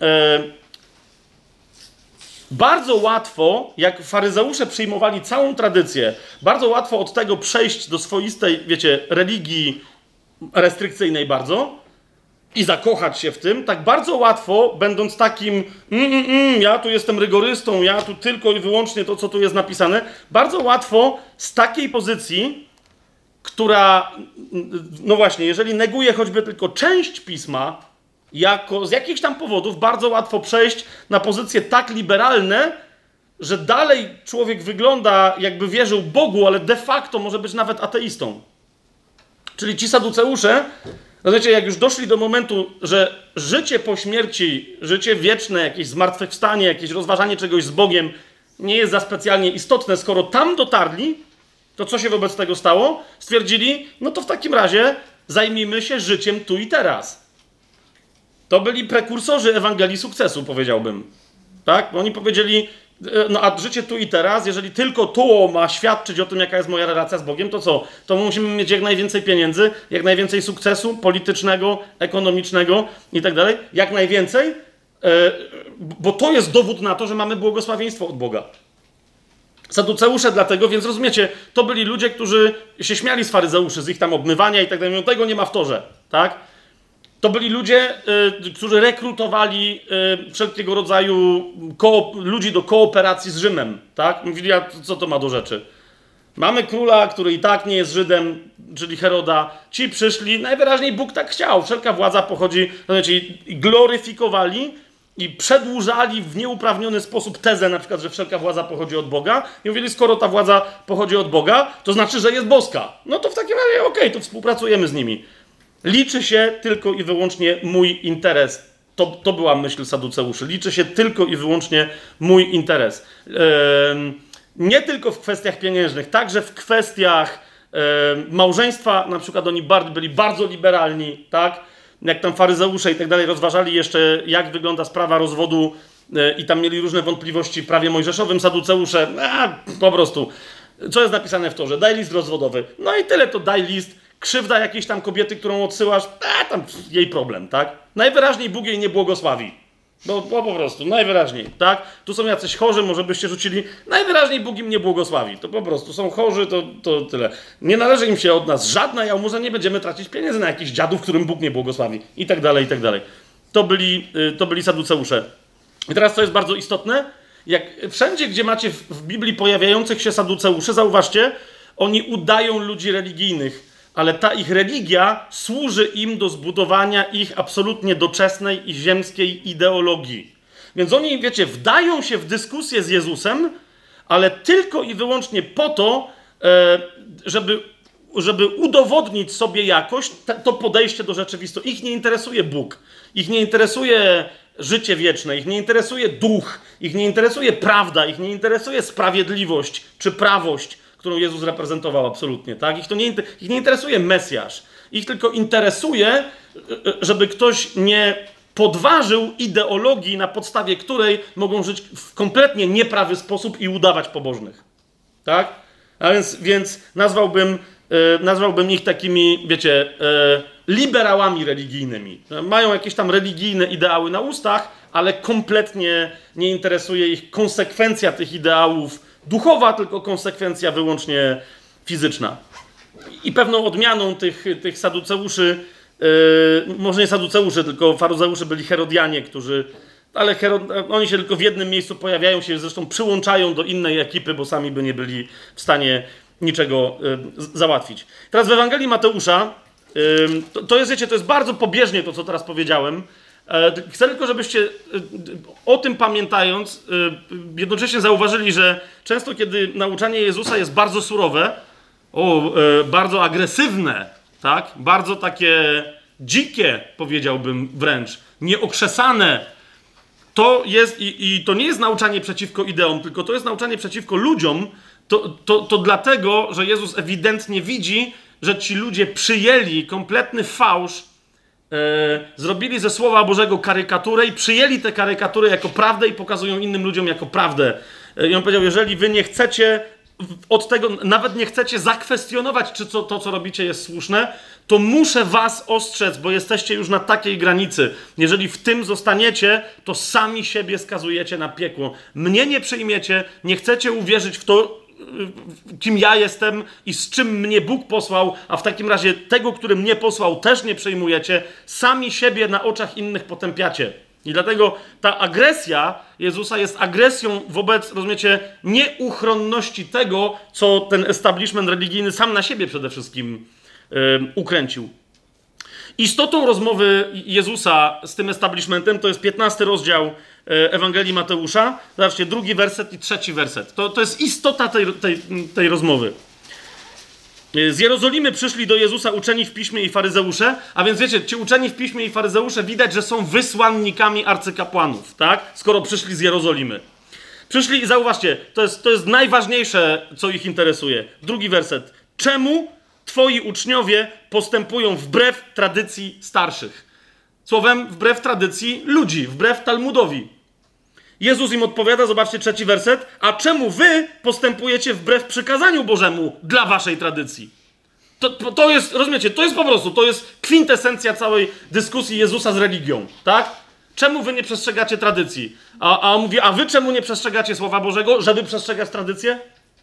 bardzo łatwo, jak faryzeusze przyjmowali całą tradycję, bardzo łatwo od tego przejść do swoistej, wiecie, religii restrykcyjnej bardzo i zakochać się w tym, tak bardzo łatwo, będąc takim ja tu jestem rygorystą, ja tu tylko i wyłącznie to, co tu jest napisane, bardzo łatwo z takiej pozycji, która, no właśnie, jeżeli neguje choćby tylko część pisma, z jakichś tam powodów bardzo łatwo przejść na pozycje tak liberalne, że dalej człowiek wygląda, jakby wierzył Bogu, ale de facto może być nawet ateistą. Czyli ci saduceusze, znaczy, jak już doszli do momentu, że życie po śmierci, życie wieczne, jakieś zmartwychwstanie, jakieś rozważanie czegoś z Bogiem nie jest za specjalnie istotne, skoro tam dotarli, to co się wobec tego stało? Stwierdzili, no to w takim razie zajmijmy się życiem tu i teraz. To byli prekursorzy Ewangelii sukcesu, powiedziałbym. Tak? Bo oni powiedzieli, no a życie tu i teraz, jeżeli tylko to ma świadczyć o tym, jaka jest moja relacja z Bogiem, to co? To musimy mieć jak najwięcej pieniędzy, jak najwięcej sukcesu politycznego, ekonomicznego i tak dalej. Jak najwięcej, bo to jest dowód na to, że mamy błogosławieństwo od Boga. Saduceusze dlatego, więc rozumiecie, to byli ludzie, którzy się śmiali z faryzeuszy, z ich tam obmywania i tak dalej. Tego nie ma w Torze, tak? To byli ludzie, którzy rekrutowali wszelkiego rodzaju ludzi do kooperacji z Rzymem, tak? Mówili, a co to ma do rzeczy? Mamy króla, który i tak nie jest Żydem, czyli Heroda. Ci przyszli, najwyraźniej Bóg tak chciał. Wszelka władza pochodzi, to znaczy gloryfikowali i przedłużali w nieuprawniony sposób tezę, na przykład, że wszelka władza pochodzi od Boga. I mówili, skoro ta władza pochodzi od Boga, to znaczy, że jest boska. No to w takim razie okej, to współpracujemy z nimi. Liczy się tylko i wyłącznie mój interes. To była myśl saduceuszy. Liczy się tylko i wyłącznie mój interes. Nie tylko w kwestiach pieniężnych, także w kwestiach małżeństwa, na przykład oni byli bardzo liberalni, tak? Jak tam faryzeusze i tak dalej rozważali jeszcze, jak wygląda sprawa rozwodu i tam mieli różne wątpliwości w prawie mojżeszowym, saduceusze, po prostu, co jest napisane w Torze? Daj list rozwodowy. No i tyle, to daj list. Krzywda jakiejś tam kobiety, którą odsyłasz, tam jej problem, tak? Najwyraźniej Bóg jej nie błogosławi. Bo po prostu, najwyraźniej, tak? Tu są jacyś chorzy, może byście rzucili, najwyraźniej Bóg im nie błogosławi. To po prostu są chorzy, to tyle. Nie należy im się od nas żadna jałmużna, nie będziemy tracić pieniędzy na jakichś dziadów, którym Bóg nie błogosławi. I tak dalej, i tak dalej. To byli saduceusze. I teraz, co jest bardzo istotne, jak wszędzie, gdzie macie w Biblii pojawiających się saduceuszy, zauważcie, oni udają ludzi religijnych, ale ta ich religia służy im do zbudowania ich absolutnie doczesnej i ziemskiej ideologii. Więc oni, wiecie, wdają się w dyskusję z Jezusem, ale tylko i wyłącznie po to, żeby udowodnić sobie jakoś to podejście do rzeczywistości. Ich nie interesuje Bóg, ich nie interesuje życie wieczne, ich nie interesuje duch, ich nie interesuje prawda, ich nie interesuje sprawiedliwość czy prawość, którą Jezus reprezentował absolutnie. Tak? Ich nie interesuje Mesjasz. Ich tylko interesuje, żeby ktoś nie podważył ideologii, na podstawie której mogą żyć w kompletnie nieprawy sposób i udawać pobożnych. Tak? A więc nazwałbym ich takimi, wiecie, liberałami religijnymi. Mają jakieś tam religijne ideały na ustach, ale kompletnie nie interesuje ich konsekwencja tych ideałów duchowa, tylko konsekwencja wyłącznie fizyczna. I pewną odmianą tych saduceuszy, może nie saduceusze, tylko faryzeusze byli herodianie, ale oni się tylko w jednym miejscu pojawiają się, zresztą przyłączają do innej ekipy, bo sami by nie byli w stanie niczego załatwić. Teraz w Ewangelii Mateusza, to jest, wiecie, to jest bardzo pobieżnie to, co teraz powiedziałem. Chcę tylko, żebyście o tym pamiętając, jednocześnie zauważyli, że często, kiedy nauczanie Jezusa jest bardzo surowe, bardzo agresywne, tak? Bardzo takie dzikie, powiedziałbym wręcz, nieokrzesane, to jest, i to nie jest nauczanie przeciwko ideom, tylko to jest nauczanie przeciwko ludziom, to dlatego, że Jezus ewidentnie widzi, że ci ludzie przyjęli kompletny fałsz, zrobili ze Słowa Bożego karykaturę i przyjęli tę karykaturę jako prawdę i pokazują innym ludziom jako prawdę. I on powiedział, jeżeli wy nie chcecie od tego, nawet nie chcecie zakwestionować, czy to, co robicie, jest słuszne, to muszę was ostrzec, bo jesteście już na takiej granicy. Jeżeli w tym zostaniecie, to sami siebie skazujecie na piekło. Mnie nie przyjmiecie, nie chcecie uwierzyć w to, kim ja jestem i z czym mnie Bóg posłał, a w takim razie tego, który mnie posłał, też nie przyjmujecie. Sami siebie na oczach innych potępiacie. I dlatego ta agresja Jezusa jest agresją wobec, rozumiecie, nieuchronności tego, co ten establishment religijny sam na siebie przede wszystkim ukręcił. Istotą rozmowy Jezusa z tym establishmentem to jest 15 rozdział Ewangelii Mateusza. Zobaczcie, 2 werset i 3 werset. To jest istota tej rozmowy. Z Jerozolimy przyszli do Jezusa uczeni w Piśmie i faryzeusze, a więc wiecie, ci uczeni w Piśmie i faryzeusze widać, że są wysłannikami arcykapłanów, tak? Skoro przyszli z Jerozolimy. Przyszli i zauważcie, to jest najważniejsze, co ich interesuje. 2 werset. Czemu twoi uczniowie postępują wbrew tradycji starszych? Słowem, wbrew tradycji ludzi, wbrew Talmudowi. Jezus im odpowiada, zobaczcie 3 werset, a czemu wy postępujecie wbrew przykazaniu Bożemu dla waszej tradycji? To jest, rozumiecie, to jest po prostu, to jest kwintesencja całej dyskusji Jezusa z religią, tak? Czemu wy nie przestrzegacie tradycji? A on mówi, a wy czemu nie przestrzegacie Słowa Bożego, żeby przestrzegać tradycję?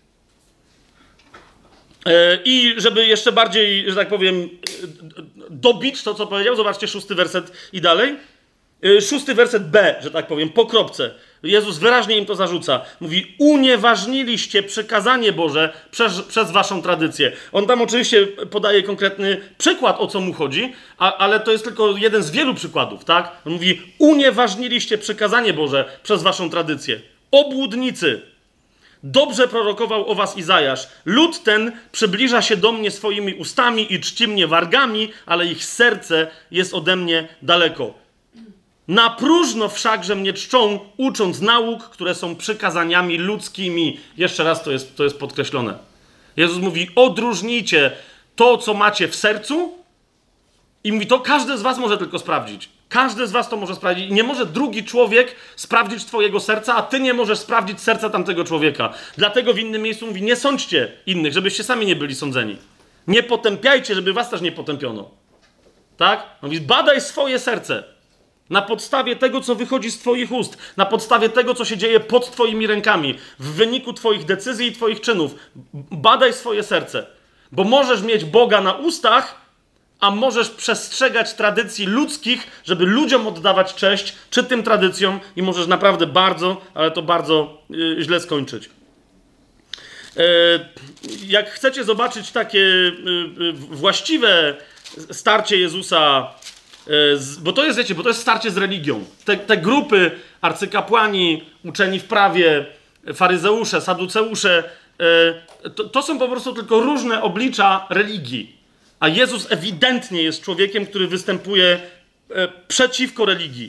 I żeby jeszcze bardziej, że tak powiem, dobić to, co powiedział, zobaczcie 6 werset i dalej. 6 werset B, że tak powiem, po kropce. Jezus wyraźnie im to zarzuca. Mówi, unieważniliście przykazanie Boże przez waszą tradycję. On tam oczywiście podaje konkretny przykład, o co mu chodzi, ale to jest tylko jeden z wielu przykładów, tak? On mówi, unieważniliście przykazanie Boże przez waszą tradycję. Obłudnicy. Dobrze prorokował o was Izajasz. Lud ten przybliża się do mnie swoimi ustami i czci mnie wargami, ale ich serce jest ode mnie daleko. Na próżno wszakże mnie czczą, ucząc nauk, które są przykazaniami ludzkimi. Jeszcze raz to jest podkreślone. Jezus mówi, odróżnijcie to, co macie w sercu i mówi, to każdy z was może tylko sprawdzić. Każdy z was to może sprawdzić. I nie może drugi człowiek sprawdzić twojego serca, a ty nie możesz sprawdzić serca tamtego człowieka. Dlatego w innym miejscu mówi, nie sądźcie innych, żebyście sami nie byli sądzeni. Nie potępiajcie, żeby was też nie potępiono. Tak? Mówi, badaj swoje serce. Na podstawie tego, co wychodzi z twoich ust, na podstawie tego, co się dzieje pod twoimi rękami, w wyniku twoich decyzji i twoich czynów. Badaj swoje serce, bo możesz mieć Boga na ustach, a możesz przestrzegać tradycji ludzkich, żeby ludziom oddawać cześć, czy tym tradycjom i możesz naprawdę bardzo, ale to bardzo źle skończyć. Jak chcecie zobaczyć takie właściwe starcie Jezusa, bo to jest, wiecie, bo to jest starcie z religią. Te grupy, arcykapłani, uczeni w prawie, faryzeusze, saduceusze, to są po prostu tylko różne oblicza religii. A Jezus ewidentnie jest człowiekiem, który występuje przeciwko religii.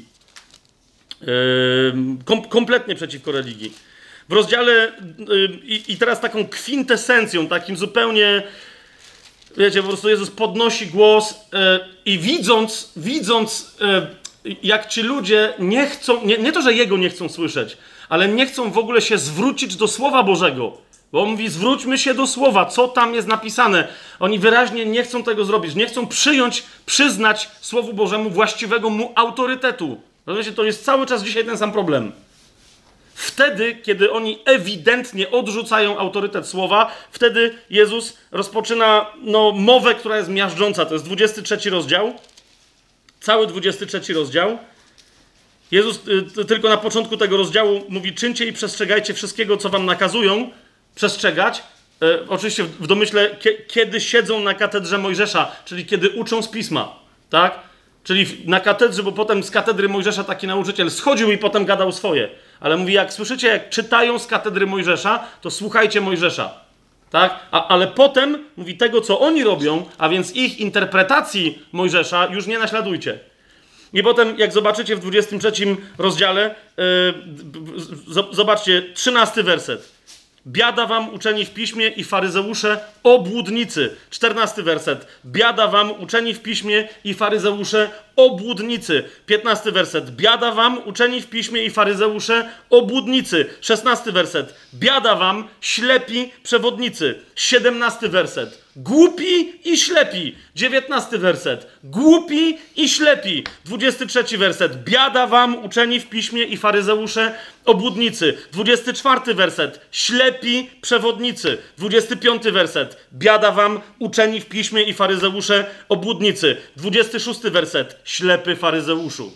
Kompletnie przeciwko religii. W rozdziale i teraz taką kwintesencją, takim zupełnie, wiecie, po prostu Jezus podnosi głos i widząc jak ci ludzie nie chcą, nie to, że Jego nie chcą słyszeć, ale nie chcą w ogóle się zwrócić do Słowa Bożego. Bo on mówi, zwróćmy się do Słowa, co tam jest napisane. Oni wyraźnie nie chcą tego zrobić. Nie chcą przyznać Słowu Bożemu właściwego mu autorytetu. Rozumiecie, to jest cały czas dzisiaj ten sam problem. Wtedy, kiedy oni ewidentnie odrzucają autorytet Słowa, wtedy Jezus rozpoczyna mowę, która jest miażdżąca. To jest 23 rozdział. Cały 23 rozdział. Jezus tylko na początku tego rozdziału mówi, czyńcie i przestrzegajcie wszystkiego, co wam nakazują przestrzegać. Oczywiście w domyśle, kiedy siedzą na katedrze Mojżesza, czyli kiedy uczą z Pisma. Tak? Czyli na katedrze, bo potem z katedry Mojżesza taki nauczyciel schodził i potem gadał swoje. Ale mówi, jak słyszycie, jak czytają z katedry Mojżesza, to słuchajcie Mojżesza. Tak? Ale potem mówi, tego, co oni robią, a więc ich interpretacji Mojżesza, już nie naśladujcie. I potem, jak zobaczycie w 23 rozdziale, zobaczcie, 13 werset. Biada wam uczeni w piśmie i faryzeusze obłudnicy. 14 werset. Biada wam uczeni w piśmie i faryzeusze obłudnicy. 15 werset. Biada wam uczeni w piśmie i faryzeusze obłudnicy. 16 werset. Biada wam ślepi przewodnicy. 17 werset. Głupi i ślepi. 19 werset. Głupi i ślepi. 23 werset. Biada wam uczeni w piśmie i faryzeusze obłudnicy. 24 werset. Ślepi przewodnicy. 25 werset. Biada wam uczeni w piśmie i faryzeusze obłudnicy. 26 werset. Ślepy faryzeuszu.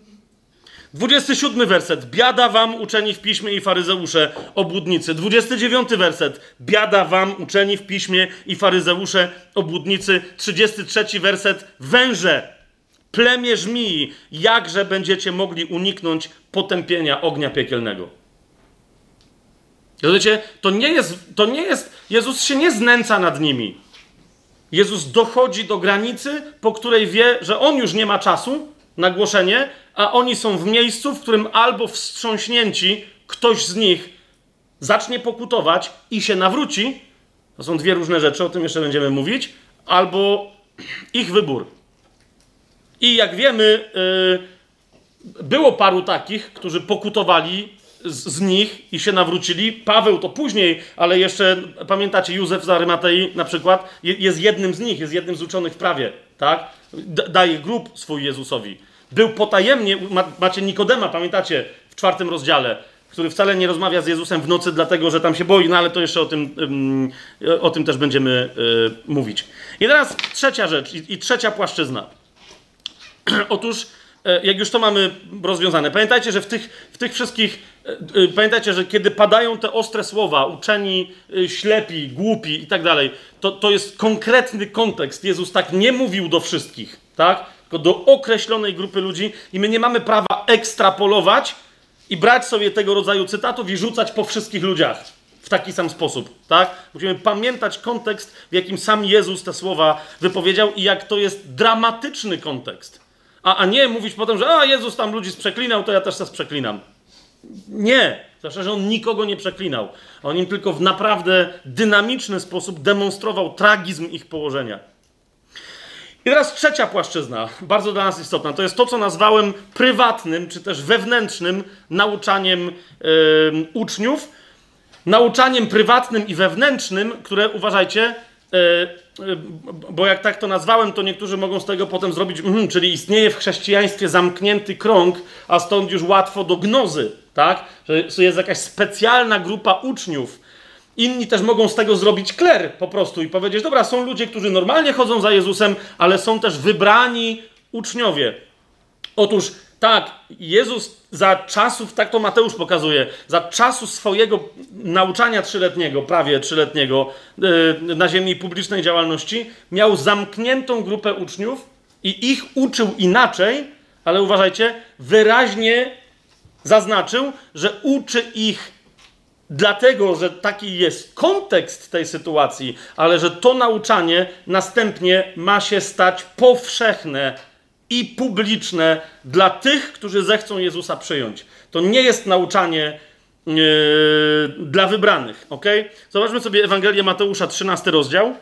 27 werset. Biada wam uczeni w piśmie i faryzeusze obłudnicy. 29 werset. Biada wam uczeni w piśmie i faryzeusze obłudnicy. 33 werset. Węże, plemię żmii, jakże będziecie mogli uniknąć potępienia ognia piekielnego. Wiecie, to nie jest, Jezus się nie znęca nad nimi. Jezus dochodzi do granicy, po której wie, że on już nie ma czasu na głoszenie, a oni są w miejscu, w którym albo wstrząśnięci ktoś z nich zacznie pokutować i się nawróci, to są dwie różne rzeczy, o tym jeszcze będziemy mówić, albo ich wybór. I jak wiemy, było paru takich, którzy pokutowali z nich i się nawrócili. Paweł to później, ale jeszcze, pamiętacie, Józef z Arymatei na przykład, jest jednym z nich, jest jednym z uczonych w prawie, tak? Daje grób swój Jezusowi. Był potajemnie, macie Nikodema, pamiętacie, w 4 rozdziale, który wcale nie rozmawia z Jezusem w nocy, dlatego, że tam się boi, no ale to jeszcze o tym też będziemy mówić. I teraz trzecia rzecz i trzecia płaszczyzna. Otóż, jak już to mamy rozwiązane, pamiętajcie, że w tych wszystkich, pamiętajcie, że kiedy padają te ostre słowa, uczeni, ślepi, głupi i tak dalej, to jest konkretny kontekst. Jezus tak nie mówił do wszystkich, tak? Tylko do określonej grupy ludzi i my nie mamy prawa ekstrapolować i brać sobie tego rodzaju cytatów i rzucać po wszystkich ludziach w taki sam sposób, tak? Musimy pamiętać kontekst, w jakim sam Jezus te słowa wypowiedział i jak to jest dramatyczny kontekst. A nie mówić potem, że Jezus tam ludzi przeklinał, to ja też przeklinam. Nie. Zwłaszcza, że on nikogo nie przeklinał. On im tylko w naprawdę dynamiczny sposób demonstrował tragizm ich położenia. I teraz trzecia płaszczyzna, bardzo dla nas istotna, to jest to, co nazwałem prywatnym, czy też wewnętrznym nauczaniem uczniów. Nauczaniem prywatnym i wewnętrznym, które, uważajcie, bo jak tak to nazwałem, to niektórzy mogą z tego potem zrobić, czyli istnieje w chrześcijaństwie zamknięty krąg, a stąd już łatwo do gnozy, tak? Że jest jakaś specjalna grupa uczniów. Inni też mogą z tego zrobić kler po prostu i powiedzieć, dobra, są ludzie, którzy normalnie chodzą za Jezusem, ale są też wybrani uczniowie. Otóż tak, Jezus za czasów, tak to Mateusz pokazuje, za czasów swojego nauczania 3-letniego, prawie 3-letniego na ziemi publicznej działalności, miał zamkniętą grupę uczniów i ich uczył inaczej, ale uważajcie, wyraźnie zaznaczył, że uczy ich dlatego, że taki jest kontekst tej sytuacji, ale że to nauczanie następnie ma się stać powszechne i publiczne dla tych, którzy zechcą Jezusa przyjąć. To nie jest nauczanie dla wybranych, ok? Zobaczmy sobie Ewangelię Mateusza, 13 rozdział.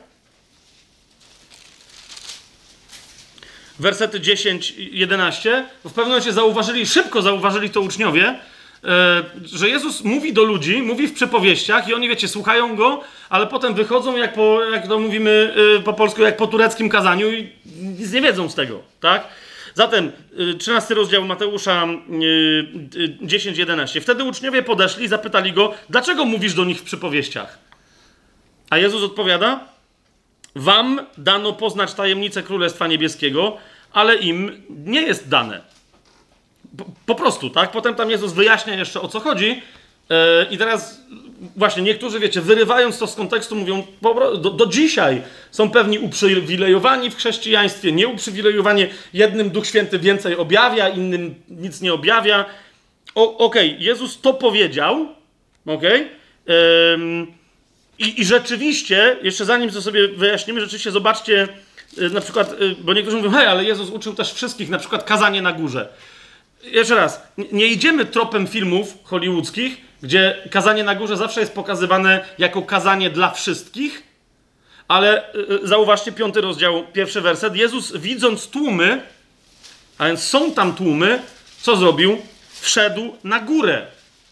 Wersety 10-11. W pewnym momencie szybko zauważyli to uczniowie, że Jezus mówi do ludzi, mówi w przypowieściach i oni, wiecie, słuchają Go, ale potem wychodzą, jak to mówimy po polsku, jak po tureckim kazaniu i nic nie wiedzą z tego, tak? Zatem 13 rozdział Mateusza 10-11. Wtedy uczniowie podeszli i zapytali Go, dlaczego mówisz do nich w przypowieściach? A Jezus odpowiada, wam dano poznać tajemnicę Królestwa Niebieskiego, ale im nie jest dane. Po prostu, tak? Potem tam Jezus wyjaśnia jeszcze, o co chodzi. I teraz właśnie niektórzy, wiecie, wyrywając to z kontekstu, mówią, do dzisiaj są pewni uprzywilejowani w chrześcijaństwie, nieuprzywilejowani. Jednym Duch Święty więcej objawia, innym nic nie objawia. Okej, Jezus to powiedział, okej? I rzeczywiście, jeszcze zanim to sobie wyjaśnimy, rzeczywiście zobaczcie, na przykład, bo niektórzy mówią, hej, ale Jezus uczył też wszystkich, na przykład kazanie na górze. Jeszcze raz, nie idziemy tropem filmów hollywoodzkich, gdzie kazanie na górze zawsze jest pokazywane jako kazanie dla wszystkich, ale zauważcie 5 rozdział, 1 werset. Jezus, widząc tłumy, a więc są tam tłumy, co zrobił? Wszedł na górę.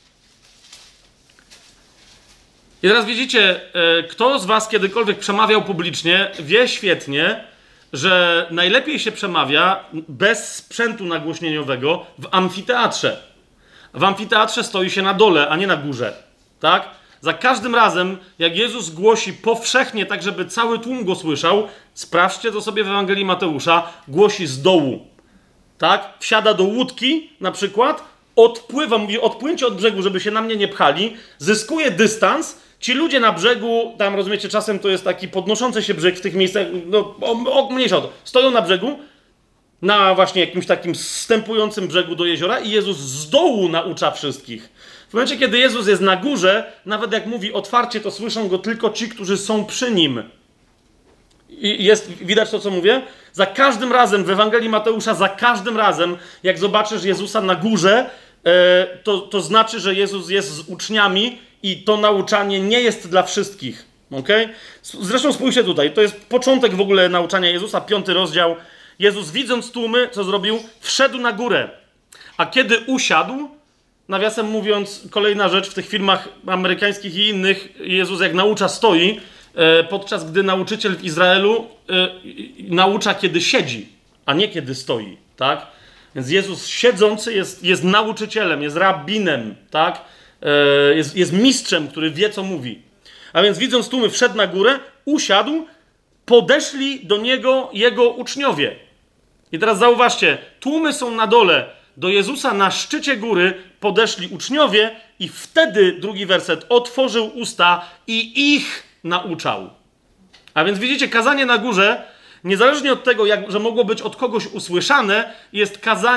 I teraz widzicie, kto z was kiedykolwiek przemawiał publicznie, wie świetnie, że najlepiej się przemawia bez sprzętu nagłośnieniowego w amfiteatrze. W amfiteatrze stoi się na dole, a nie na górze. Tak? Za każdym razem, jak Jezus głosi powszechnie, tak żeby cały tłum go słyszał, sprawdźcie to sobie w Ewangelii Mateusza, głosi z dołu. Tak? Wsiada do łódki na przykład, odpływa, mówi odpłyńcie od brzegu, żeby się na mnie nie pchali, zyskuje dystans. Ci ludzie na brzegu, tam rozumiecie, czasem to jest taki podnoszący się brzeg w tych miejscach, no mniejsza o to, stoją na brzegu, na właśnie jakimś takim zstępującym brzegu do jeziora i Jezus z dołu naucza wszystkich. W momencie, kiedy Jezus jest na górze, nawet jak mówi otwarcie, to słyszą Go tylko ci, którzy są przy Nim. I widać to, co mówię? Za każdym razem, w Ewangelii Mateusza, za każdym razem, jak zobaczysz Jezusa na górze, to znaczy, że Jezus jest z uczniami i to nauczanie nie jest dla wszystkich. Okay? Zresztą spójrzcie tutaj, to jest początek w ogóle nauczania Jezusa, 5 rozdział. Jezus, widząc tłumy, co zrobił? Wszedł na górę. A kiedy usiadł, nawiasem mówiąc, kolejna rzecz w tych filmach amerykańskich i innych, Jezus jak naucza stoi, podczas gdy nauczyciel w Izraelu naucza, kiedy siedzi, a nie kiedy stoi, tak? Więc Jezus siedzący jest nauczycielem, jest rabinem, tak? Jest mistrzem, który wie, co mówi. A więc widząc tłumy, wszedł na górę, usiadł, podeszli do Niego Jego uczniowie. I teraz zauważcie, tłumy są na dole, do Jezusa na szczycie góry podeszli uczniowie i wtedy, drugi werset, otworzył usta i ich nauczał. A więc widzicie, kazanie na górze, niezależnie od tego, że mogło być od kogoś usłyszane, jest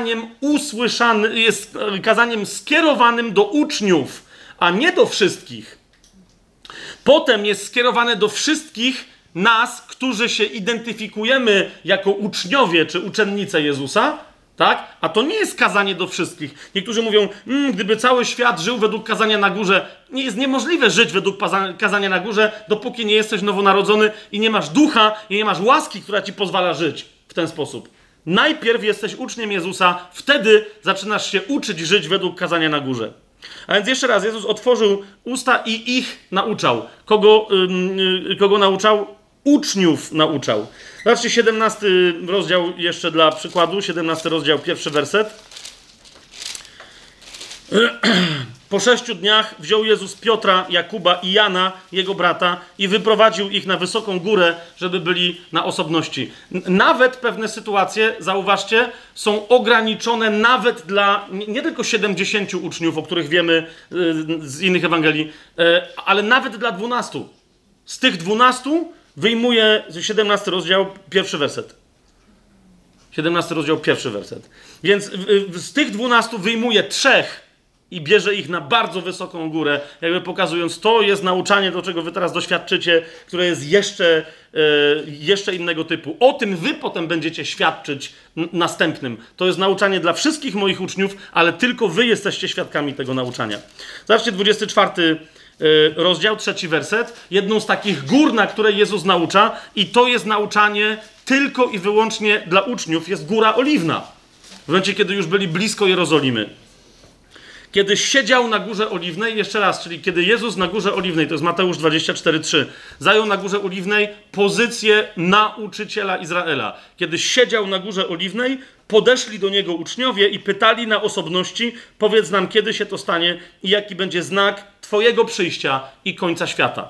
kazaniem skierowanym do uczniów, a nie do wszystkich. Potem jest skierowane do wszystkich nas, którzy się identyfikujemy jako uczniowie czy uczennice Jezusa, tak? A to nie jest kazanie do wszystkich. Niektórzy mówią, gdyby cały świat żył według kazania na górze, nie jest niemożliwe żyć według kazania na górze, dopóki nie jesteś nowonarodzony i nie masz ducha i nie masz łaski, która ci pozwala żyć w ten sposób. Najpierw jesteś uczniem Jezusa, wtedy zaczynasz się uczyć żyć według kazania na górze. A więc jeszcze raz, Jezus otworzył usta i ich nauczał. Kogo nauczał? Uczniów nauczał. Zobaczcie, 17 rozdział jeszcze dla przykładu, 17 rozdział, 1 werset. Po 6 dniach wziął Jezus Piotra, Jakuba i Jana, jego brata, i wyprowadził ich na wysoką górę, żeby byli na osobności. Nawet pewne sytuacje, zauważcie, są ograniczone nawet dla nie tylko 70 uczniów, o których wiemy z innych Ewangelii, ale nawet dla 12. Z tych 12 wyjmuje 17 rozdział, 1 werset. 17 rozdział, 1 werset. Więc z tych 12 wyjmuje 3 i bierze ich na bardzo wysoką górę, jakby pokazując, to jest nauczanie, do czego wy teraz doświadczycie, które jest jeszcze innego typu. O tym wy potem będziecie świadczyć następnym. To jest nauczanie dla wszystkich moich uczniów, ale tylko wy jesteście świadkami tego nauczania. Zobaczcie 24 rozdział, 3 werset. Jedną z takich gór, na której Jezus naucza, i to jest nauczanie tylko i wyłącznie dla uczniów, jest Góra Oliwna. W momencie, kiedy już byli blisko Jerozolimy. Kiedy siedział na Górze Oliwnej, jeszcze raz, czyli kiedy Jezus na Górze Oliwnej, to jest Mateusz 24:3, zajął na Górze Oliwnej pozycję nauczyciela Izraela. Kiedy siedział na Górze Oliwnej, podeszli do niego uczniowie i pytali na osobności, powiedz nam, kiedy się to stanie i jaki będzie znak twojego przyjścia i końca świata.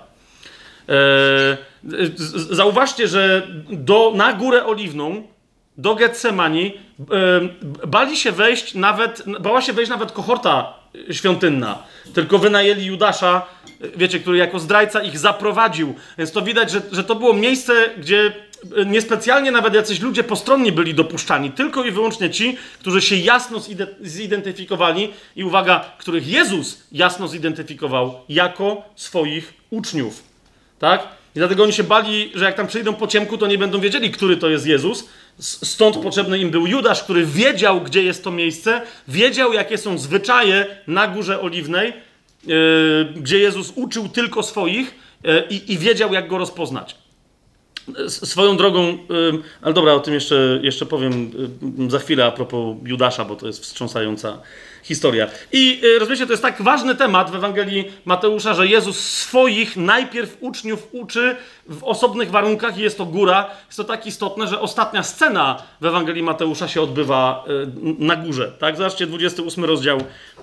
Zauważcie, że na Górę Oliwną, do Getsemani, bała się wejść nawet kohorta świątynna. Tylko wynajęli Judasza, wiecie, który jako zdrajca ich zaprowadził. Więc to widać, że to było miejsce, gdzie niespecjalnie nawet jacyś ludzie postronni byli dopuszczani. Tylko i wyłącznie ci, którzy się jasno zidentyfikowali i uwaga, których Jezus jasno zidentyfikował jako swoich uczniów. Tak? I dlatego oni się bali, że jak tam przyjdą po ciemku, to nie będą wiedzieli, który to jest Jezus. Stąd potrzebny im był Judasz, który wiedział, gdzie jest to miejsce, wiedział, jakie są zwyczaje na Górze Oliwnej, gdzie Jezus uczył tylko swoich i wiedział, jak go rozpoznać. Swoją drogą, ale dobra, o tym jeszcze powiem za chwilę a propos Judasza, bo to jest wstrząsająca historia. I rozumiecie, to jest tak ważny temat w Ewangelii Mateusza, że Jezus swoich najpierw uczniów uczy w osobnych warunkach i jest to góra. Jest to tak istotne, że ostatnia scena w Ewangelii Mateusza się odbywa na górze. Tak? Zobaczcie, 28 rozdział,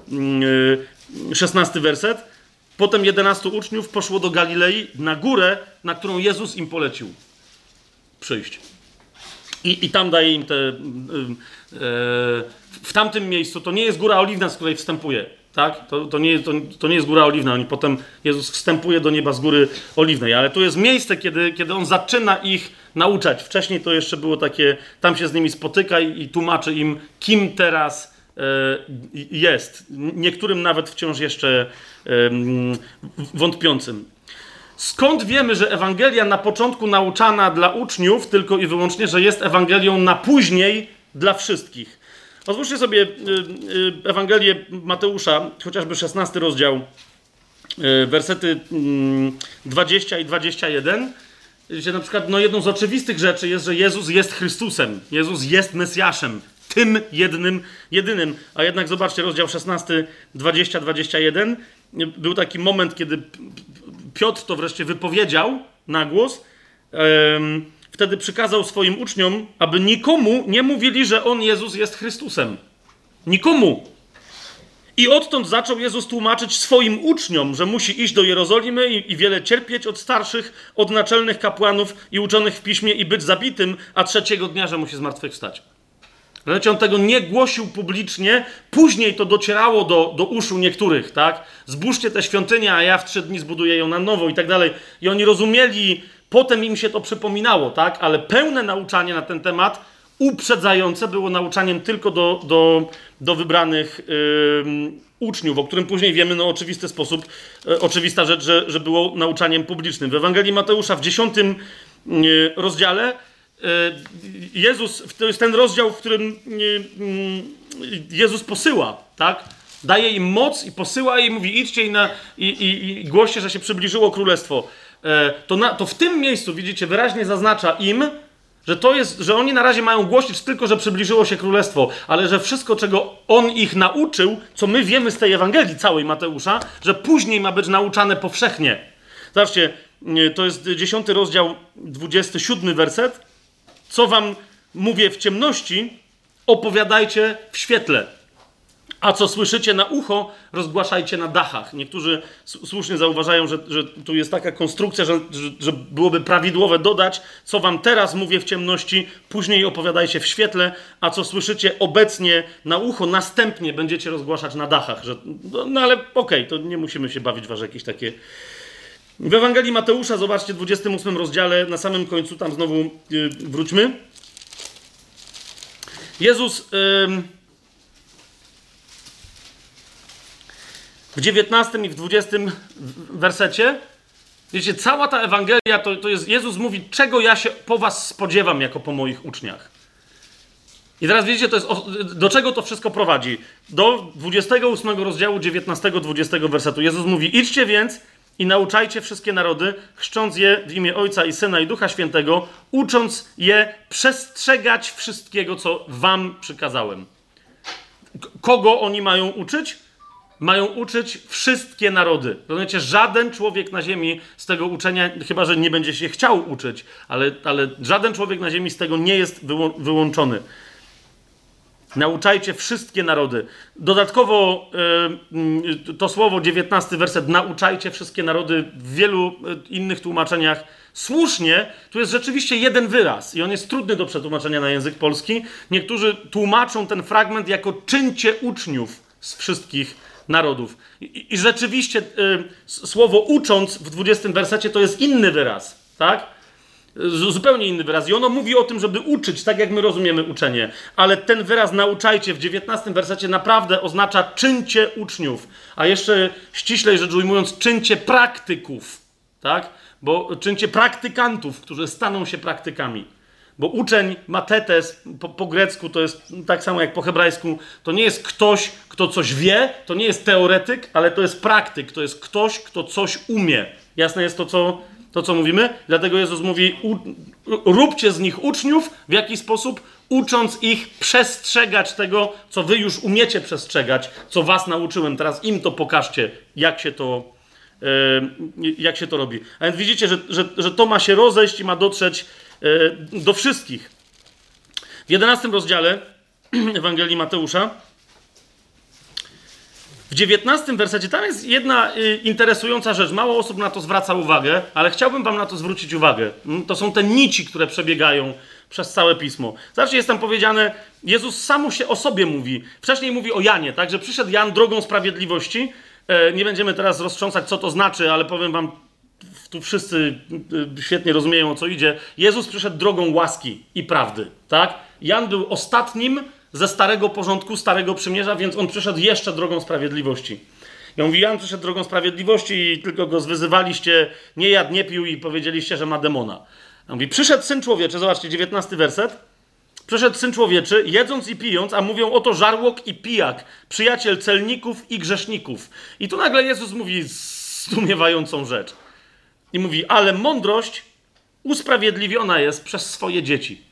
16 werset. Potem 11 uczniów poszło do Galilei na górę, na którą Jezus im polecił przyjść. I tam daje im w tamtym miejscu, to nie jest Góra Oliwna, z której wstępuje. Tak? To nie jest Góra Oliwna. Potem Jezus wstępuje do nieba z Góry Oliwnej. Ale to jest miejsce, kiedy On zaczyna ich nauczać. Wcześniej to jeszcze było takie, tam się z nimi spotyka i tłumaczy im, kim teraz jest. Niektórym nawet wciąż jeszcze wątpiącym. Skąd wiemy, że Ewangelia na początku nauczana dla uczniów tylko i wyłącznie, że jest Ewangelią na później dla wszystkich? Otwórzcie sobie Ewangelię Mateusza, chociażby 16 rozdział, wersety 20 i 21, gdzie na przykład jedną z oczywistych rzeczy jest, że Jezus jest Chrystusem. Jezus jest Mesjaszem. Tym jedynym. A jednak zobaczcie, rozdział 16, 20, 21. Był taki moment, kiedy Piotr to wreszcie wypowiedział na głos. Wtedy przykazał swoim uczniom, aby nikomu nie mówili, że On, Jezus, jest Chrystusem. Nikomu. I odtąd zaczął Jezus tłumaczyć swoim uczniom, że musi iść do Jerozolimy i wiele cierpieć od starszych, od naczelnych kapłanów i uczonych w piśmie i być zabitym, a trzeciego dnia, że musi zmartwychwstać. Lecz on tego nie głosił publicznie, później to docierało do uszu niektórych, tak? Zbóżcie tę świątynię, a ja w 3 dni zbuduję ją na nowo i tak dalej. I oni rozumieli, potem im się to przypominało, tak? Ale pełne nauczanie na ten temat, uprzedzające, było nauczaniem tylko do wybranych uczniów, o którym później wiemy, oczywisty sposób, oczywista rzecz, że było nauczaniem publicznym. W Ewangelii Mateusza w 10 rozdziale Jezus, to jest ten rozdział, w którym Jezus posyła, tak? Daje im moc i posyła i mówi, idźcie i głoście, że się przybliżyło królestwo. To w tym miejscu, widzicie, wyraźnie zaznacza im, że oni na razie mają głosić tylko, że przybliżyło się królestwo, ale że wszystko, czego On ich nauczył, co my wiemy z tej Ewangelii całej Mateusza, że później ma być nauczane powszechnie. Zobaczcie, to jest 10 rozdział, 27 werset. Co wam mówię w ciemności, opowiadajcie w świetle. A co słyszycie na ucho, rozgłaszajcie na dachach. Niektórzy słusznie zauważają, że tu jest taka konstrukcja, że byłoby prawidłowe dodać, co wam teraz mówię w ciemności, później opowiadajcie w świetle, a co słyszycie obecnie na ucho, następnie będziecie rozgłaszać na dachach. Ale okej, to nie musimy się bawić w jakieś takie... W Ewangelii Mateusza, zobaczcie, w 28 rozdziale, na samym końcu, tam znowu wróćmy. w 19 i w 20 wersecie, wiecie, cała ta Ewangelia to jest, Jezus mówi, czego ja się po was spodziewam jako po moich uczniach. I teraz widzicie, to jest, do czego to wszystko prowadzi? Do 28 rozdziału 19-20 wersetu. Jezus mówi, idźcie więc i nauczajcie wszystkie narody, chrzcząc je w imię Ojca i Syna i Ducha Świętego, ucząc je przestrzegać wszystkiego, co wam przykazałem. Kogo oni mają uczyć? Mają uczyć wszystkie narody. Rozumiecie, żaden człowiek na ziemi z tego uczenia, chyba że nie będzie się chciał uczyć, ale żaden człowiek na ziemi z tego nie jest wyłączony. Nauczajcie wszystkie narody. Dodatkowo to słowo, 19 werset, nauczajcie wszystkie narody, w wielu innych tłumaczeniach słusznie, tu jest rzeczywiście jeden wyraz i on jest trudny do przetłumaczenia na język polski. Niektórzy tłumaczą ten fragment jako czyńcie uczniów z wszystkich narodów. I rzeczywiście słowo ucząc w 20 wersecie to jest inny wyraz, tak? Zupełnie inny wyraz. I ono mówi o tym, żeby uczyć, tak jak my rozumiemy uczenie. Ale ten wyraz nauczajcie w 19 wersecie naprawdę oznacza czyńcie uczniów. A jeszcze ściślej rzecz ujmując, czyńcie praktyków. Tak? Bo czyńcie praktykantów, którzy staną się praktykami. Bo uczeń, matetes, po grecku to jest tak samo jak po hebrajsku, to nie jest ktoś, kto coś wie, to nie jest teoretyk, ale to jest praktyk, to jest ktoś, kto coś umie. Jasne jest to, co mówimy? Dlatego Jezus mówi, róbcie z nich uczniów, w jaki sposób? Ucząc ich przestrzegać tego, co wy już umiecie przestrzegać, co was nauczyłem. Teraz im to pokażcie, jak się to robi. A więc widzicie, że to ma się rozejść i ma dotrzeć do wszystkich. W 11 rozdziale Ewangelii Mateusza, w 19 wersecie, tam jest jedna interesująca rzecz. Mało osób na to zwraca uwagę, ale chciałbym wam na to zwrócić uwagę. To są te nici, które przebiegają przez całe Pismo. Zobaczcie, jest tam powiedziane, Jezus sam się o sobie mówi. Wcześniej mówi o Janie, tak, że przyszedł Jan drogą sprawiedliwości. Nie będziemy teraz roztrząsać, co to znaczy, ale powiem wam, tu wszyscy świetnie rozumieją, o co idzie. Jezus przyszedł drogą łaski i prawdy, tak? Jan był ostatnim ze starego porządku, starego przymierza, więc on przyszedł jeszcze drogą sprawiedliwości. I on mówi, Jan przyszedł drogą sprawiedliwości i tylko go zwyzywaliście, nie jadł, nie pił i powiedzieliście, że ma demona. On mówi, przyszedł Syn Człowieczy, zobaczcie, 19 werset. Przyszedł Syn Człowieczy, jedząc i pijąc, a mówią, oto żarłok i pijak, przyjaciel celników i grzeszników. I tu nagle Jezus mówi zdumiewającą rzecz. I mówi, ale mądrość usprawiedliwiona jest przez swoje dzieci.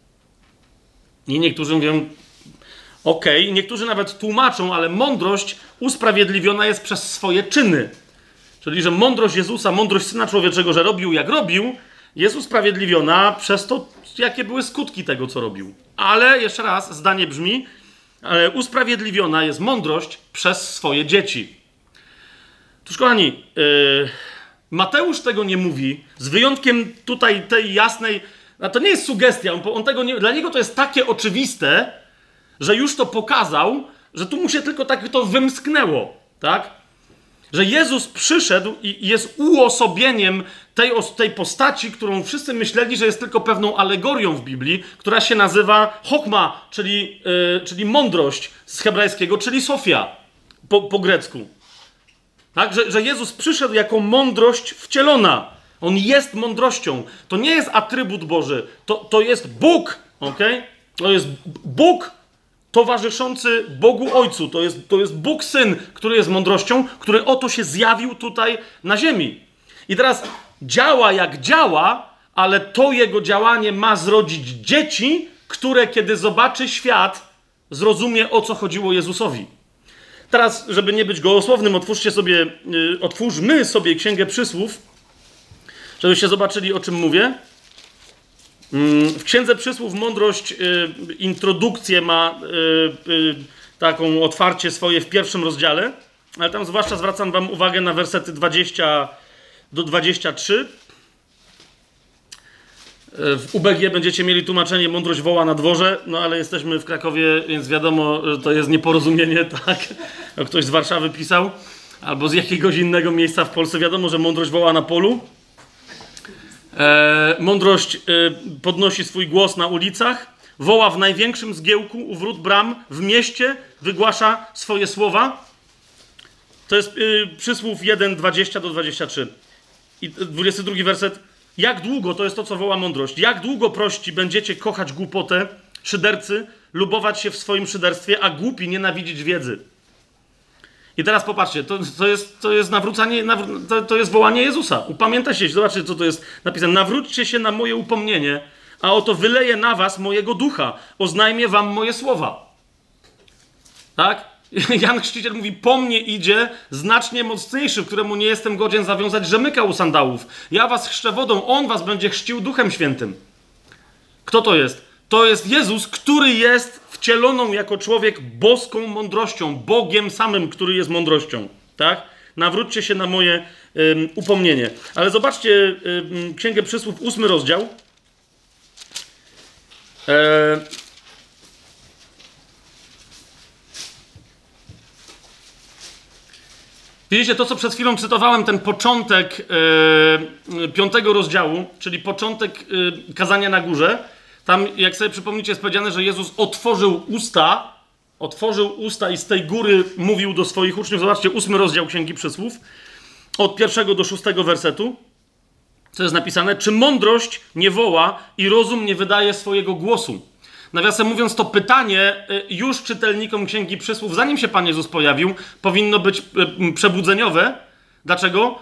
I niektórzy mówią, okej, niektórzy nawet tłumaczą, ale mądrość usprawiedliwiona jest przez swoje czyny. Czyli, że mądrość Jezusa, mądrość Syna Człowieczego, że robił jak robił, jest usprawiedliwiona przez to, jakie były skutki tego, co robił. Ale, jeszcze raz, zdanie brzmi, ale usprawiedliwiona jest mądrość przez swoje dzieci. Otóż, kochani, Mateusz tego nie mówi, z wyjątkiem tutaj tej jasnej, a to nie jest sugestia, on tego nie, dla niego to jest takie oczywiste, że już to pokazał, że tu mu się tylko tak to wymsknęło, tak? Że Jezus przyszedł i jest uosobieniem tej postaci, którą wszyscy myśleli, że jest tylko pewną alegorią w Biblii, która się nazywa chokma, czyli mądrość z hebrajskiego, czyli Sofia po grecku. Tak? Że Jezus przyszedł jako mądrość wcielona. On jest mądrością. To nie jest atrybut Boży. To jest Bóg. Okay? To jest Bóg towarzyszący Bogu Ojcu. To jest Bóg Syn, który jest mądrością, który oto się zjawił tutaj na ziemi. I teraz działa jak działa, ale to jego działanie ma zrodzić dzieci, które kiedy zobaczy świat, zrozumie, o co chodziło Jezusowi. Teraz, żeby nie być gołosłownym, otwórzmy sobie Księgę Przysłów, żebyście zobaczyli, o czym mówię. W Księdze Przysłów mądrość, introdukcję ma taką otwarcie swoje w 1 rozdziale, ale tam zwłaszcza zwracam wam uwagę na wersety 20 do 23. W UBG będziecie mieli tłumaczenie mądrość woła na dworze, no ale jesteśmy w Krakowie, więc wiadomo, że to jest nieporozumienie, tak? Jak ktoś z Warszawy pisał, albo z jakiegoś innego miejsca w Polsce, wiadomo, że mądrość woła na polu. Mądrość podnosi swój głos na ulicach, woła w największym zgiełku u wrót bram, w mieście wygłasza swoje słowa. To jest Przysłów 1, 20-23. I 22 werset. Jak długo, to jest to, co woła mądrość, jak długo, prości, będziecie kochać głupotę, szydercy, lubować się w swoim szyderstwie, a głupi nienawidzić wiedzy. I teraz popatrzcie, to jest nawrócanie, to jest wołanie Jezusa. Upamiętaj się, zobaczcie, co to jest napisane. Nawróćcie się na moje upomnienie, a oto wyleję na was mojego ducha, oznajmię wam moje słowa. Tak? Jan Chrzciciel mówi, po mnie idzie znacznie mocniejszy, któremu nie jestem godzien zawiązać rzemyka u sandałów. Ja was chrzczę wodą, on was będzie chrzcił Duchem Świętym. Kto to jest? To jest Jezus, który jest wcieloną jako człowiek boską mądrością, Bogiem samym, który jest mądrością. Tak? Nawróćcie się na moje upomnienie. Ale zobaczcie Księgę Przysłów, 8 rozdział. Widzicie, to co przed chwilą cytowałem, ten początek 5 rozdziału, czyli początek kazania na górze, tam jak sobie przypomnicie jest powiedziane, że Jezus otworzył usta i z tej góry mówił do swoich uczniów. Zobaczcie, 8 rozdział Księgi Przysłów, od 1 do 6 wersetu, co jest napisane, czy mądrość nie woła i rozum nie wydaje swojego głosu. Nawiasem mówiąc, to pytanie już czytelnikom Księgi Przysłów, zanim się Pan Jezus pojawił, powinno być przebudzeniowe. Dlaczego?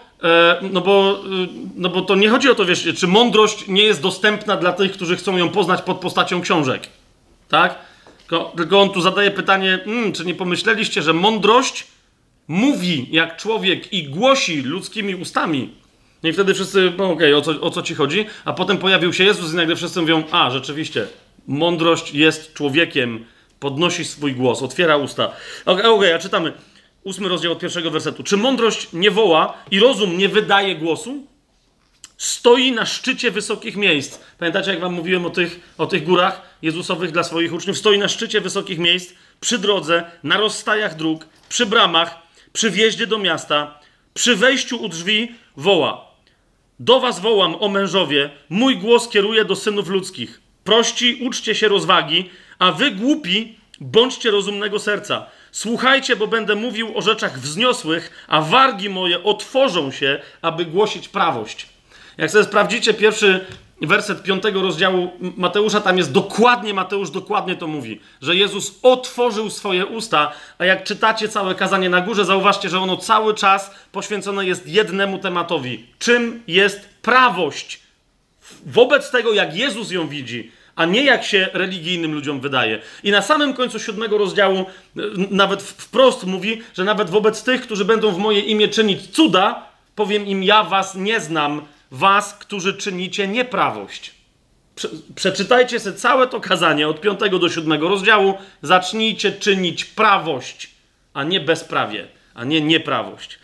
No bo to nie chodzi o to, wiesz, czy mądrość nie jest dostępna dla tych, którzy chcą ją poznać pod postacią książek. Tak? Tylko on tu zadaje pytanie, czy nie pomyśleliście, że mądrość mówi jak człowiek i głosi ludzkimi ustami? No i wtedy wszyscy, no okej, o co ci chodzi? A potem pojawił się Jezus i nagle wszyscy mówią, rzeczywiście, mądrość jest człowiekiem, podnosi swój głos, otwiera usta. Okej, a czytamy 8 rozdział od 1 wersetu. Czy mądrość nie woła i rozum nie wydaje głosu? Stoi na szczycie wysokich miejsc. Pamiętacie, jak wam mówiłem o tych górach Jezusowych dla swoich uczniów? Stoi na szczycie wysokich miejsc, przy drodze, na rozstajach dróg, przy bramach, przy wjeździe do miasta, przy wejściu u drzwi woła. Do was wołam, o mężowie, mój głos kieruje do synów ludzkich. Prości, uczcie się rozwagi, a wy głupi, bądźcie rozumnego serca. Słuchajcie, bo będę mówił o rzeczach wzniosłych, a wargi moje otworzą się, aby głosić prawość. Jak sobie sprawdzicie pierwszy werset 5 rozdziału Mateusza, tam jest Mateusz dokładnie to mówi, że Jezus otworzył swoje usta, a jak czytacie całe kazanie na górze, zauważcie, że ono cały czas poświęcone jest jednemu tematowi. Czym jest prawość? Wobec tego, jak Jezus ją widzi, a nie jak się religijnym ludziom wydaje. I na samym końcu 7 rozdziału nawet wprost mówi, że nawet wobec tych, którzy będą w moje imię czynić cuda, powiem im, ja was nie znam, was, którzy czynicie nieprawość. Przeczytajcie sobie całe to kazanie od 5 do 7 rozdziału, zacznijcie czynić prawość, a nie bezprawie, a nie nieprawość.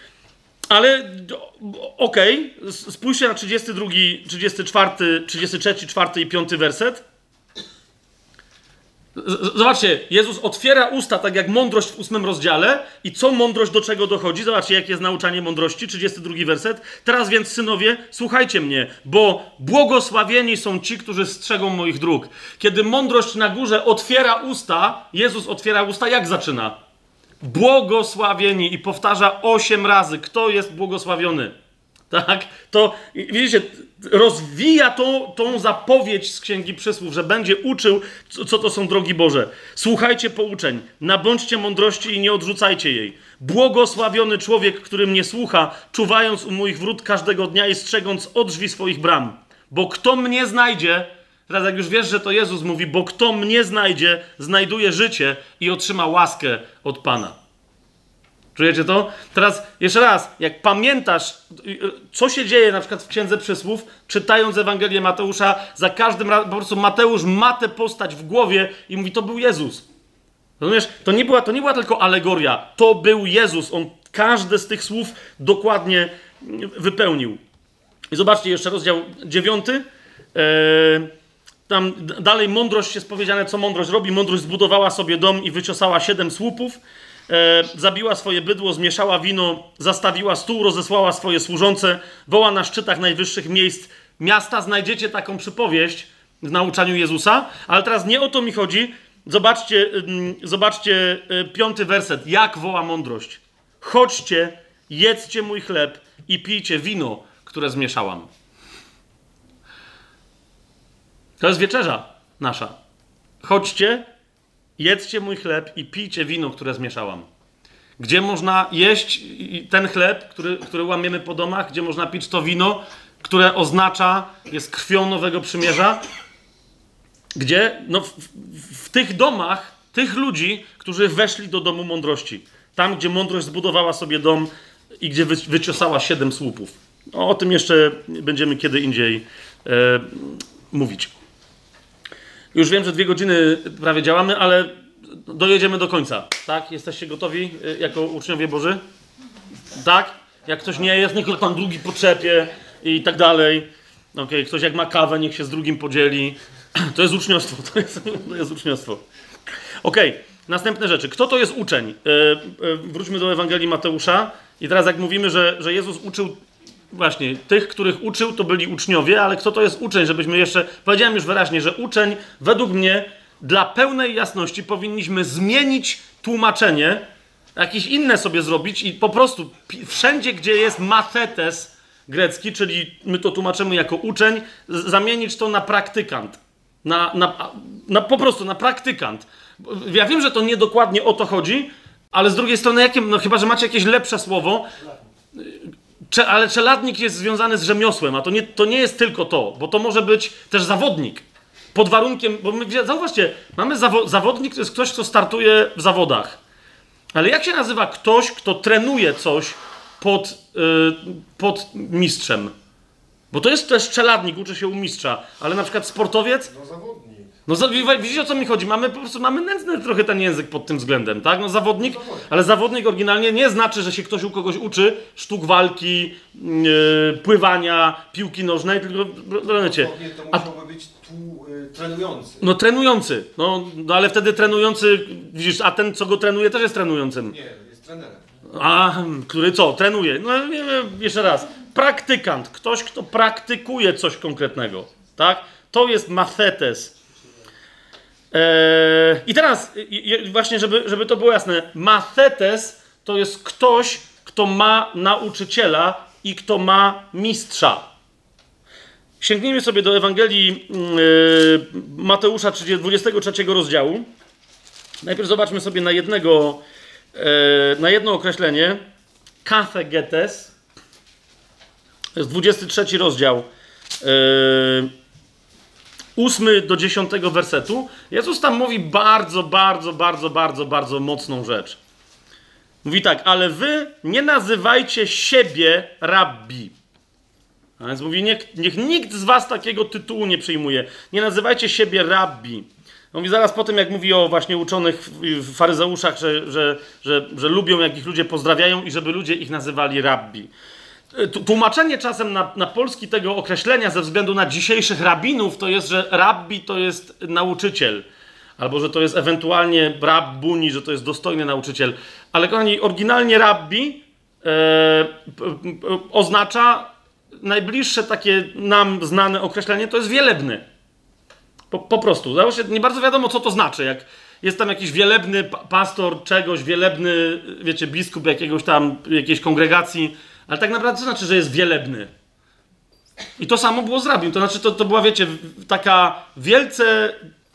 Ale okej, spójrzcie na 32, 34, 33, 4 i 5 werset. Zobaczcie, Jezus otwiera usta tak jak mądrość w 8 rozdziale i co mądrość do czego dochodzi? Zobaczcie, jak jest nauczanie mądrości, 32 werset. Teraz więc, synowie, słuchajcie mnie, bo błogosławieni są ci, którzy strzegą moich dróg. Kiedy mądrość na górze otwiera usta, Jezus otwiera usta, jak zaczyna? Błogosławieni i powtarza 8 razy, kto jest błogosławiony. Tak? To, widzicie, rozwija tą zapowiedź z Księgi Przysłów, że będzie uczył, co to są drogi Boże. Słuchajcie pouczeń, nabądźcie mądrości i nie odrzucajcie jej. Błogosławiony człowiek, który mnie słucha, czuwając u moich wrót każdego dnia i strzegąc od drzwi swoich bram. Bo kto mnie znajdzie, teraz jak już wiesz, że to Jezus mówi, bo kto mnie znajdzie, znajduje życie i otrzyma łaskę od Pana. Czujecie to? Teraz jeszcze raz, jak pamiętasz, co się dzieje na przykład w Księdze Przysłów, czytając Ewangelię Mateusza, za każdym razem po prostu Mateusz ma tę postać w głowie i mówi, to był Jezus. Rozumiesz? To nie była tylko alegoria, to był Jezus. On każde z tych słów dokładnie wypełnił. I zobaczcie jeszcze rozdział 9. Tam dalej mądrość jest powiedziane, co mądrość robi. Mądrość zbudowała sobie dom i wyciosała 7 słupów. Zabiła swoje bydło, zmieszała wino, zastawiła stół, rozesłała swoje służące, woła na szczytach najwyższych miejsc miasta. Znajdziecie taką przypowieść w nauczaniu Jezusa, ale teraz nie o to mi chodzi. Zobaczcie 5 werset. Jak woła mądrość? chodźcie, jedzcie mój chleb i pijcie wino, które zmieszałam. To jest wieczerza nasza. Chodźcie, jedzcie mój chleb i pijcie wino, które zmieszałam. Gdzie można jeść ten chleb, który łamiemy po domach, gdzie można pić to wino, które oznacza, jest krwią nowego przymierza. Gdzie? No w tych domach, tych ludzi, którzy weszli do domu mądrości. Tam, gdzie mądrość zbudowała sobie dom i gdzie wyciosała 7 słupów. No, o tym jeszcze będziemy kiedy indziej mówić. Już wiem, że 2 godziny prawie działamy, ale dojedziemy do końca. Tak? Jesteście gotowi jako uczniowie Boży? Tak? Jak ktoś nie jest, niech tam drugi potrzepie i tak dalej. Okay. Ktoś jak ma kawę, niech się z drugim podzieli. To jest uczniostwo. To jest uczniostwo. Okej. Następne rzeczy. Kto to jest uczeń? Wróćmy do Ewangelii Mateusza. I teraz jak mówimy, że Jezus uczył właśnie tych, których uczył, to byli uczniowie, ale kto to jest uczeń? Żebyśmy jeszcze... Powiedziałem już wyraźnie, że uczeń, według mnie, dla pełnej jasności powinniśmy zmienić tłumaczenie, jakieś inne sobie zrobić i po prostu wszędzie, gdzie jest mathetes grecki, czyli my to tłumaczymy jako uczeń, zamienić to na praktykant. Po prostu na praktykant. Ja wiem, że to nie dokładnie o to chodzi, ale z drugiej strony, no chyba, że macie jakieś lepsze słowo, ale czeladnik jest związany z rzemiosłem, a to nie jest tylko to, bo to może być też zawodnik. Pod warunkiem, bo zauważcie, mamy zawodnik, to jest ktoś, kto startuje w zawodach. Ale jak się nazywa ktoś, kto trenuje coś pod mistrzem? Bo to jest też czeladnik, uczy się u mistrza, ale na przykład sportowiec...
No zawodnik.
No widzicie, o co mi chodzi? Mamy nędzny trochę ten język pod tym względem, tak? No zawodnik, ale zawodnik oryginalnie nie znaczy, że się ktoś u kogoś uczy sztuk walki, pływania, piłki nożnej, tylko...
To musiałby być trenujący.
No trenujący, no ale wtedy trenujący, widzisz, a ten, co go trenuje, też jest trenującym.
Nie, jest trenerem.
A, który co? Trenuje. No nie wiem, jeszcze raz. Praktykant, ktoś, kto praktykuje coś konkretnego, tak? To jest mathetes. I teraz, właśnie, żeby to było jasne, mathetes to jest ktoś, kto ma nauczyciela i kto ma mistrza. Sięgnijmy sobie do Ewangelii Mateusza 23 rozdziału. Najpierw zobaczmy sobie na jedno określenie. Kathegetes. To jest 23 rozdział. 8 do 10 wersetu. Jezus tam mówi bardzo mocną rzecz. Mówi tak, ale wy nie nazywajcie siebie rabbi. A więc mówi, niech nikt z was takiego tytułu nie przyjmuje. Nie nazywajcie siebie rabbi. Mówi zaraz po tym, jak mówi o właśnie uczonych faryzeuszach, że lubią, jak ich ludzie pozdrawiają i żeby ludzie ich nazywali rabbi. Tłumaczenie czasem na polski tego określenia ze względu na dzisiejszych rabinów to jest, że rabbi to jest nauczyciel. Albo że to jest ewentualnie rabbuni, że to jest dostojny nauczyciel. Ale kochani, oryginalnie rabbi oznacza najbliższe takie nam znane określenie to jest wielebny. Po prostu. Nie bardzo wiadomo, co to znaczy. Jak jest tam jakiś wielebny pastor czegoś, wielebny, wiecie, biskup jakiejś kongregacji, ale tak naprawdę to znaczy, że jest wielebny. I to samo było z rabbim. To znaczy, to była, wiecie, taka wielce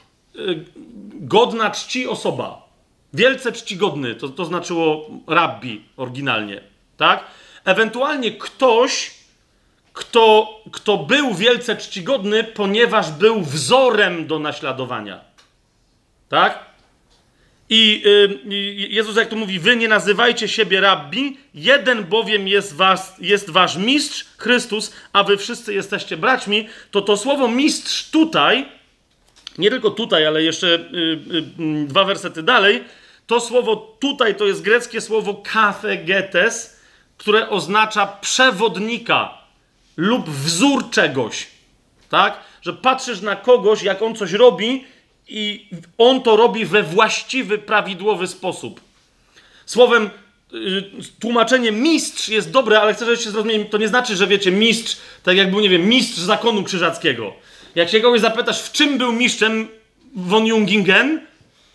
godna czci osoba. Wielce czcigodny. To znaczyło rabbi oryginalnie. Tak? Ewentualnie ktoś, kto był wielce czcigodny, ponieważ był wzorem do naśladowania. Tak? I Jezus, jak tu mówi, wy nie nazywajcie siebie rabbi, jeden bowiem jest wasz mistrz, Chrystus, a wy wszyscy jesteście braćmi, to słowo mistrz tutaj, nie tylko tutaj, ale jeszcze 2 wersety dalej, to słowo tutaj to jest greckie słowo kathegetes, które oznacza przewodnika lub wzór czegoś, tak? Że patrzysz na kogoś, jak on coś robi i on to robi we właściwy, prawidłowy sposób. Słowem, tłumaczenie mistrz jest dobre, ale chcę, żebyście zrozumieli, to nie znaczy, że wiecie, mistrz, tak jak był, nie wiem, mistrz zakonu krzyżackiego. Jak się kogoś zapytasz, w czym był mistrzem von Jungingen,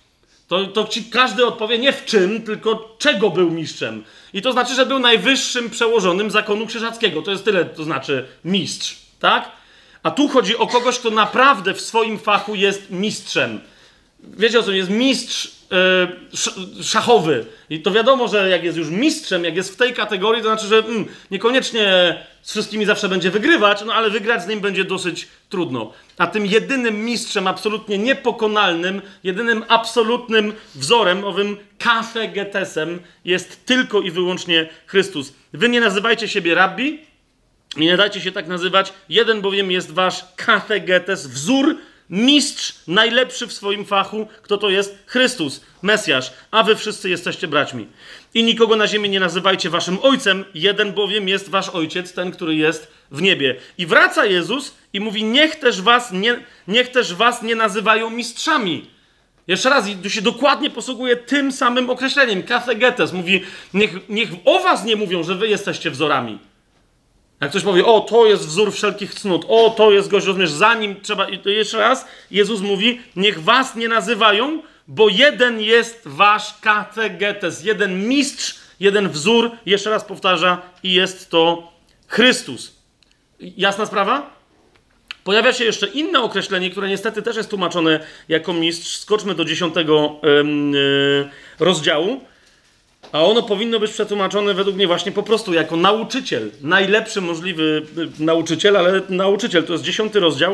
To ci każdy odpowie nie w czym, tylko czego był mistrzem. I to znaczy, że był najwyższym przełożonym zakonu krzyżackiego. To jest tyle, to znaczy mistrz, tak? A tu chodzi o kogoś, kto naprawdę w swoim fachu jest mistrzem. Wiecie o co? Jest mistrz szachowy. I to wiadomo, że jak jest już mistrzem, jak jest w tej kategorii, to znaczy, że niekoniecznie z wszystkimi zawsze będzie wygrywać, no ale wygrać z nim będzie dosyć trudno. A tym jedynym mistrzem, absolutnie niepokonalnym, jedynym absolutnym wzorem, owym kategetesem jest tylko i wyłącznie Chrystus. Wy nie nazywajcie siebie rabbi, i nie dajcie się tak nazywać, jeden bowiem jest wasz kategetes, wzór, mistrz, najlepszy w swoim fachu. Kto to jest? Chrystus, Mesjasz, a wy wszyscy jesteście braćmi. I nikogo na ziemi nie nazywajcie waszym ojcem, jeden bowiem jest wasz ojciec, ten, który jest w niebie. I wraca Jezus i mówi, niech też was nie nazywają mistrzami. Jeszcze raz, tu się dokładnie posługuje tym samym określeniem, kategetes. Mówi, niech o was nie mówią, że wy jesteście wzorami. Jak ktoś powie, o, to jest wzór wszelkich cnót, o, to jest gość, rozumiesz, za nim trzeba... I to jeszcze raz, Jezus mówi, niech was nie nazywają, bo jeden jest wasz kategetes, jeden mistrz, jeden wzór, jeszcze raz powtarza, i jest to Chrystus. Jasna sprawa? Pojawia się jeszcze inne określenie, które niestety też jest tłumaczone jako mistrz. Skoczmy do 10 rozdziału. A ono powinno być przetłumaczone według mnie właśnie po prostu jako nauczyciel. Najlepszy możliwy nauczyciel, ale nauczyciel to jest 10 rozdział,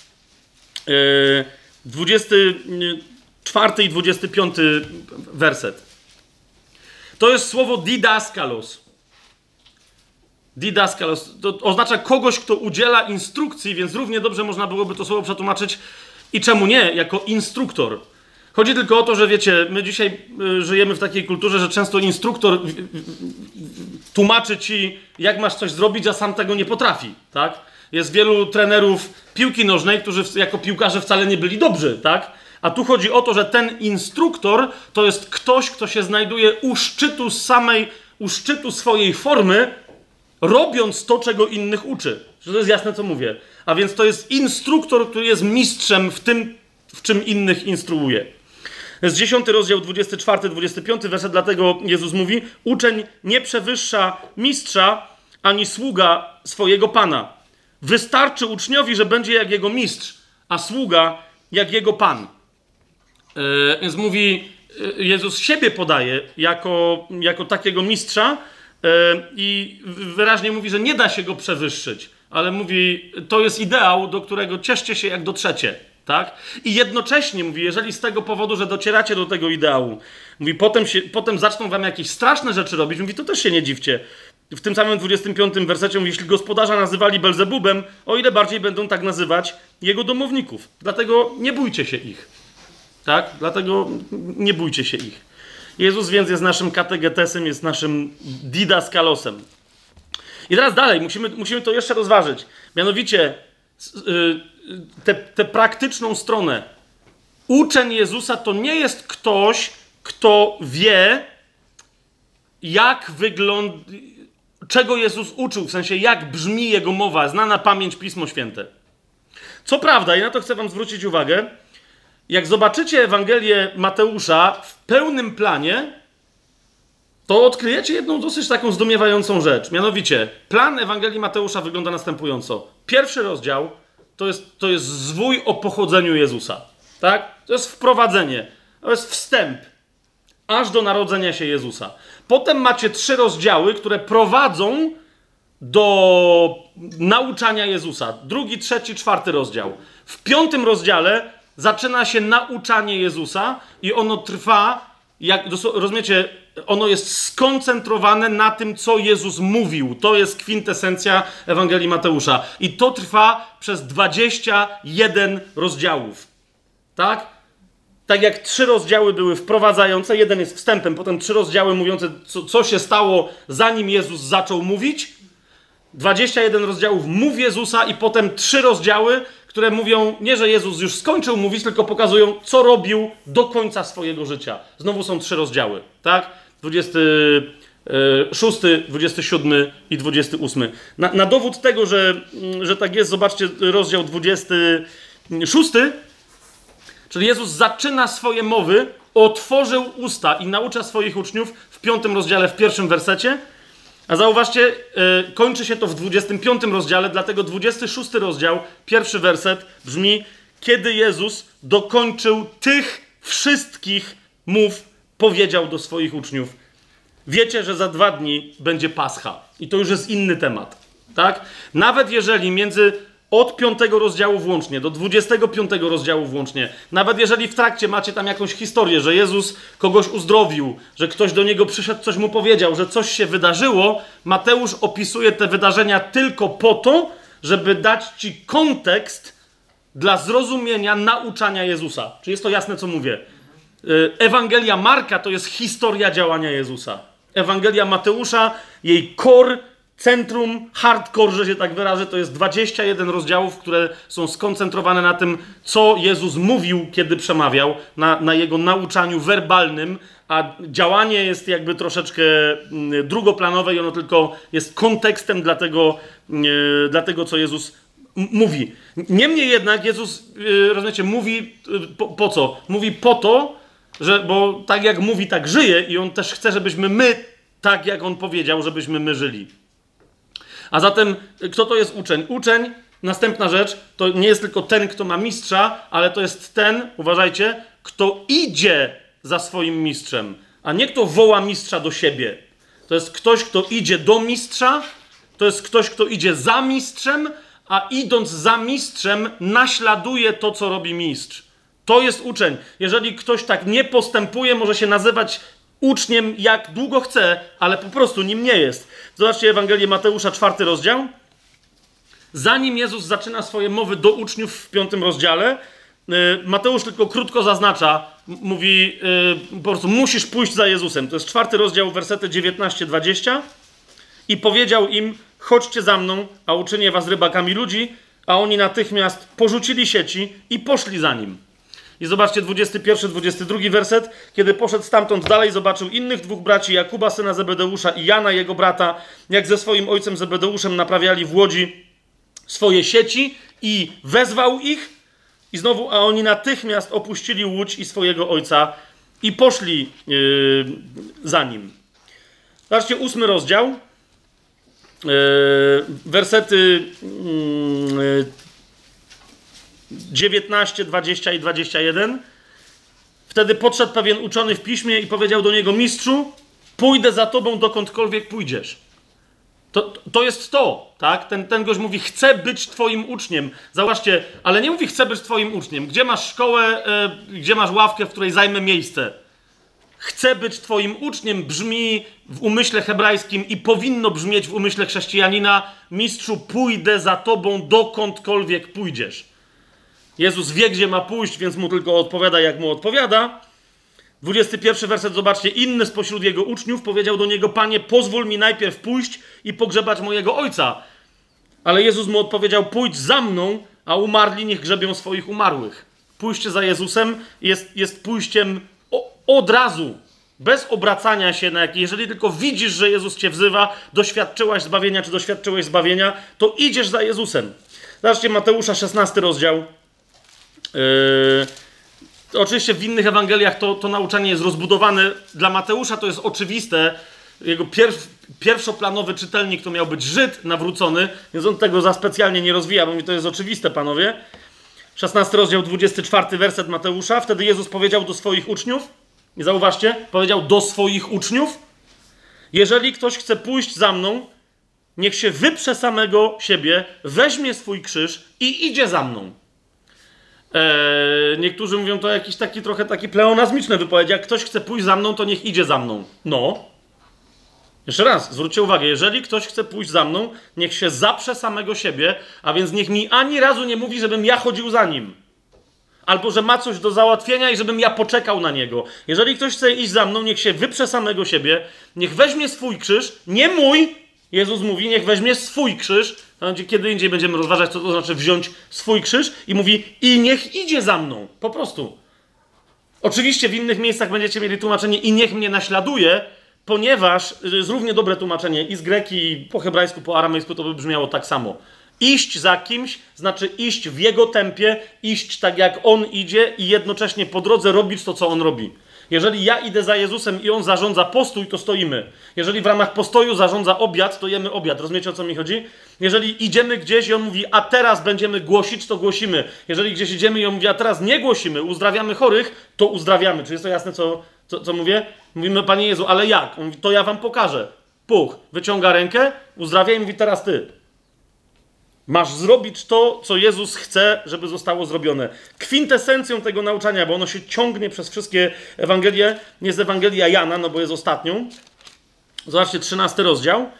24 i 25 werset. To jest słowo didaskalos. Didaskalos to oznacza kogoś, kto udziela instrukcji, więc równie dobrze można byłoby to słowo przetłumaczyć i czemu nie, jako instruktor. Chodzi tylko o to, że wiecie, my dzisiaj żyjemy w takiej kulturze, że często instruktor tłumaczy ci, jak masz coś zrobić, a sam tego nie potrafi, tak? Jest wielu trenerów piłki nożnej, którzy jako piłkarze wcale nie byli dobrzy, tak? A tu chodzi o to, że ten instruktor to jest ktoś, kto się znajduje u szczytu swojej formy, robiąc to, czego innych uczy. Że to jest jasne, co mówię. A więc to jest instruktor, który jest mistrzem w tym, w czym innych instruuje. To jest 10 rozdział, 24-25 werset, dlatego Jezus mówi, uczeń nie przewyższa mistrza, ani sługa swojego Pana. Wystarczy uczniowi, że będzie jak jego mistrz, a sługa jak jego Pan. Więc mówi, Jezus siebie podaje jako takiego mistrza i wyraźnie mówi, że nie da się go przewyższyć, ale mówi, to jest ideał, do którego cieszcie się, jak dotrzecie. Tak? I jednocześnie mówi, jeżeli z tego powodu, że docieracie do tego ideału, mówi, potem zaczną wam jakieś straszne rzeczy robić, mówi, to też się nie dziwcie. W tym samym 25 wersecie mówi, jeśli gospodarza nazywali Belzebubem, o ile bardziej będą tak nazywać jego domowników. Dlatego nie bójcie się ich. Tak? Dlatego nie bójcie się ich. Jezus więc jest naszym kategetesem, jest naszym didaskalosem. I teraz dalej, musimy to jeszcze rozważyć. Mianowicie tę praktyczną stronę. Uczeń Jezusa to nie jest ktoś, kto wie, jak wygląda, czego Jezus uczył, w sensie jak brzmi jego mowa, zna na pamięć Pismo Święte. Co prawda, i na to chcę wam zwrócić uwagę, jak zobaczycie Ewangelię Mateusza w pełnym planie, to odkryjecie jedną dosyć taką zdumiewającą rzecz. Mianowicie, plan Ewangelii Mateusza wygląda następująco. Pierwszy rozdział to jest zwój o pochodzeniu Jezusa. Tak? To jest wprowadzenie. To jest wstęp. Aż do narodzenia się Jezusa. Potem macie 3 rozdziały, które prowadzą do nauczania Jezusa. 2., 3., 4 rozdział. W 5. rozdziale zaczyna się nauczanie Jezusa i ono trwa, rozumiecie, ono jest skoncentrowane na tym, co Jezus mówił. To jest kwintesencja Ewangelii Mateusza. I to trwa przez 21 rozdziałów. Tak? Tak jak 3 rozdziały były wprowadzające, jeden jest wstępem, potem 3 rozdziały mówiące, co się stało, zanim Jezus zaczął mówić. 21 rozdziałów mów Jezusa i potem 3 rozdziały, które mówią, nie, że Jezus już skończył mówić, tylko pokazują, co robił do końca swojego życia. Znowu są 3 rozdziały, tak? 26, 27 i 28. Na dowód tego, że tak jest, zobaczcie rozdział 26, czyli Jezus zaczyna swoje mowy otworzył usta i naucza swoich uczniów w 5 rozdziale, w 1 wersecie. A zauważcie, kończy się to w 25 rozdziale, dlatego 26 rozdział, 1 werset brzmi: kiedy Jezus dokończył tych wszystkich mów, powiedział do swoich uczniów: wiecie, że za 2 dni będzie Pascha. I to już jest inny temat, tak? Nawet jeżeli od 5 rozdziału włącznie do 25 rozdziału włącznie, nawet jeżeli w trakcie macie tam jakąś historię, że Jezus kogoś uzdrowił, że ktoś do niego przyszedł, coś mu powiedział, że coś się wydarzyło, Mateusz opisuje te wydarzenia tylko po to, żeby dać ci kontekst dla zrozumienia nauczania Jezusa. Czy jest to jasne, co mówię? Ewangelia Marka to jest historia działania Jezusa. Ewangelia Mateusza, jej core, centrum, hardcore, że się tak wyrażę, to jest 21 rozdziałów, które są skoncentrowane na tym, co Jezus mówił, kiedy przemawiał, na jego nauczaniu werbalnym, a działanie jest jakby troszeczkę drugoplanowe i ono tylko jest kontekstem dla tego co Jezus mówi. Niemniej jednak Jezus, rozumiecie, mówi po co? Mówi po to, bo tak jak mówi, tak żyje i on też chce, żebyśmy my, tak jak on powiedział, żebyśmy my żyli. A zatem, kto to jest uczeń? Uczeń, następna rzecz, to nie jest tylko ten, kto ma mistrza, ale to jest ten, uważajcie, kto idzie za swoim mistrzem, a nie kto woła mistrza do siebie. To jest ktoś, kto idzie do mistrza, to jest ktoś, kto idzie za mistrzem, a idąc za mistrzem naśladuje to, co robi mistrz. To jest uczeń. Jeżeli ktoś tak nie postępuje, może się nazywać uczniem jak długo chce, ale po prostu nim nie jest. Zobaczcie Ewangelię Mateusza, 4 rozdział. Zanim Jezus zaczyna swoje mowy do uczniów w 5 rozdziale, Mateusz tylko krótko zaznacza, mówi po prostu musisz pójść za Jezusem. To jest 4 rozdział, wersety 19-20. I powiedział im: chodźcie za mną, a uczynię was rybakami ludzi. A oni natychmiast porzucili sieci i poszli za nim. I zobaczcie 21-22 werset. Kiedy poszedł stamtąd dalej, zobaczył innych 2 braci, Jakuba, syna Zebedeusza, i Jana, jego brata, jak ze swoim ojcem Zebedeuszem naprawiali w łodzi swoje sieci, i wezwał ich. I znowu, a oni natychmiast opuścili łódź i swojego ojca i poszli za nim. Zobaczcie 8 rozdział, wersety 19, 20 i 21. Wtedy podszedł pewien uczony w piśmie i powiedział do niego: mistrzu, pójdę za tobą dokądkolwiek pójdziesz. To jest to, tak? Ten gość mówi: chcę być twoim uczniem. Zauważcie, ale nie mówi: chcę być twoim uczniem. Gdzie masz szkołę, gdzie masz ławkę, w której zajmę miejsce? Chcę być twoim uczniem brzmi w umyśle hebrajskim i powinno brzmieć w umyśle chrześcijanina: mistrzu, pójdę za tobą dokądkolwiek pójdziesz. Jezus wie, gdzie ma pójść, więc mu tylko odpowiada, jak mu odpowiada. 21 werset, zobaczcie. Inny spośród jego uczniów powiedział do niego: Panie, pozwól mi najpierw pójść i pogrzebać mojego ojca. Ale Jezus mu odpowiedział: pójdź za mną, a umarli niech grzebią swoich umarłych. Pójście za Jezusem jest pójściem od razu, bez obracania się na jakieś. Jeżeli tylko widzisz, że Jezus cię wzywa, doświadczyłaś zbawienia, czy doświadczyłeś zbawienia, to idziesz za Jezusem. Zobaczcie Mateusza, 16 rozdział. Oczywiście w innych Ewangeliach to nauczanie jest rozbudowane. Dla Mateusza to jest oczywiste. Jego pierwszoplanowy czytelnik to miał być Żyd nawrócony, więc on tego za specjalnie nie rozwija, bo mi to jest oczywiste, panowie. 16 rozdział, 24 werset Mateusza. Wtedy Jezus powiedział do swoich uczniów, i zauważcie, powiedział do swoich uczniów: jeżeli ktoś chce pójść za mną, niech się wyprze samego siebie, weźmie swój krzyż i idzie za mną. Niektórzy mówią, to jakiś trochę taki pleonazmiczny wypowiedź. Jak ktoś chce pójść za mną, to niech idzie za mną. No. Jeszcze raz, zwróćcie uwagę, jeżeli ktoś chce pójść za mną, niech się zaprze samego siebie, a więc niech mi ani razu nie mówi, żebym ja chodził za nim. Albo, że ma coś do załatwienia i żebym ja poczekał na niego. Jeżeli ktoś chce iść za mną, niech się wyprze samego siebie, niech weźmie swój krzyż, nie mój. Jezus mówi, niech weźmie swój krzyż. Kiedy indziej będziemy rozważać, co to znaczy wziąć swój krzyż. I mówi, i niech idzie za mną. Po prostu. Oczywiście w innych miejscach będziecie mieli tłumaczenie i niech mnie naśladuje, ponieważ jest równie dobre tłumaczenie i z greki, i po hebrajsku, po aramejsku to by brzmiało tak samo. Iść za kimś znaczy iść w jego tempie, iść tak jak on idzie i jednocześnie po drodze robić to, co on robi. Jeżeli ja idę za Jezusem i On zarządza postój, to stoimy. Jeżeli w ramach postoju zarządza obiad, to jemy obiad. Rozumiecie, o co mi chodzi? Jeżeli idziemy gdzieś i On mówi, a teraz będziemy głosić, to głosimy. Jeżeli gdzieś idziemy i On mówi, a teraz nie głosimy, uzdrawiamy chorych, to uzdrawiamy. Czy jest to jasne, co mówię? Mówimy, Panie Jezu, ale jak? On mówi, to ja wam pokażę. Puch, wyciąga rękę, uzdrawia i mówi, teraz ty. Masz zrobić to, co Jezus chce, żeby zostało zrobione. Kwintesencją tego nauczania, bo ono się ciągnie przez wszystkie Ewangelie, jest Ewangelia Jana, no bo jest ostatnią. Zobaczcie, 13 rozdział.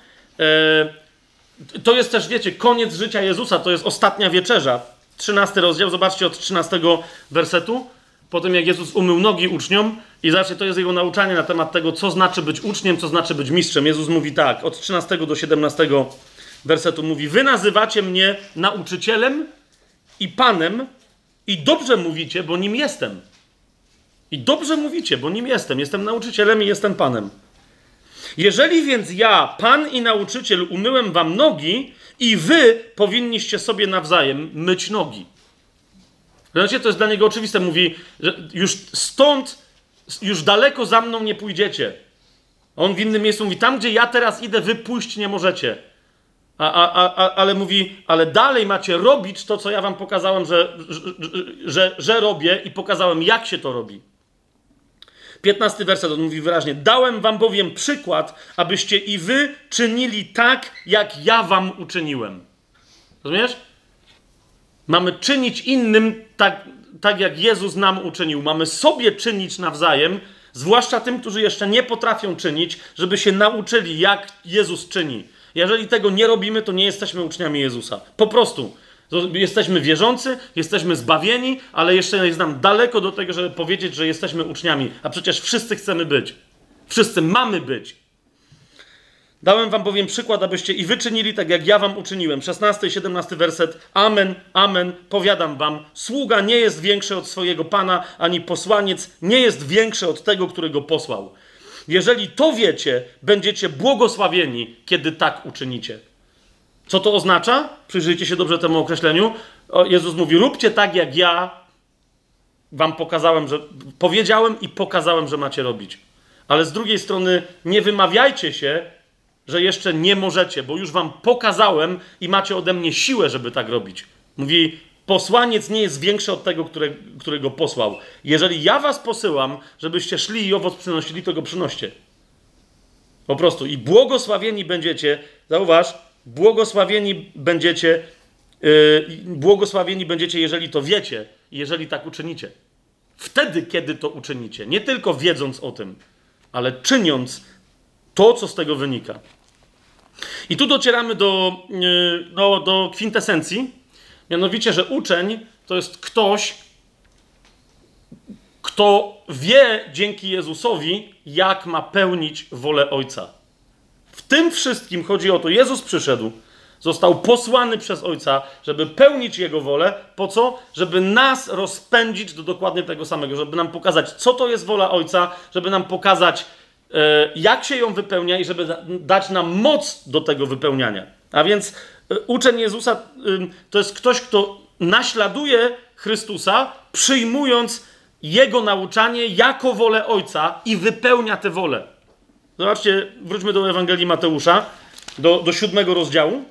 To jest też, wiecie, koniec życia Jezusa, to jest ostatnia wieczerza. 13 rozdział, zobaczcie od 13 wersetu. Po tym, jak Jezus umył nogi uczniom i zobaczcie, to jest jego nauczanie na temat tego, co znaczy być uczniem, co znaczy być mistrzem. Jezus mówi tak, od 13 do 17 wersetu mówi: wy nazywacie mnie nauczycielem i Panem i dobrze mówicie, bo nim jestem. I dobrze mówicie, bo nim jestem. Jestem nauczycielem i jestem Panem. Jeżeli więc ja, Pan i nauczyciel, umyłem wam nogi i wy powinniście sobie nawzajem myć nogi. Wiecie, to jest dla niego oczywiste. Mówi, że już stąd, już daleko za mną nie pójdziecie. On w innym miejscu mówi, tam gdzie ja teraz idę, wy pójść nie możecie. Ale mówi, ale dalej macie robić to, co ja wam pokazałem, że robię i pokazałem, jak się to robi. 15 werset, on mówi wyraźnie, dałem wam bowiem przykład, abyście i wy czynili tak, jak ja wam uczyniłem. Rozumiesz? Mamy czynić innym tak, jak Jezus nam uczynił. Mamy sobie czynić nawzajem, zwłaszcza tym, którzy jeszcze nie potrafią czynić, żeby się nauczyli, jak Jezus czyni. Jeżeli tego nie robimy, to nie jesteśmy uczniami Jezusa. Po prostu. Jesteśmy wierzący, jesteśmy zbawieni, ale jeszcze jest nam daleko do tego, żeby powiedzieć, że jesteśmy uczniami. A przecież wszyscy chcemy być. Wszyscy mamy być. Dałem wam bowiem przykład, abyście i wy czynili tak, jak ja wam uczyniłem. 16 i 17 werset. Amen, amen, powiadam wam, sługa nie jest większy od swojego Pana, ani posłaniec nie jest większy od tego, który go posłał. Jeżeli to wiecie, będziecie błogosławieni, kiedy tak uczynicie. Co to oznacza? Przyjrzyjcie się dobrze temu określeniu. Jezus mówi, róbcie tak, jak ja wam pokazałem, że powiedziałem i pokazałem, że macie robić. Ale z drugiej strony nie wymawiajcie się, że jeszcze nie możecie, bo już wam pokazałem i macie ode mnie siłę, żeby tak robić. Mówi, posłaniec nie jest większy od tego, który go posłał. Jeżeli ja was posyłam, żebyście szli i owoc przynosili, to go przynoście. Po prostu. I błogosławieni będziecie, zauważ, błogosławieni będziecie, jeżeli to wiecie i jeżeli tak uczynicie. Wtedy, kiedy to uczynicie. Nie tylko wiedząc o tym, ale czyniąc to, co z tego wynika. I tu docieramy do kwintesencji. Mianowicie, że uczeń to jest ktoś, kto wie dzięki Jezusowi, jak ma pełnić wolę Ojca. W tym wszystkim chodzi o to, Jezus przyszedł, został posłany przez Ojca, żeby pełnić Jego wolę. Po co? Żeby nas rozpędzić do dokładnie tego samego, żeby nam pokazać, co to jest wola Ojca, żeby nam pokazać, jak się ją wypełnia i żeby dać nam moc do tego wypełniania. A więc uczeń Jezusa to jest ktoś, kto naśladuje Chrystusa, przyjmując Jego nauczanie jako wolę Ojca i wypełnia tę wolę. Zobaczcie, wróćmy do Ewangelii Mateusza, do 7 rozdziału.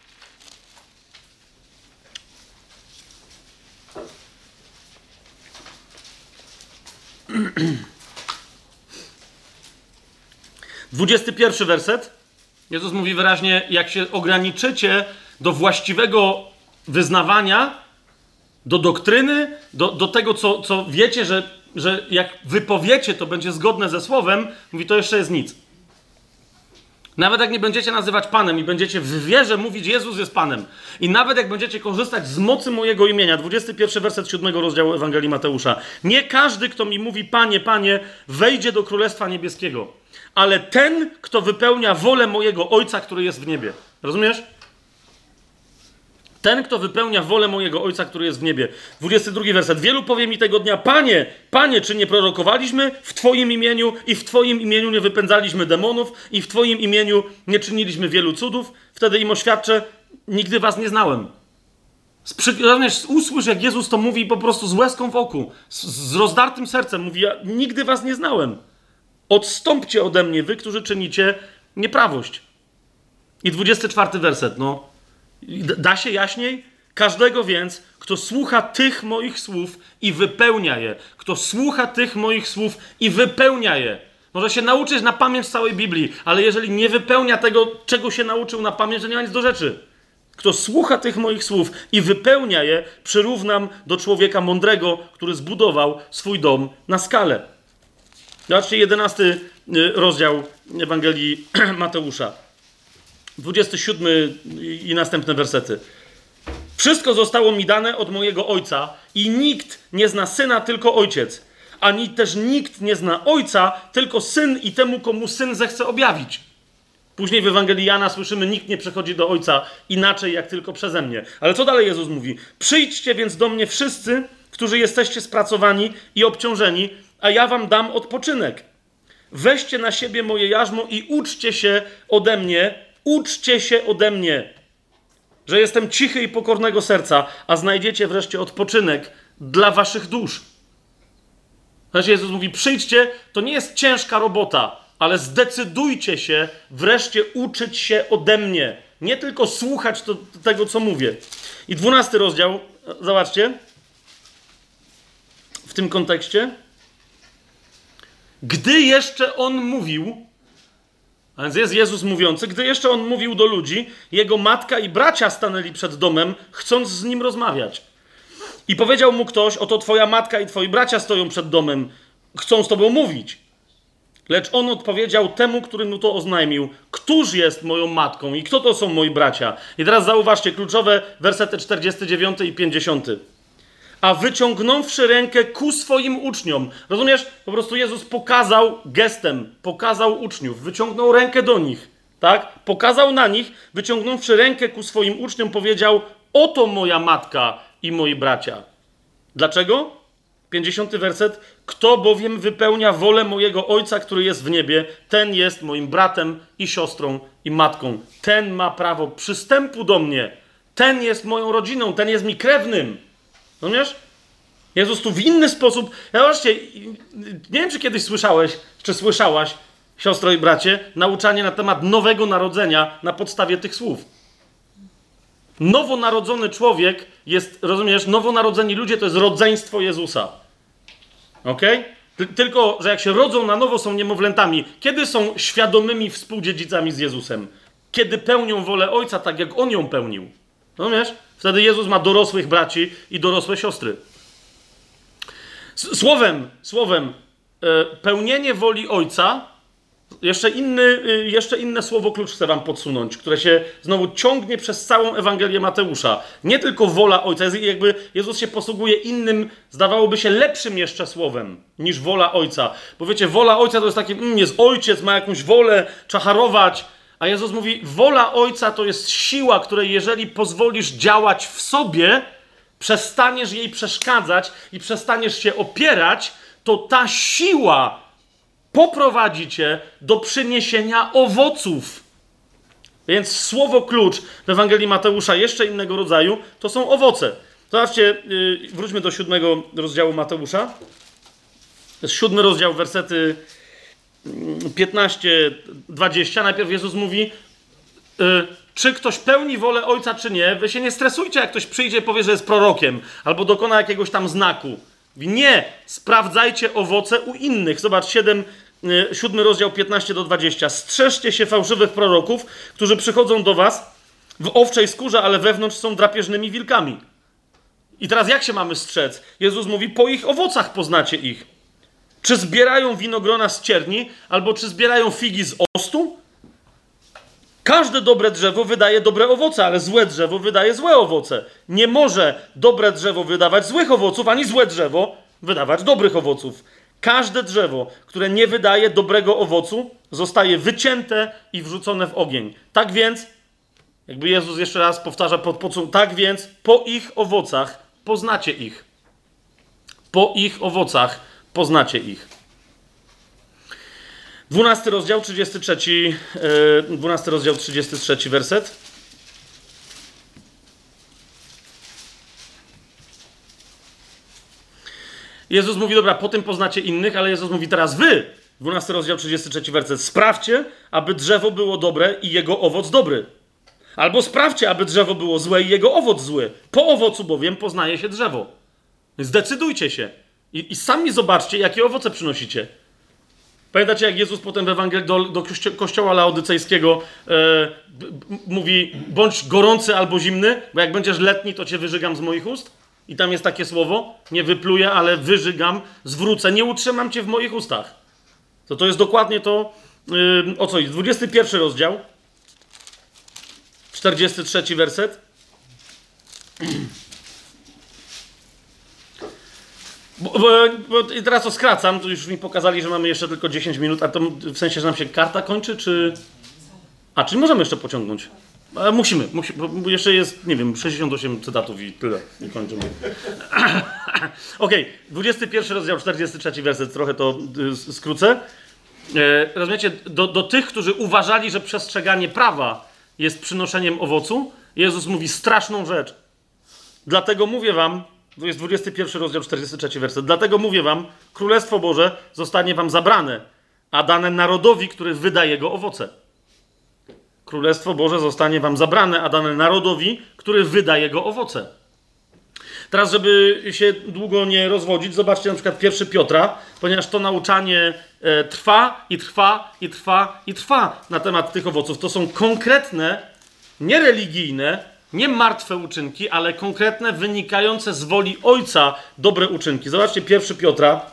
Dwudziesty pierwszy werset. Jezus mówi wyraźnie, jak się ograniczycie do właściwego wyznawania, do doktryny, do tego, co wiecie, że jak wypowiecie, to będzie zgodne ze Słowem, mówi, to jeszcze jest nic. Nawet jak nie będziecie nazywać Panem i będziecie w wierze mówić, Jezus jest Panem. I nawet jak będziecie korzystać z mocy mojego imienia, 21 werset 7 rozdziału Ewangelii Mateusza. Nie każdy, kto mi mówi, Panie, Panie, wejdzie do Królestwa Niebieskiego. Ale ten, kto wypełnia wolę mojego Ojca, który jest w niebie. Rozumiesz? Ten, kto wypełnia wolę mojego Ojca, który jest w niebie. 22 werset. Wielu powie mi tego dnia, Panie, Panie, czy nie prorokowaliśmy w Twoim imieniu i w Twoim imieniu nie wypędzaliśmy demonów i w Twoim imieniu nie czyniliśmy wielu cudów? Wtedy im oświadczę, nigdy was nie znałem. Usłysz, jak Jezus to mówi po prostu z łezką w oku, z rozdartym sercem. Mówi, ja nigdy was nie znałem. Odstąpcie ode mnie, wy, którzy czynicie nieprawość. I 24 werset, no. Da się jaśniej? Każdego więc, kto słucha tych moich słów i wypełnia je. Kto słucha tych moich słów i wypełnia je. Może się nauczyć na pamięć całej Biblii, ale jeżeli nie wypełnia tego, czego się nauczył na pamięć, to nie ma nic do rzeczy. Kto słucha tych moich słów i wypełnia je, przyrównam do człowieka mądrego, który zbudował swój dom na skale. Zobaczcie, 11 rozdział Ewangelii Mateusza. 27 i następne wersety. Wszystko zostało mi dane od mojego Ojca i nikt nie zna Syna, tylko Ojciec. Ani też nikt nie zna Ojca, tylko Syn i temu, komu Syn zechce objawić. Później w Ewangelii Jana słyszymy, nikt nie przychodzi do Ojca inaczej, jak tylko przeze mnie. Ale co dalej Jezus mówi? Przyjdźcie więc do mnie wszyscy, którzy jesteście spracowani i obciążeni, a ja wam dam odpoczynek. Weźcie na siebie moje jarzmo i uczcie się ode mnie, że jestem cichy i pokornego serca, a znajdziecie wreszcie odpoczynek dla waszych dusz. Znaczy Jezus mówi, przyjdźcie, to nie jest ciężka robota, ale zdecydujcie się wreszcie uczyć się ode mnie. Nie tylko słuchać tego, co mówię. I 12 rozdział, zobaczcie, w tym kontekście. Gdy jeszcze on mówił, a więc jest Jezus mówiący, gdy jeszcze on mówił do ludzi, jego matka i bracia stanęli przed domem, chcąc z nim rozmawiać. I powiedział mu ktoś, oto twoja matka i twoi bracia stoją przed domem, chcą z tobą mówić. Lecz on odpowiedział temu, który mu to oznajmił, któż jest moją matką i kto to są moi bracia. I teraz zauważcie, kluczowe wersety 49 i 50. A wyciągnąwszy rękę ku swoim uczniom, rozumiesz? Po prostu Jezus pokazał gestem, pokazał uczniów, wyciągnął rękę do nich, tak? Pokazał na nich, wyciągnąwszy rękę ku swoim uczniom, powiedział, oto moja matka i moi bracia. Dlaczego? 50 werset. Kto bowiem wypełnia wolę mojego Ojca, który jest w niebie, ten jest moim bratem i siostrą i matką. Ten ma prawo przystępu do mnie. Ten jest moją rodziną, ten jest mi krewnym. Rozumiesz? Jezus tu w inny sposób... Zobaczcie, nie wiem, czy kiedyś słyszałeś, czy słyszałaś, siostro i bracie, nauczanie na temat nowego narodzenia na podstawie tych słów. Nowonarodzony człowiek jest, rozumiesz, nowonarodzeni ludzie to jest rodzeństwo Jezusa. Okej? Tylko, że jak się rodzą na nowo, są niemowlętami. Kiedy są świadomymi współdziedzicami z Jezusem? Kiedy pełnią wolę Ojca tak, jak On ją pełnił. Rozumiesz? Wtedy Jezus ma dorosłych braci i dorosłe siostry. Słowem, pełnienie woli Ojca, jeszcze inne słowo klucz chcę wam podsunąć, które się znowu ciągnie przez całą Ewangelię Mateusza. Nie tylko wola Ojca, jakby Jezus się posługuje innym, zdawałoby się lepszym jeszcze słowem niż wola Ojca. Bo wiecie, wola Ojca to jest takie, jest Ojciec, ma jakąś wolę, czacharować. A Jezus mówi, wola Ojca to jest siła, której jeżeli pozwolisz działać w sobie, przestaniesz jej przeszkadzać i przestaniesz się opierać, to ta siła poprowadzi cię do przyniesienia owoców. Więc słowo klucz w Ewangelii Mateusza jeszcze innego rodzaju to są owoce. Zobaczcie, wróćmy do 7 rozdziału Mateusza. To jest 7 rozdział, wersety 15-20. Najpierw Jezus mówi, czy ktoś pełni wolę Ojca, czy nie. Wy się nie stresujcie, jak ktoś przyjdzie i powie, że jest prorokiem, albo dokona jakiegoś tam znaku. Nie, sprawdzajcie owoce u innych. Zobacz, 7 rozdział 15-20. Strzeżcie się fałszywych proroków, którzy przychodzą do was w owczej skórze, ale wewnątrz są drapieżnymi wilkami. I teraz jak się mamy strzec? Jezus mówi, po ich owocach poznacie ich. Czy zbierają winogrona z cierni, albo czy zbierają figi z ostu? Każde dobre drzewo wydaje dobre owoce, ale złe drzewo wydaje złe owoce. Nie może dobre drzewo wydawać złych owoców, ani złe drzewo wydawać dobrych owoców. Każde drzewo, które nie wydaje dobrego owocu, zostaje wycięte i wrzucone w ogień. Tak więc, jakby Jezus jeszcze raz powtarza, tak więc po ich owocach poznacie ich. Po ich owocach poznacie ich. 12 rozdział 33 werset. Jezus mówi, dobra, potem poznacie innych, ale Jezus mówi teraz wy, 12 rozdział, 33 werset, sprawdźcie, aby drzewo było dobre i jego owoc dobry. Albo sprawdźcie, aby drzewo było złe i jego owoc zły. Po owocu bowiem poznaje się drzewo. Zdecydujcie się. I sami zobaczcie, jakie owoce przynosicie. Pamiętacie, jak Jezus potem w Ewangelii do kościoła laodycejskiego mówi, bądź gorący albo zimny, bo jak będziesz letni, to cię wyżygam z moich ust? I tam jest takie słowo, nie wypluję, ale wyżygam, zwrócę, nie utrzymam cię w moich ustach. To jest dokładnie to, o co jest. 21 rozdział, 43 werset. I teraz to skracam, to już mi pokazali, że mamy jeszcze tylko 10 minut, a to w sensie, że nam się karta kończy, czy... Czyli możemy jeszcze pociągnąć? Ale musimy, bo jeszcze jest, nie wiem, 68 cytatów i tyle, i kończymy. Okej, 21 rozdział, 43 werset, trochę to skrócę. Rozumiecie, do tych, którzy uważali, że przestrzeganie prawa jest przynoszeniem owocu, Jezus mówi straszną rzecz. Dlatego mówię wam, to jest 21 rozdział, 43 werset, dlatego mówię wam, Królestwo Boże zostanie wam zabrane, a dane narodowi, który wyda jego owoce. Królestwo Boże zostanie wam zabrane, a dane narodowi, który wyda jego owoce. Teraz, żeby się długo nie rozwodzić, zobaczcie na przykład 1 Piotra, ponieważ to nauczanie trwa i trwa i trwa i trwa na temat tych owoców. To są konkretne, nie religijne, nie martwe uczynki, ale konkretne, wynikające z woli Ojca dobre uczynki. Zobaczcie 1 Piotra.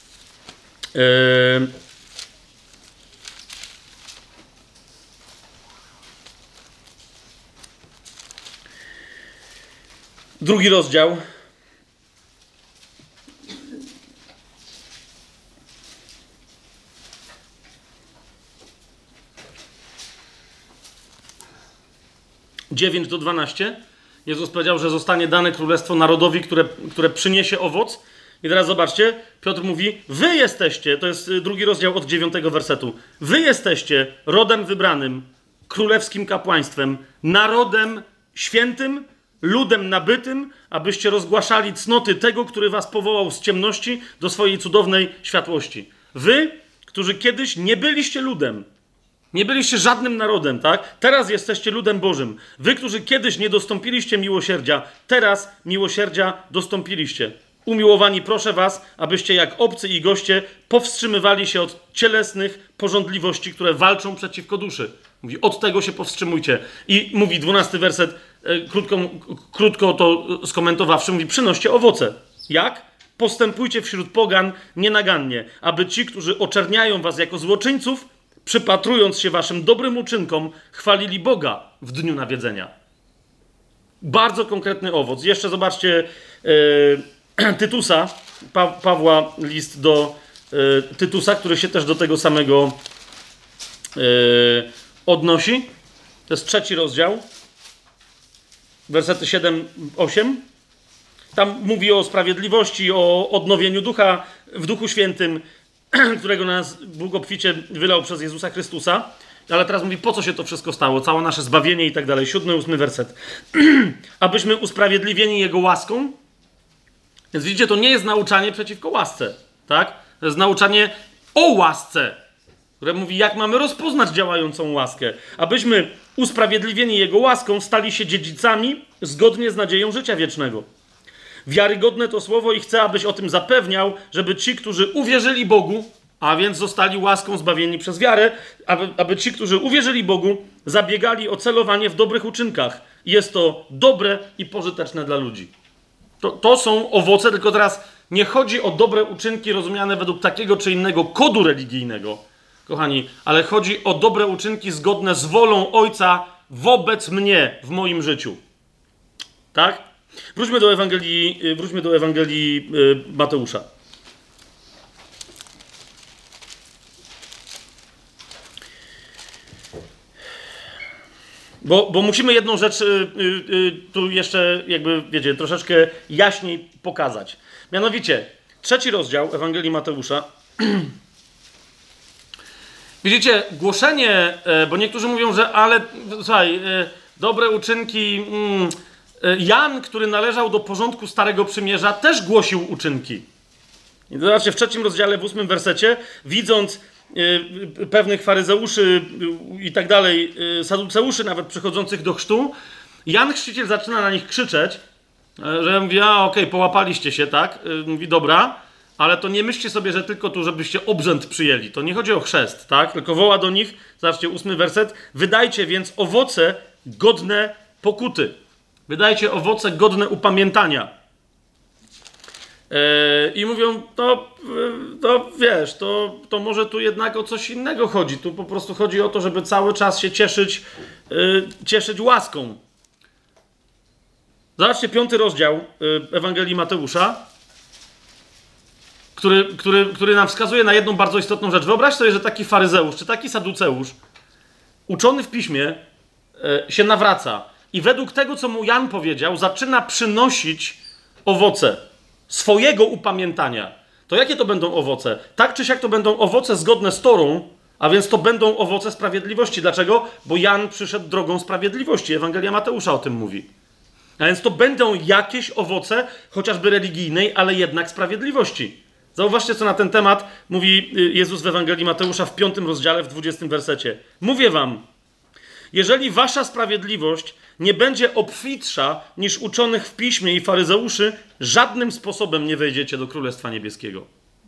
Drugi rozdział. Dziewięć do 12. Jezus powiedział, że zostanie dane królestwo narodowi, które przyniesie owoc. I teraz zobaczcie, Piotr mówi, wy jesteście, to jest drugi rozdział od 9 wersetu, wy jesteście rodem wybranym, królewskim kapłaństwem, narodem świętym, ludem nabytym, abyście rozgłaszali cnoty tego, który was powołał z ciemności do swojej cudownej światłości. Wy, którzy kiedyś nie byliście ludem, nie byliście żadnym narodem, tak? Teraz jesteście ludem Bożym. Wy, którzy kiedyś nie dostąpiliście miłosierdzia, teraz miłosierdzia dostąpiliście. Umiłowani, proszę was, abyście jak obcy i goście powstrzymywali się od cielesnych pożądliwości, które walczą przeciwko duszy. Mówi, od tego się powstrzymujcie. I mówi 12 werset, krótko to skomentowawszy, mówi, przynoście owoce. Jak? Postępujcie wśród pogan nienagannie, aby ci, którzy oczerniają was jako złoczyńców, przypatrując się waszym dobrym uczynkom, chwalili Boga w dniu nawiedzenia. Bardzo konkretny owoc. Jeszcze zobaczcie Tytusa, Pawła list do Tytusa, który się też do tego samego odnosi. To jest 3 rozdział, wersety 7-8. Tam mówi o sprawiedliwości, o odnowieniu ducha w Duchu Świętym, którego nas Bóg obficie wylał przez Jezusa Chrystusa. Ale teraz mówi, po co się to wszystko stało, całe nasze zbawienie i tak dalej. 7-8 werset. Abyśmy usprawiedliwieni Jego łaską. Więc widzicie, to nie jest nauczanie przeciwko łasce, tak? To jest nauczanie o łasce, które mówi, jak mamy rozpoznać działającą łaskę. Abyśmy usprawiedliwieni Jego łaską stali się dziedzicami zgodnie z nadzieją życia wiecznego. Wiarygodne to słowo i chcę, abyś o tym zapewniał, żeby ci, którzy uwierzyli Bogu, a więc zostali łaską zbawieni przez wiarę, aby ci, którzy uwierzyli Bogu, zabiegali o celowanie w dobrych uczynkach. Jest to dobre i pożyteczne dla ludzi. To są owoce, tylko teraz nie chodzi o dobre uczynki rozumiane według takiego czy innego kodu religijnego, kochani, ale chodzi o dobre uczynki zgodne z wolą Ojca wobec mnie w moim życiu. Tak? Wróćmy do Ewangelii Mateusza. Bo musimy jedną rzecz tu jeszcze, jakby, wiecie, troszeczkę jaśniej pokazać. Mianowicie, 3 rozdział Ewangelii Mateusza. Widzicie, głoszenie, bo niektórzy mówią, że ale, słuchaj, dobre uczynki... Jan, który należał do porządku Starego Przymierza, też głosił uczynki. I zobaczcie, w 3 rozdziale, w 8 wersecie, widząc pewnych faryzeuszy i tak dalej, saduceuszy nawet przychodzących do chrztu, Jan Chrzciciel zaczyna na nich krzyczeć, że mówi, okej, połapaliście się, tak? Mówi, dobra, ale to nie myślcie sobie, że tylko tu, żebyście obrzęd przyjęli. To nie chodzi o chrzest, tak? Tylko woła do nich, zobaczcie, 8 werset, wydajcie więc owoce godne pokuty. Wydajcie owoce godne upamiętania. I mówią, wiesz, to może tu jednak o coś innego chodzi. Tu po prostu chodzi o to, żeby cały czas się cieszyć łaską. Zobaczcie 5 rozdział Ewangelii Mateusza, który nam wskazuje na jedną bardzo istotną rzecz. Wyobraź sobie, że taki faryzeusz czy taki saduceusz, uczony w piśmie, się nawraca i według tego, co mu Jan powiedział, zaczyna przynosić owoce swojego upamiętania. To jakie to będą owoce? Tak czy siak to będą owoce zgodne z Torą, a więc to będą owoce sprawiedliwości. Dlaczego? Bo Jan przyszedł drogą sprawiedliwości. Ewangelia Mateusza o tym mówi. A więc to będą jakieś owoce, chociażby religijnej, ale jednak sprawiedliwości. Zauważcie, co na ten temat mówi Jezus w Ewangelii Mateusza w 5 rozdziale, w 20 wersecie. Mówię wam, jeżeli wasza sprawiedliwość nie będzie obfitsza niż uczonych w piśmie i faryzeuszy, żadnym sposobem nie wejdziecie do Królestwa Niebieskiego.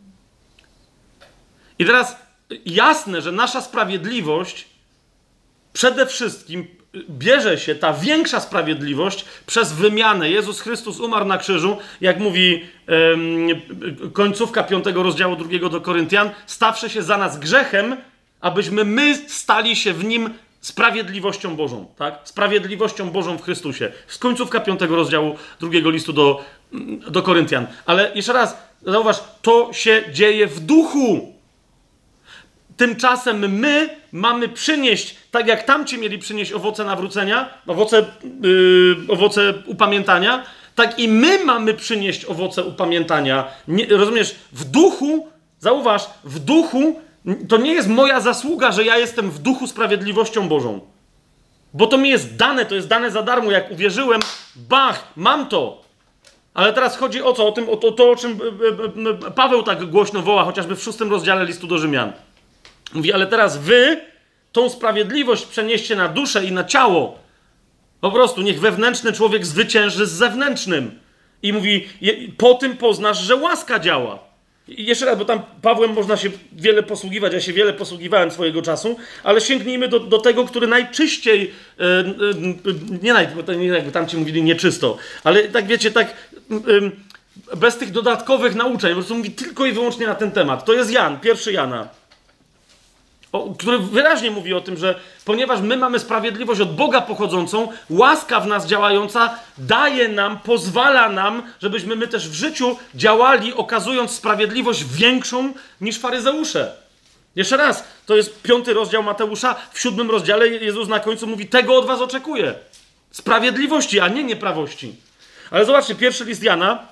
I teraz jasne, że nasza sprawiedliwość przede wszystkim bierze się, ta większa sprawiedliwość, przez wymianę. Jezus Chrystus umarł na krzyżu, jak mówi końcówka 5 rozdziału 2 do Koryntian, stawszy się za nas grzechem, abyśmy my stali się w Nim sprawiedliwością Bożą, tak? Sprawiedliwością Bożą w Chrystusie. Z końcówka 5 rozdziału 2 listu do Koryntian. Ale jeszcze raz, zauważ, to się dzieje w duchu. Tymczasem my mamy przynieść, tak jak tamci mieli przynieść owoce nawrócenia, owoce upamiętania, tak i my mamy przynieść owoce upamiętania. Nie, rozumiesz? W duchu, zauważ, w duchu to nie jest moja zasługa, że ja jestem w duchu sprawiedliwością Bożą. Bo to mi jest dane, to jest dane za darmo. Jak uwierzyłem, bach, mam to. Ale teraz chodzi o co? O czym Paweł tak głośno woła, chociażby w 6 rozdziale listu do Rzymian. Mówi, ale teraz wy tą sprawiedliwość przenieście na duszę i na ciało. Po prostu niech wewnętrzny człowiek zwycięży z zewnętrznym. I mówi, po tym poznasz, że łaska działa. I jeszcze raz, bo tam Pawłem można się wiele posługiwać, ja się wiele posługiwałem swojego czasu, ale sięgnijmy do tego, który najczyściej, nie jakby tam ci mówili nieczysto, ale tak wiecie, tak bez tych dodatkowych nauczeń, po prostu mówi tylko i wyłącznie na ten temat. To jest Jan, 1 Jana. Który wyraźnie mówi o tym, że ponieważ my mamy sprawiedliwość od Boga pochodzącą, łaska w nas działająca daje nam, pozwala nam, żebyśmy my też w życiu działali, okazując sprawiedliwość większą niż faryzeusze. Jeszcze raz, to jest 5 rozdział Mateusza, w 7 rozdziale Jezus na końcu mówi, tego od was oczekuję. Sprawiedliwości, a nie nieprawości. Ale zobaczcie, 1 list Jana,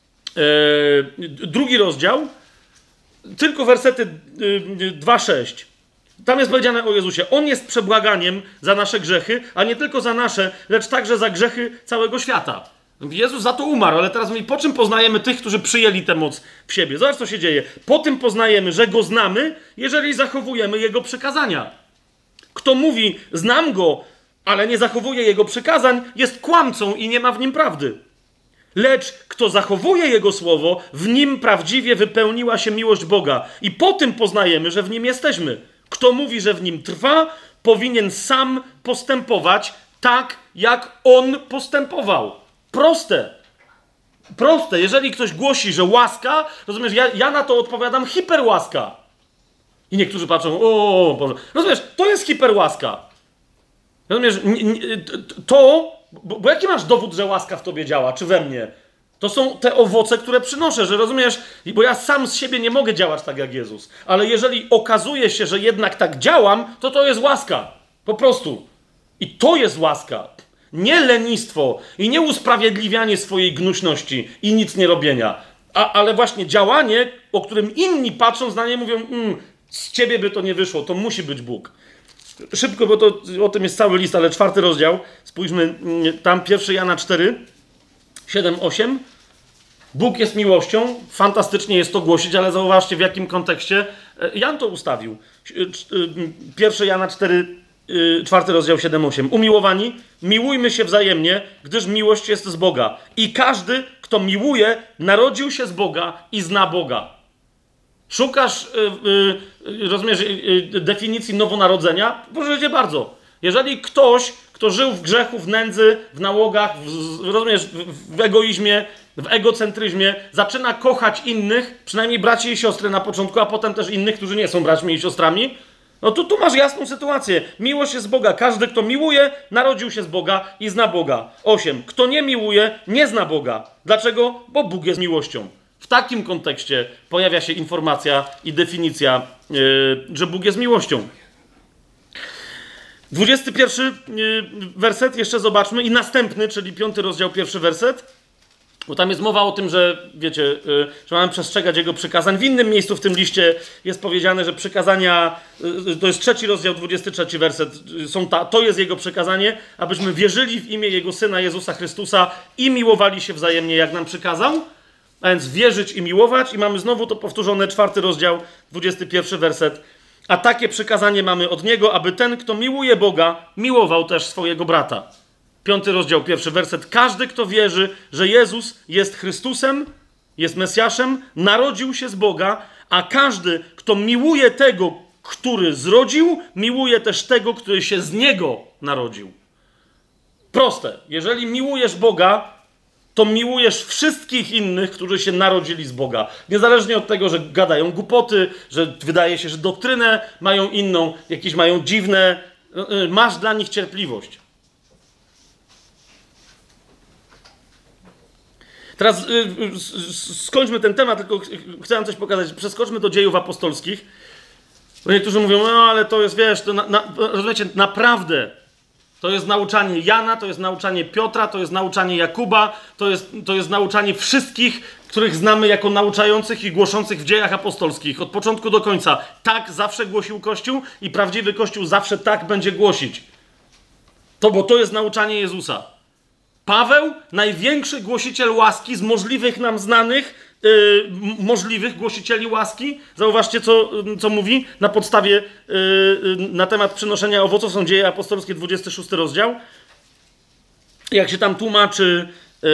2 rozdział, tylko wersety 2-6. Tam jest powiedziane o Jezusie. On jest przebłaganiem za nasze grzechy, a nie tylko za nasze, lecz także za grzechy całego świata. Jezus za to umarł, ale teraz mówi, po czym poznajemy tych, którzy przyjęli tę moc w siebie? Zobacz, co się dzieje. Po tym poznajemy, że Go znamy, jeżeli zachowujemy Jego przykazania. Kto mówi, znam Go, ale nie zachowuje Jego przykazań, jest kłamcą i nie ma w nim prawdy. Lecz kto zachowuje Jego słowo, w nim prawdziwie wypełniła się miłość Boga. I po tym poznajemy, że w nim jesteśmy. Kto mówi, że w nim trwa, powinien sam postępować tak, jak On postępował. Proste. Proste. Jeżeli ktoś głosi, że łaska, rozumiesz, ja na to odpowiadam hiperłaska. I niektórzy patrzą, o Boże. Rozumiesz, to jest hiperłaska. Rozumiesz, bo jaki masz dowód, że łaska w tobie działa, czy we mnie? To są te owoce, które przynoszę, że rozumiesz, bo ja sam z siebie nie mogę działać tak jak Jezus. Ale jeżeli okazuje się, że jednak tak działam, to jest łaska. Po prostu. I to jest łaska. Nie lenistwo i nie usprawiedliwianie swojej gnuśności i nic nie robienia. Ale właśnie działanie, o którym inni patrząc na nie mówią, z ciebie by to nie wyszło, to musi być Bóg. Szybko, bo to o tym jest cały list, ale 4 rozdział. Spójrzmy tam 1 Jana 4, 7, 8. Bóg jest miłością, fantastycznie jest to głosić, ale zauważcie, w jakim kontekście Jan to ustawił. 1 Jana 4 rozdział 7-8. Umiłowani, miłujmy się wzajemnie, gdyż miłość jest z Boga. I każdy, kto miłuje, narodził się z Boga i zna Boga. Szukasz, rozumiesz, definicji nowonarodzenia? Proszę bardzo. Jeżeli ktoś, kto żył w grzechu, w nędzy, w nałogach, rozumiesz, w egoizmie, w egocentryzmie, zaczyna kochać innych, przynajmniej braci i siostry na początku, a potem też innych, którzy nie są braćmi i siostrami, no to tu masz jasną sytuację. Miłość jest z Boga. Każdy, kto miłuje, narodził się z Boga i zna Boga. 8. Kto nie miłuje, nie zna Boga. Dlaczego? Bo Bóg jest miłością. W takim kontekście pojawia się informacja i definicja, że Bóg jest miłością. 21 werset, jeszcze zobaczmy, i następny, czyli 5 rozdział, 1 werset. Bo tam jest mowa o tym, że wiecie, że mamy przestrzegać Jego przykazań. W innym miejscu w tym liście jest powiedziane, że przykazania, to jest 3 rozdział, 23 werset, to jest Jego przykazanie, abyśmy wierzyli w imię Jego Syna Jezusa Chrystusa i miłowali się wzajemnie, jak nam przykazał. A więc wierzyć i miłować. I mamy znowu to powtórzone, 4 rozdział, 21 werset. A takie przykazanie mamy od Niego, aby ten, kto miłuje Boga, miłował też swojego brata. 5 rozdział, 1 werset. Każdy, kto wierzy, że Jezus jest Chrystusem, jest Mesjaszem, narodził się z Boga, a każdy, kto miłuje tego, który zrodził, miłuje też tego, który się z Niego narodził. Proste. Jeżeli miłujesz Boga, to miłujesz wszystkich innych, którzy się narodzili z Boga. Niezależnie od tego, że gadają głupoty, że wydaje się, że doktrynę mają inną, jakieś mają dziwne, masz dla nich cierpliwość. Teraz skończmy ten temat, tylko chcę wam coś pokazać. Przeskoczmy do dziejów apostolskich. Bo niektórzy mówią, no ale to jest, wiesz, to rozumiecie, naprawdę to jest nauczanie Jana, to jest nauczanie Piotra, to jest nauczanie Jakuba, to jest nauczanie wszystkich, których znamy jako nauczających i głoszących w dziejach apostolskich. Od początku do końca. Tak zawsze głosił Kościół i prawdziwy Kościół zawsze tak będzie głosić. Bo to jest nauczanie Jezusa. Paweł, największy głosiciel łaski z możliwych nam znanych, możliwych głosicieli łaski. Zauważcie, co mówi na podstawie, na temat przynoszenia owoców. Są Dzieje Apostolskie, 26 rozdział. Jak się tam tłumaczy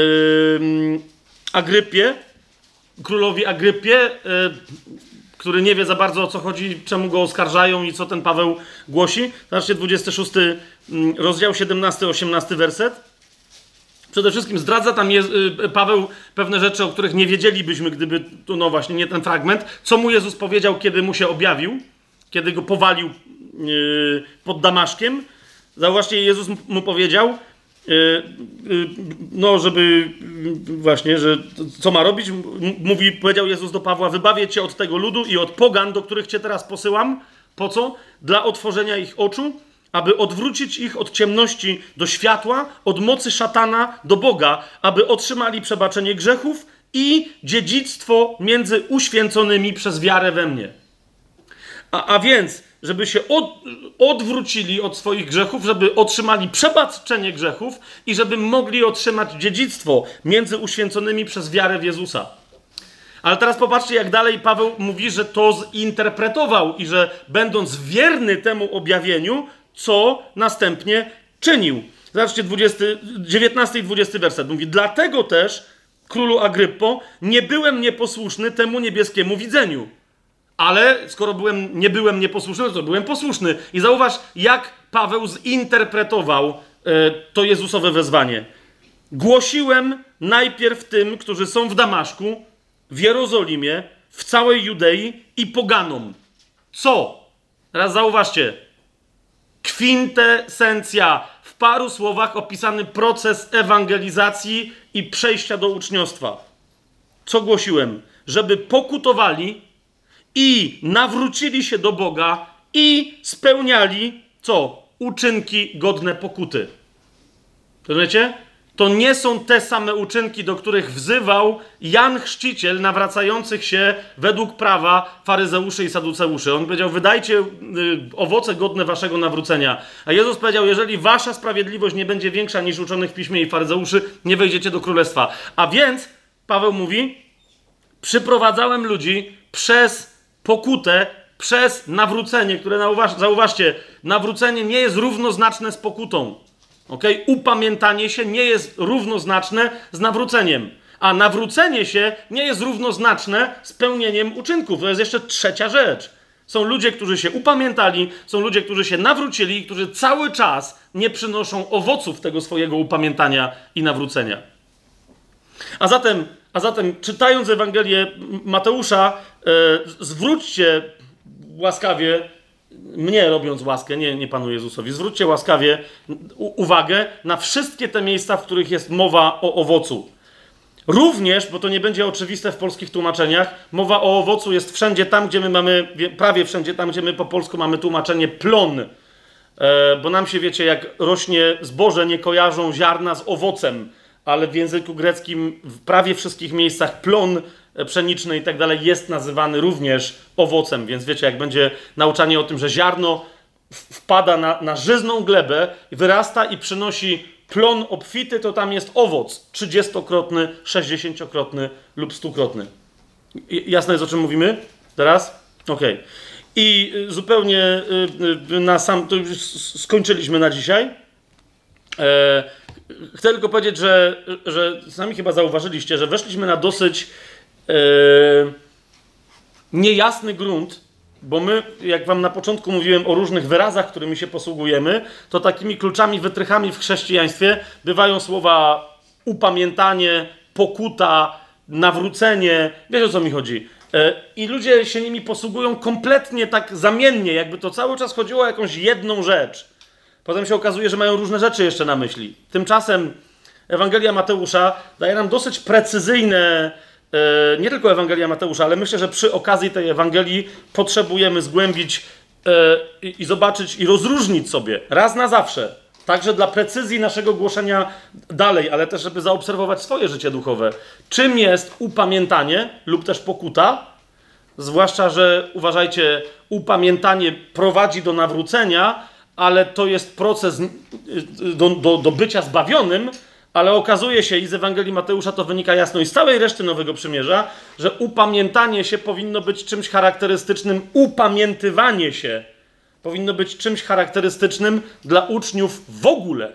Agrypie, królowi Agrypie, który nie wie za bardzo, o co chodzi, czemu go oskarżają i co ten Paweł głosi. Zobaczcie, 26 rozdział, 17-18 werset. Przede wszystkim zdradza tam Paweł pewne rzeczy, o których nie wiedzielibyśmy, gdyby, no właśnie, nie ten fragment. Co mu Jezus powiedział, kiedy mu się objawił, kiedy go powalił pod Damaszkiem. Zauważcie, Jezus mu powiedział, no żeby właśnie, że co ma robić. Powiedział Jezus do Pawła, wybawię cię od tego ludu i od pogan, do których cię teraz posyłam. Po co? Dla otworzenia ich oczu, aby odwrócić ich od ciemności do światła, od mocy szatana do Boga, aby otrzymali przebaczenie grzechów i dziedzictwo między uświęconymi przez wiarę we mnie. A więc, żeby się odwrócili od swoich grzechów, żeby otrzymali przebaczenie grzechów i żeby mogli otrzymać dziedzictwo między uświęconymi przez wiarę w Jezusa. Ale teraz popatrzcie, jak dalej Paweł mówi, że to zinterpretował i że będąc wierny temu objawieniu, co następnie czynił. Zobaczcie, 19 i 20 werset. Mówi, dlatego też, królu Agryppo, nie byłem nieposłuszny temu niebieskiemu widzeniu. Ale skoro nie byłem nieposłuszny, to byłem posłuszny. I zauważ, jak Paweł zinterpretował to Jezusowe wezwanie. Głosiłem najpierw tym, którzy są w Damaszku, w Jerozolimie, w całej Judei i poganom. Co? Teraz zauważcie. Kwintesencja. W paru słowach opisany proces ewangelizacji i przejścia do uczniostwa. Co głosiłem? Żeby pokutowali i nawrócili się do Boga i spełniali, co? Uczynki godne pokuty. Rozumiecie? To nie są te same uczynki, do których wzywał Jan Chrzciciel nawracających się według prawa faryzeuszy i saduceuszy. On powiedział, wydajcie owoce godne waszego nawrócenia. A Jezus powiedział, jeżeli wasza sprawiedliwość nie będzie większa niż uczonych w piśmie i faryzeuszy, nie wejdziecie do królestwa. A więc Paweł mówi, przyprowadzałem ludzi przez pokutę, przez nawrócenie, które zauważcie, nawrócenie nie jest równoznaczne z pokutą. Okay? Upamiętanie się nie jest równoznaczne z nawróceniem. A nawrócenie się nie jest równoznaczne z pełnieniem uczynków. To jest jeszcze trzecia rzecz. Są ludzie, którzy się upamiętali, są ludzie, którzy się nawrócili i którzy cały czas nie przynoszą owoców tego swojego upamiętania i nawrócenia. A zatem czytając Ewangelię Mateusza, zwróćcie łaskawie, mnie robiąc łaskę, nie Panu Jezusowi, zwróćcie łaskawie uwagę na wszystkie te miejsca, w których jest mowa o owocu. Również, bo to nie będzie oczywiste w polskich tłumaczeniach, mowa o owocu jest wszędzie tam, gdzie my mamy, prawie wszędzie tam, gdzie my po polsku mamy tłumaczenie plon. Bo nam się, wiecie, jak rośnie zboże, nie kojarzą ziarna z owocem, ale w języku greckim w prawie wszystkich miejscach plon pszeniczny i tak dalej jest nazywany również owocem. Więc wiecie, jak będzie nauczanie o tym, że ziarno wpada na żyzną glebę, wyrasta i przynosi plon obfity, to tam jest owoc 30-krotny, 60-krotny lub 100-krotny. Jasne jest, o czym mówimy teraz? Okej. I zupełnie na sam, to już skończyliśmy na dzisiaj. Chcę tylko powiedzieć, że sami chyba zauważyliście, że weszliśmy na dosyć niejasny grunt, bo my, jak wam na początku mówiłem o różnych wyrazach, którymi się posługujemy, to takimi kluczami, wytrychami w chrześcijaństwie bywają słowa upamiętanie, pokuta, nawrócenie. Wiesz, o co mi chodzi? I ludzie się nimi posługują kompletnie tak zamiennie, jakby to cały czas chodziło o jakąś jedną rzecz. Potem się okazuje, że mają różne rzeczy jeszcze na myśli. Tymczasem Ewangelia Mateusza daje nam dosyć precyzyjne, nie tylko Ewangelia Mateusza, ale myślę, że przy okazji tej Ewangelii potrzebujemy zgłębić i zobaczyć i rozróżnić sobie raz na zawsze, także dla precyzji naszego głoszenia dalej, ale też żeby zaobserwować swoje życie duchowe. Czym jest upamiętanie lub też pokuta? Zwłaszcza, że uważajcie, upamiętanie prowadzi do nawrócenia, ale to jest proces do bycia zbawionym, ale okazuje się i z Ewangelii Mateusza to wynika jasno i z całej reszty Nowego Przymierza, że upamiętanie się powinno być czymś charakterystycznym, upamiętywanie się powinno być czymś charakterystycznym dla uczniów w ogóle.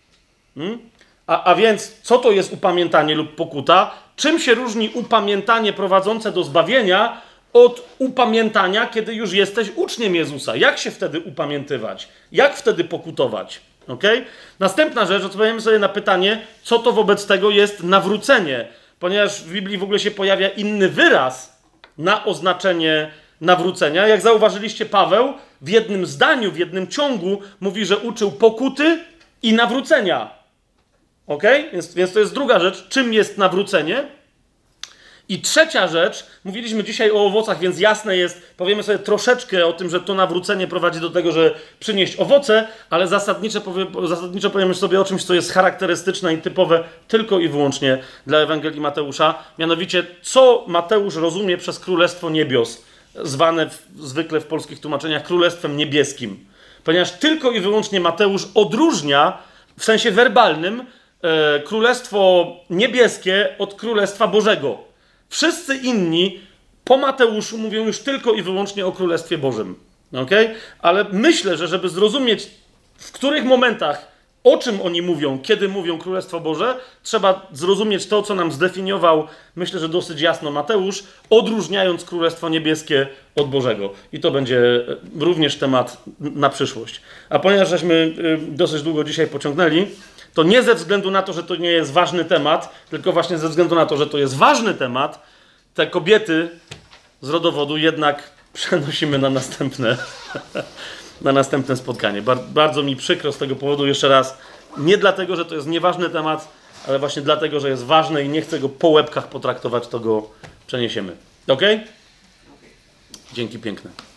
A więc, co to jest upamiętanie lub pokuta? Czym się różni upamiętanie prowadzące do zbawienia od upamiętania, kiedy już jesteś uczniem Jezusa? Jak się wtedy upamiętywać? Jak wtedy pokutować? Okay? Następna rzecz, odpowiemy sobie na pytanie, co to wobec tego jest nawrócenie. Ponieważ w Biblii w ogóle się pojawia inny wyraz na oznaczenie nawrócenia. Jak zauważyliście, Paweł w jednym zdaniu, w jednym ciągu mówi, że uczył pokuty i nawrócenia. Okay? Więc to jest druga rzecz. Czym jest nawrócenie? I trzecia rzecz, mówiliśmy dzisiaj o owocach, więc jasne jest, powiemy sobie troszeczkę o tym, że to nawrócenie prowadzi do tego, że przynieść owoce, ale zasadniczo powiemy sobie o czymś, co jest charakterystyczne i typowe tylko i wyłącznie dla Ewangelii Mateusza. Mianowicie, co Mateusz rozumie przez Królestwo Niebios, zwane zwykle w polskich tłumaczeniach Królestwem Niebieskim. Ponieważ tylko i wyłącznie Mateusz odróżnia w sensie werbalnym Królestwo Niebieskie od Królestwa Bożego. Wszyscy inni po Mateuszu mówią już tylko i wyłącznie o Królestwie Bożym. Okay? Ale myślę, że żeby zrozumieć, w których momentach, o czym oni mówią, kiedy mówią Królestwo Boże, trzeba zrozumieć to, co nam zdefiniował, myślę, że dosyć jasno Mateusz, odróżniając Królestwo Niebieskie od Bożego. I to będzie również temat na przyszłość. A ponieważ żeśmy dosyć długo dzisiaj pociągnęli, to nie ze względu na to, że to nie jest ważny temat, tylko właśnie ze względu na to, że to jest ważny temat, te kobiety z rodowodu jednak przenosimy na następne spotkanie. Bardzo mi przykro z tego powodu jeszcze raz. Nie dlatego, że to jest nieważny temat, ale właśnie dlatego, że jest ważny i nie chcę go po łebkach potraktować, to go przeniesiemy. Ok? Dzięki piękne.